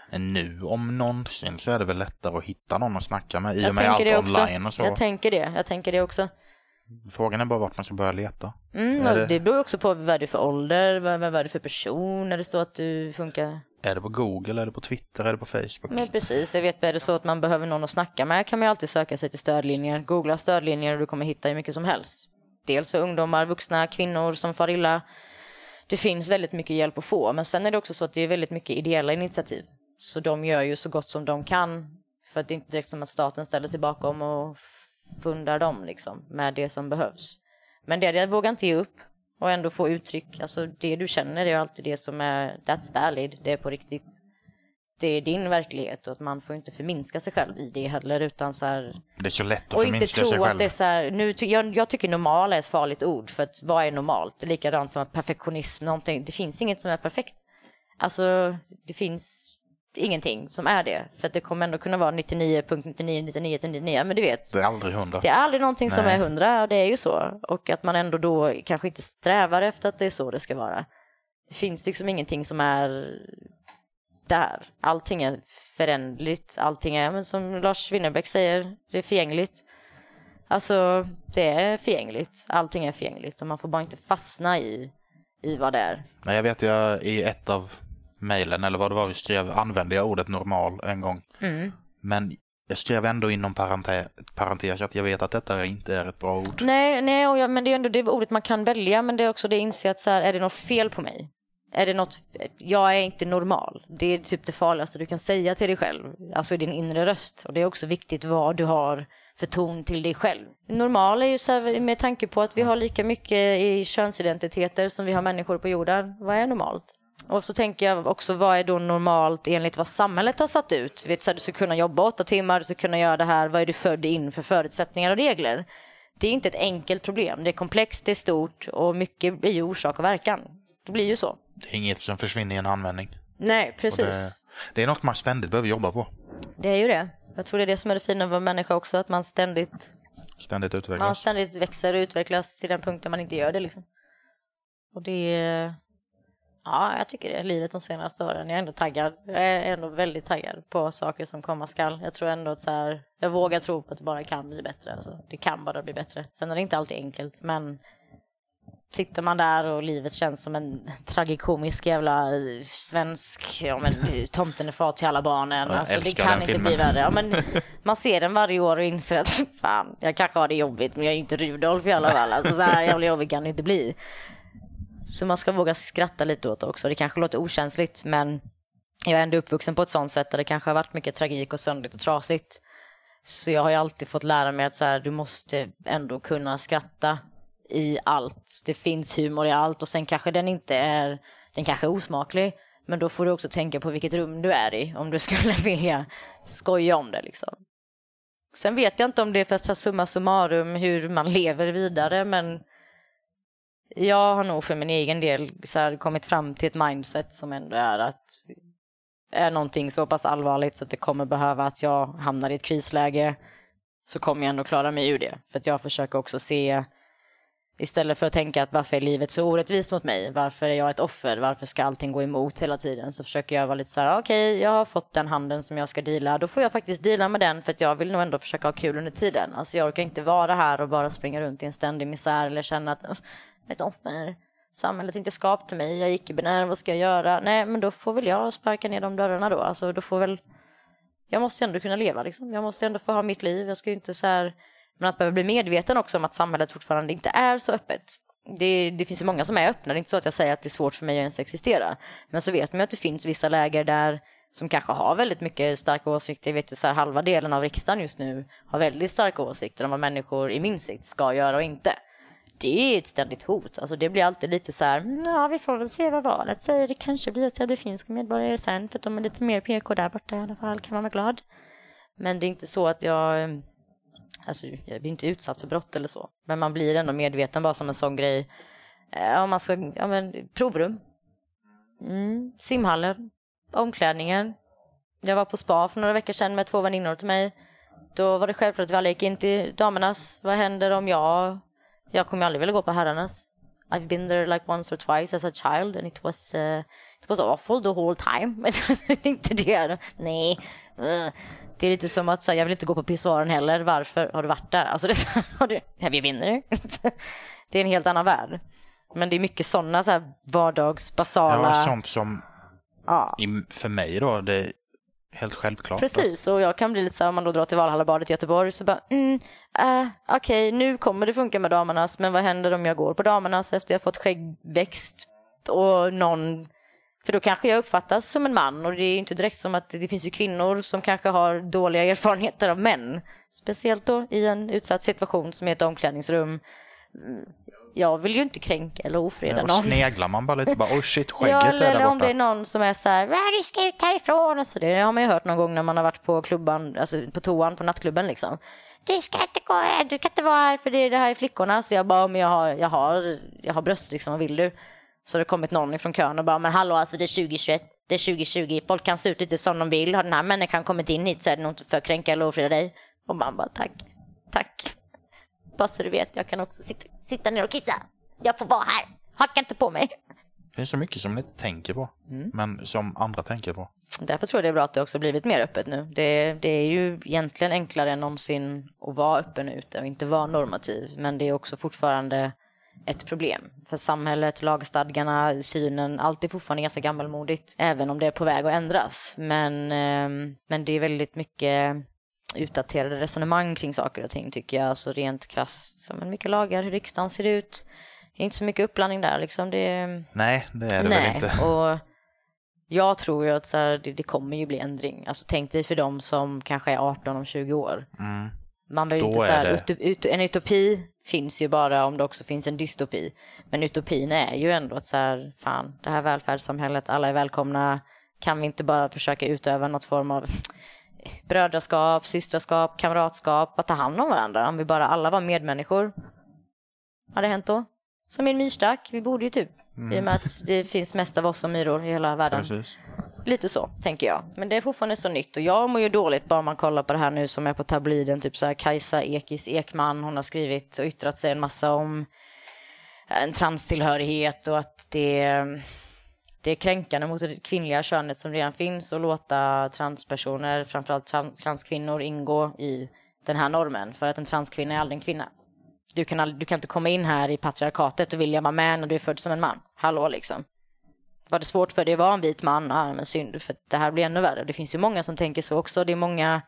Nu om någonsin så är det väl lättare att hitta någon att snacka med i jag och med allt online och så. Jag tänker det, jag tänker det också. Frågan är bara vart man ska börja leta. Mm, det... det beror också på vad det är för ålder, vad, vad är det för person, när det står att du funkar. Är det på Google, är det på Twitter, är det på Facebook? Men precis, jag vet, är det så att man behöver någon att snacka med kan man ju alltid söka sig till stödlinjer. Googla stödlinjer och du kommer hitta hur mycket som helst. Dels för ungdomar, vuxna, kvinnor som far illa. Det finns väldigt mycket hjälp att få, men sen är det också så att det är väldigt mycket ideella initiativ. Så de gör ju så gott som de kan, för att det är inte direkt som att staten ställer sig bakom och fundar dem liksom, med det som behövs. Men det är det jag vågar inte ge upp och ändå få uttryck. Alltså det du känner är alltid det som är that's valid, det är på riktigt. Det är din verklighet och att man får inte förminska sig själv i det heller, utan så här, det är så lätt att och förminska sig själv. Och inte tro att det är så här, nu, jag, jag tycker normal är ett farligt ord, för att vad är normalt? Det är likadant som att perfektionism, någonting, det finns inget som är perfekt. Alltså det finns ingenting som är det, för att det kommer ändå kunna vara nittionio komma nittionio nittionio nittionio, men du vet. Det är aldrig hundra. Det är aldrig någonting Nej. som är hundra, och det är ju så. Och att man ändå då kanske inte strävar efter att det är så det ska vara. Det finns liksom ingenting som är där. Allting är förändligt, allting är, men som Lars Winnerbäck säger, det är förgängligt. Alltså, det är förgängligt. Allting är förgängligt och man får bara inte fastna i, i vad det är. Nej, jag vet, jag i ett av mejlen, eller vad det var vi skrev, använde jag ordet normal en gång. Mm. Men jag skrev ändå inom parentes, parentes att jag vet att detta inte är ett bra ord. Nej, nej och jag, men det är ändå det ordet man kan välja, men det är också det inse att så här, är det något fel på mig? Är det något, jag är inte normal. Det är typ det farligaste du kan säga till dig själv. Alltså i din inre röst. Och det är också viktigt vad du har för ton till dig själv. Normal är ju så här, med tanke på att vi har lika mycket i könsidentiteter som vi har människor på jorden. Vad är normalt? Och så tänker jag också, vad är då normalt enligt vad samhället har satt ut? Vet, så här, du ska kunna jobba åtta timmar, du ska kunna göra det här. Vad är du född in för förutsättningar och regler? Det är inte ett enkelt problem. Det är komplext, det är stort och mycket är ju orsak och verkan. Det blir ju så. Det är inget som försvinner i en användning. Nej, precis. Det, det är något man ständigt behöver jobba på. Det är ju det. Jag tror det är det som är det fina med människa också. Att man ständigt... Ständigt utvecklas. Man ständigt växer och utvecklas till den punkten man inte gör det liksom. Och det är... Ja, jag tycker det är livet de senaste åren. Jag är ändå taggad. Jag är ändå väldigt taggad på saker som komma skall. Jag tror ändå att så här... Jag vågar tro på att det bara kan bli bättre. Alltså, det kan bara bli bättre. Sen är det inte alltid enkelt, men... Sitter man där och livet känns som en tragikomisk jävla svensk, ja men tomten är far till alla barnen. Alltså det kan inte bli värre. Ja, men man ser den varje år och inser att fan, jag kanske har det jobbigt, men jag är inte Rudolf i alla fall. Alltså så här jävla jobbigt kan det inte bli. Så man ska våga skratta lite åt det också. Det kanske låter okänsligt, men jag är ändå uppvuxen på ett sånt sätt där det kanske har varit mycket tragik och söndligt och trasigt. Så jag har ju alltid fått lära mig att så här, du måste ändå kunna skratta i allt. Det finns humor i allt och sen kanske den inte är, den kanske är osmaklig, men då får du också tänka på vilket rum du är i om du skulle vilja skoja om det liksom. Sen vet jag inte om det är för att ta summa summarum hur man lever vidare, men jag har nog för min egen del så här kommit fram till ett mindset som ändå är att är någonting så pass allvarligt så att det kommer behöva att jag hamnar i ett krisläge, så kommer jag ändå klara mig ur det. För att jag försöker också se, istället för att tänka att varför är livet så orättvist mot mig? Varför är jag ett offer? Varför ska allting gå emot hela tiden? Så försöker jag vara lite så här, okej, okay, jag har fått den handen som jag ska deala. Då får jag faktiskt deala med den, för att jag vill nog ändå försöka ha kul under tiden. Alltså jag orkar inte vara här och bara springa runt i en ständig misär eller känna att ett offer, samhället är inte skapat för mig, jag är icke-binär, vad ska jag göra? Nej, men då får väl jag sparka ner de dörrarna då. Alltså då får väl, jag måste ändå kunna leva liksom. Jag måste ändå få ha mitt liv. Jag ska ju inte så här... Men att behöva bli medveten också om att samhället fortfarande inte är så öppet. Det, det finns ju många som är öppna. Det är inte så att jag säger att det är svårt för mig att ens existera. Men så vet man att det finns vissa läger där som kanske har väldigt mycket starka åsikter. Jag vet ju så här, halva delen av riksdagen just nu har väldigt starka åsikter om vad människor i min sikt ska göra och inte. Det är ett ständigt hot. Alltså det blir alltid lite så här, ja vi får väl se vad valet säger. Det kanske blir att jag blir finsk medborgare sen, för att de är lite mer P K där borta i alla fall, kan man vara glad. Men det är inte så att jag... Alltså, jag blir inte utsatt för brott eller så. Men man blir ändå medveten bara som en sån grej. Ja, man ska, ja, men, provrum. Mm, simhallar. Omklädningen. Jag var på spa för några veckor sedan med två väninnor till mig. Då var det självklart att vi alla gick in till damernas. Vad händer om jag... Jag kommer aldrig vilja gå på herrarnas. I've been there like once or twice as a child. And it was, uh, it was awful the whole time. Men inte det. Nej. Det är lite som att säga, jag vill inte gå på pissoaren heller. Varför har du varit där? Alltså det har du, have you been there? Det är en helt annan värld. Men det är mycket sådana så här vardagsbasala... Ja, sånt som ja. i, för mig då, det är helt självklart. Precis, och jag kan bli lite så här, om man då drar till Valhallabadet i Göteborg så bara, mm, uh, okej, okay, nu kommer det funka med damernas, men vad händer om jag går på damernas efter jag fått skäggväxt och någon... För då kanske jag uppfattas som en man, och det är inte direkt som att det finns ju kvinnor som kanske har dåliga erfarenheter av män. Speciellt då i en utsatt situation som är ett omklädningsrum. Jag vill ju inte kränka eller ofreda ja, och någon. Sneglar man bara lite, bara, oh shit, skägget ja, är där borta. Eller om det är någon som är så här, du ska ut härifrån. Och så det har man ju hört någon gång när man har varit på klubban, alltså på toan, på nattklubben liksom. Du ska inte gå här, du kan inte vara här för det, är det här är flickorna. Så jag bara, men jag har, jag har, jag har bröst liksom, vad vill du? Så det har kommit någon ifrån kön och bara, men hallå, alltså det är tjugohundratjugoett, det är tjugohundratjugo, folk kan se ut lite som de vill. Har den här människan kommit in hit så är det nog för att kränka eller ofreda dig. Och man bara, tack, tack. Bara så du vet, jag kan också sitta, sitta ner och kissa. Jag får vara här, hacka inte på mig. Det är så mycket som ni inte tänker på, mm. men som andra tänker på. Därför tror jag det är bra att det också blivit mer öppet nu. Det, det är ju egentligen enklare än någonsin att vara öppen ute och inte vara normativ. Men det är också fortfarande ett problem. För samhället, lagstadgarna, synen, allt är fortfarande ganska gammalmodigt. Även om det är på väg att ändras. Men, eh, men det är väldigt mycket utdaterade resonemang kring saker och ting tycker jag. Alltså rent krasst som mycket lagar, hur riksdagen ser ut. Det är inte så mycket uppblandning där liksom. Det, nej, det är det nej. väl inte. Och jag tror ju att så här, det, det kommer ju bli ändring. Alltså tänk dig för dem som kanske är arton om tjugo år. Mm. Man vill inte så här, ut, ut, en utopi finns ju bara om det också finns en dystopi. Men utopin är ju ändå att så här, fan, det här välfärdssamhället, alla är välkomna. Kan vi inte bara försöka utöva något form av brödraskap, systraskap, kamratskap, att ta hand om varandra. Om vi bara alla var medmänniskor. Har det hänt då? Som i en myrstack, vi borde ju typ. Mm. I och med att det finns mest av oss som myror i hela världen. Precis. Lite så, tänker jag. Men det är fortfarande så nytt. Och jag mår ju dåligt bara man kollar på det här nu som är på tabloiden. Typ så här Kajsa Ekis Ekman. Hon har skrivit och yttrat sig en massa om en transtillhörighet. Och att det, det är kränkande mot det kvinnliga könet som redan finns. Och låta transpersoner, framförallt transkvinnor, ingå i den här normen. För att en transkvinna är aldrig en kvinna. Du kan, aldrig, du kan inte komma in här i patriarkatet och vilja vara med när du är född som en man. Hallå liksom. Var det svårt för dig att vara en vit man? Ja, men synd, för det här blir ännu värre. Det finns ju många som tänker så också. Det är många...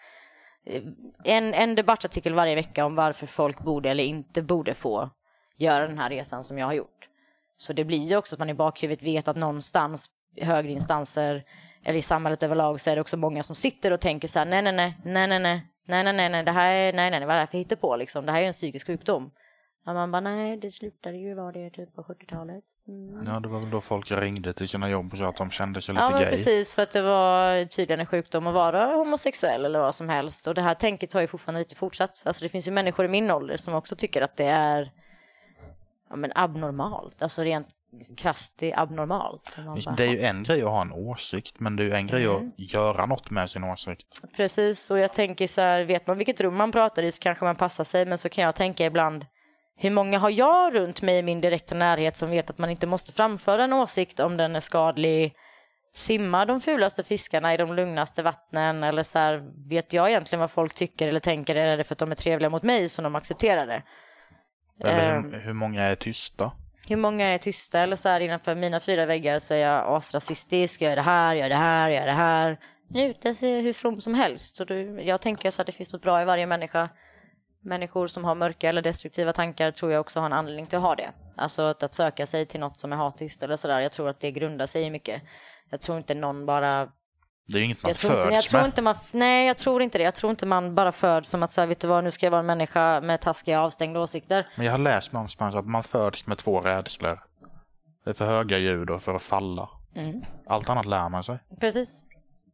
En, en debattartikel varje vecka om varför folk borde eller inte borde få göra den här resan som jag har gjort. Så det blir ju också att man i bakhuvudet vet att någonstans i högre instanser eller i samhället överlag så är det också många som sitter och tänker så här, nej, nej, nej, nej, nej, nej. Nej, nej, nej, nej, det här är, nej, nej, vad är det för hitta på liksom? Det här är en psykisk sjukdom. Ja, man bara, nej, det slutade ju var det typ på sjuttiotalet. Mm. Ja, det var väl då folk ringde till sina jobb och sa att de kände sig lite ja, gay. Ja, precis, för att det var tydligen en sjukdom att vara homosexuell eller vad som helst. Och det här tänket har ju fortfarande lite fortsatt. Alltså det finns ju människor i min ålder som också tycker att det är ja, men abnormalt. Alltså rent krasst, det är abnormalt. Bara, det är ju en grej att ha en åsikt, men det är ju en grej mm. att göra något med sin åsikt. Precis, och jag tänker så här, vet man vilket rum man pratar i så kanske man passar sig, men så kan jag tänka ibland, hur många har jag runt mig i min direkta närhet som vet att man inte måste framföra en åsikt om den är skadlig, simma de fulaste fiskarna i de lugnaste vattnen, eller så här, vet jag egentligen vad folk tycker eller tänker, eller är det för att de är trevliga mot mig som de accepterar det? Eller hur, hur många är tysta? Hur många är tysta eller så här innanför mina fyra väggar så är jag asrasistisk, gör det här, gör det här, gör det här. Nu, det ser hur from som helst. Så du, jag tänker så att det finns något bra i varje människa. Människor som har mörka eller destruktiva tankar tror jag också har en anledning till att ha det. Alltså att, att söka sig till något som är hatiskt eller sådär. Jag tror att det grundar sig i mycket. Jag tror inte någon bara... Det är ju inget man jag tror föds inte, jag tror med. Inte man, nej, jag tror inte det. Jag tror inte man bara föds som att säga, vet du vad, nu ska jag vara en människa med taskiga avstängda åsikter. Men jag har läst någonstans att man föds med två rädslor. Det är för höga ljud och för att falla. Mm. Allt annat lär man sig. Precis.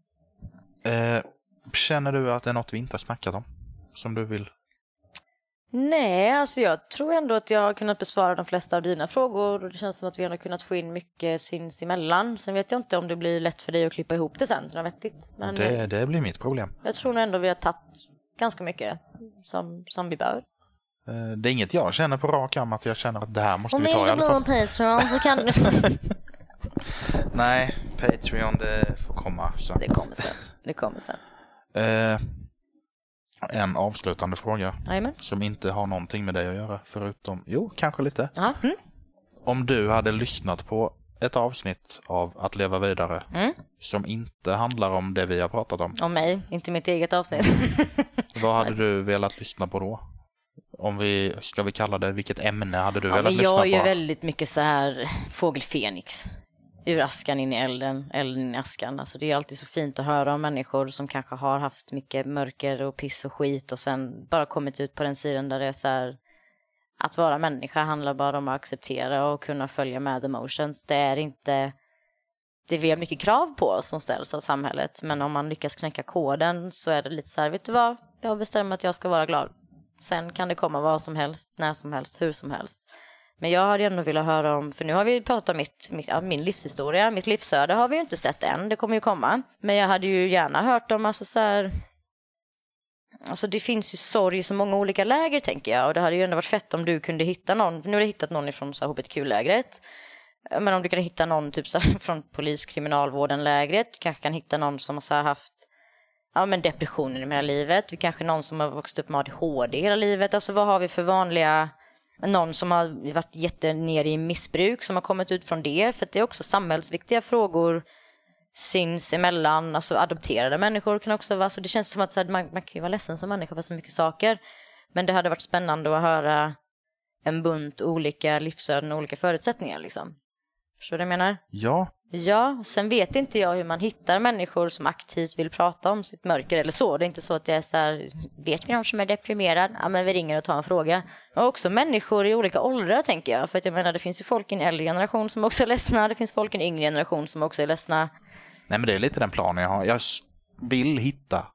Eh, känner du att det är något vi inte har snackat om? Som du vill? Nej, alltså jag tror ändå att jag har kunnat besvara de flesta av dina frågor. Och det känns som att vi har kunnat få in mycket sinsemellan. Sen vet jag inte om det blir lätt för dig att klippa ihop det sen. Det, vettigt. Men det, det blir mitt problem. Jag tror ändå vi har tagit ganska mycket som, som vi bör. Det är inget jag känner på rak arm att jag känner att det här måste om vi ta i alla fall. Om det blir Patreon så kan du... Nej, Patreon, det får komma sen. Det kommer sen. Det kommer sen. Eh, en avslutande fråga. Amen. Som inte har någonting med dig att göra. Förutom, jo, kanske lite. Aha. Mm. Om du hade lyssnat på ett avsnitt av Att leva vidare Mm. som inte handlar om det vi har pratat om. Om mig, inte mitt eget avsnitt. Vad hade du velat lyssna på då? Om vi, ska vi kalla det, vilket ämne hade du Ja, velat men lyssna på? jag är ju väldigt mycket så här fågel Fenix. Ur askan in i elden, elden in i askan. Alltså det är alltid så fint att höra om människor som kanske har haft mycket mörker och piss och skit och sen bara kommit ut på den sidan där det är så här, att vara människa handlar bara om att acceptera och kunna följa med emotions. Det är inte, det vi har mycket krav på oss som ställs av samhället, men om man lyckas knäcka koden så är det lite så här, vet du vad, jag bestämmer att jag ska vara glad. Sen kan det komma vad som helst, när som helst, hur som helst. Men jag hade ändå velat höra om, för nu har vi pratat om mitt, min livshistoria, mitt livsöde har vi ju inte sett än, det kommer ju komma. Men jag hade ju gärna hört om, alltså så här, alltså det finns ju sorg i så många olika läger tänker jag. Och det hade ju ändå varit fett om du kunde hitta någon, för nu har du hittat någon ifrån så här H B T Q-lägret. Men om du kan hitta någon typ så här, från poliskriminalvården-lägret, du kanske kan hitta någon som har så här haft ja, men depressioner i hela livet. Vi kanske någon som har vuxit upp med A D H D hela livet. Alltså vad har vi för vanliga, någon som har varit jättenere i missbruk som har kommit ut från det. För det är också samhällsviktiga frågor sinsemellan. Alltså adopterade människor kan också vara, alltså det känns som att så här, man, man kan ju vara ledsen som människa för så mycket saker. Men det hade varit spännande att höra en bunt olika livsöden och olika förutsättningar liksom. Förstår du vad jag menar? Ja. Ja, sen vet inte jag hur man hittar människor som aktivt vill prata om sitt mörker eller så. Det är inte så att det är så här, vet vi någon som är deprimerad? Ja, men vi ringer och tar en fråga. Och också människor i olika åldrar tänker jag. För att jag menar, det finns ju folk i en äldre generation som också är ledsna. Det finns folk i en yngre generation som också är ledsna. Nej, men det är lite den planen jag har. Jag vill hitta,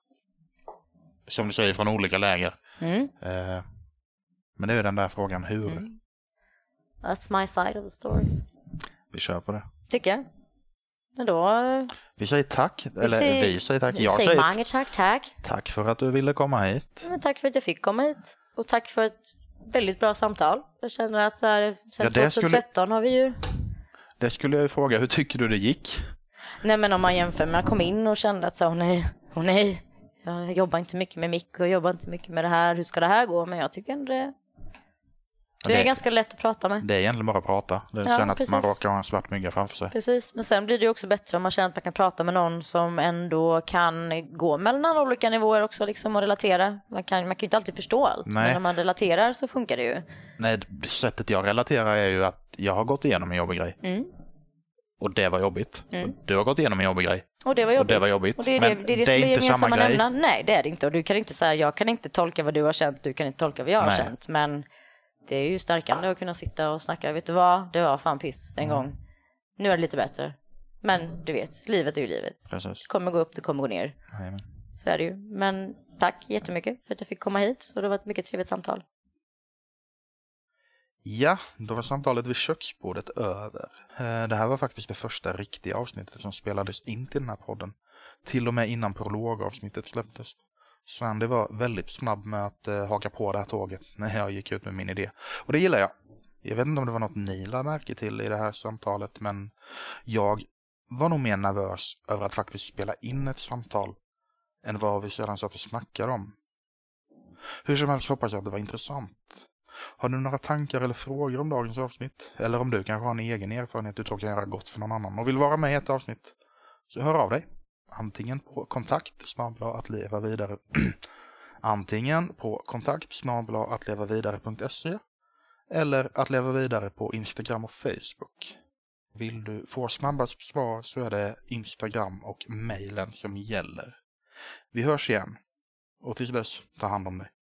som du säger, från olika läger. Mm. Eh, men det är ju den där frågan, hur? Mm. That's my side of the story. Vi kör på det. Tycker jag. Men då... Vi säger tack, Vi eller säger, vi säger tack. Vi Jag säger säger många tack, tack. Tack för att du ville komma hit. Men tack för att jag fick komma hit. Och tack för ett väldigt bra samtal. Jag känner att så här, sen Ja, det tjugohundratretton skulle... har vi ju... Det skulle jag ju fråga, hur tycker du det gick? Nej, men om man jämför med att komma in och kände att så, oh, nej, oh, nej, jag jobbar inte mycket med mick och jobbar inte mycket med det här. Hur ska det här gå? Men jag tycker ändå det... Du är det, ganska lätt att prata med. Det är egentligen bara att prata. Det är ja, sen att precis. man råkar ha en svart mygga framför sig. Precis, men sen blir det ju också bättre om man känner att man kan prata med någon som ändå kan gå mellan olika nivåer också liksom, och relatera. Man kan, man kan ju inte alltid förstå allt, Nej. men om man relaterar så funkar det ju. Nej, sättet jag relaterar är ju att jag har gått igenom en jobbig grej. Mm. Och det var jobbigt. Mm. Och du har gått igenom en jobbig grej. Och det var jobbigt. Och det var jobbigt. Och det är det, men det, är det, det är som är inte samma grej. nämna. Nej, det är det inte. Och du kan inte säga, jag kan inte tolka vad du har känt, du kan inte tolka vad jag har Nej. känt. Men det är ju stärkande att kunna sitta och snacka. Vet du vad? Det var fan piss en mm. gång. Nu är det lite bättre. Men du vet, livet är ju livet. Precis. Det kommer gå upp, det kommer gå ner. Amen. Så är det ju. Men tack jättemycket för att jag fick komma hit. Och det var ett mycket trevligt samtal. Ja, då var samtalet vid köksbordet över. Det här var faktiskt det första riktiga avsnittet som spelades in till den här podden. Till och med innan prologavsnittet släpptes. Sandy var väldigt snabb med att uh, haka på det här tåget när jag gick ut med min idé. Och det gillar jag. Jag vet inte om det var något ni lade märke till i det här samtalet, men jag var nog mer nervös över att faktiskt spela in ett samtal än vad vi sedan satt och snackade om. Hur som helst hoppas jag att det var intressant. Har du några tankar eller frågor om dagens avsnitt? Eller om du kanske har en egen erfarenhet du tror kan göra gott för någon annan och vill vara med i ett avsnitt, så hör av dig. Antingen på kontakt snabel-a att leva vidare Antingen på kontakt snabel-a att leva vidare punkt se eller att leva vidare på Instagram och Facebook. Vill du få snabbast svar så är det Instagram och mejlen som gäller. Vi hörs igen. Och tills dess, ta hand om dig.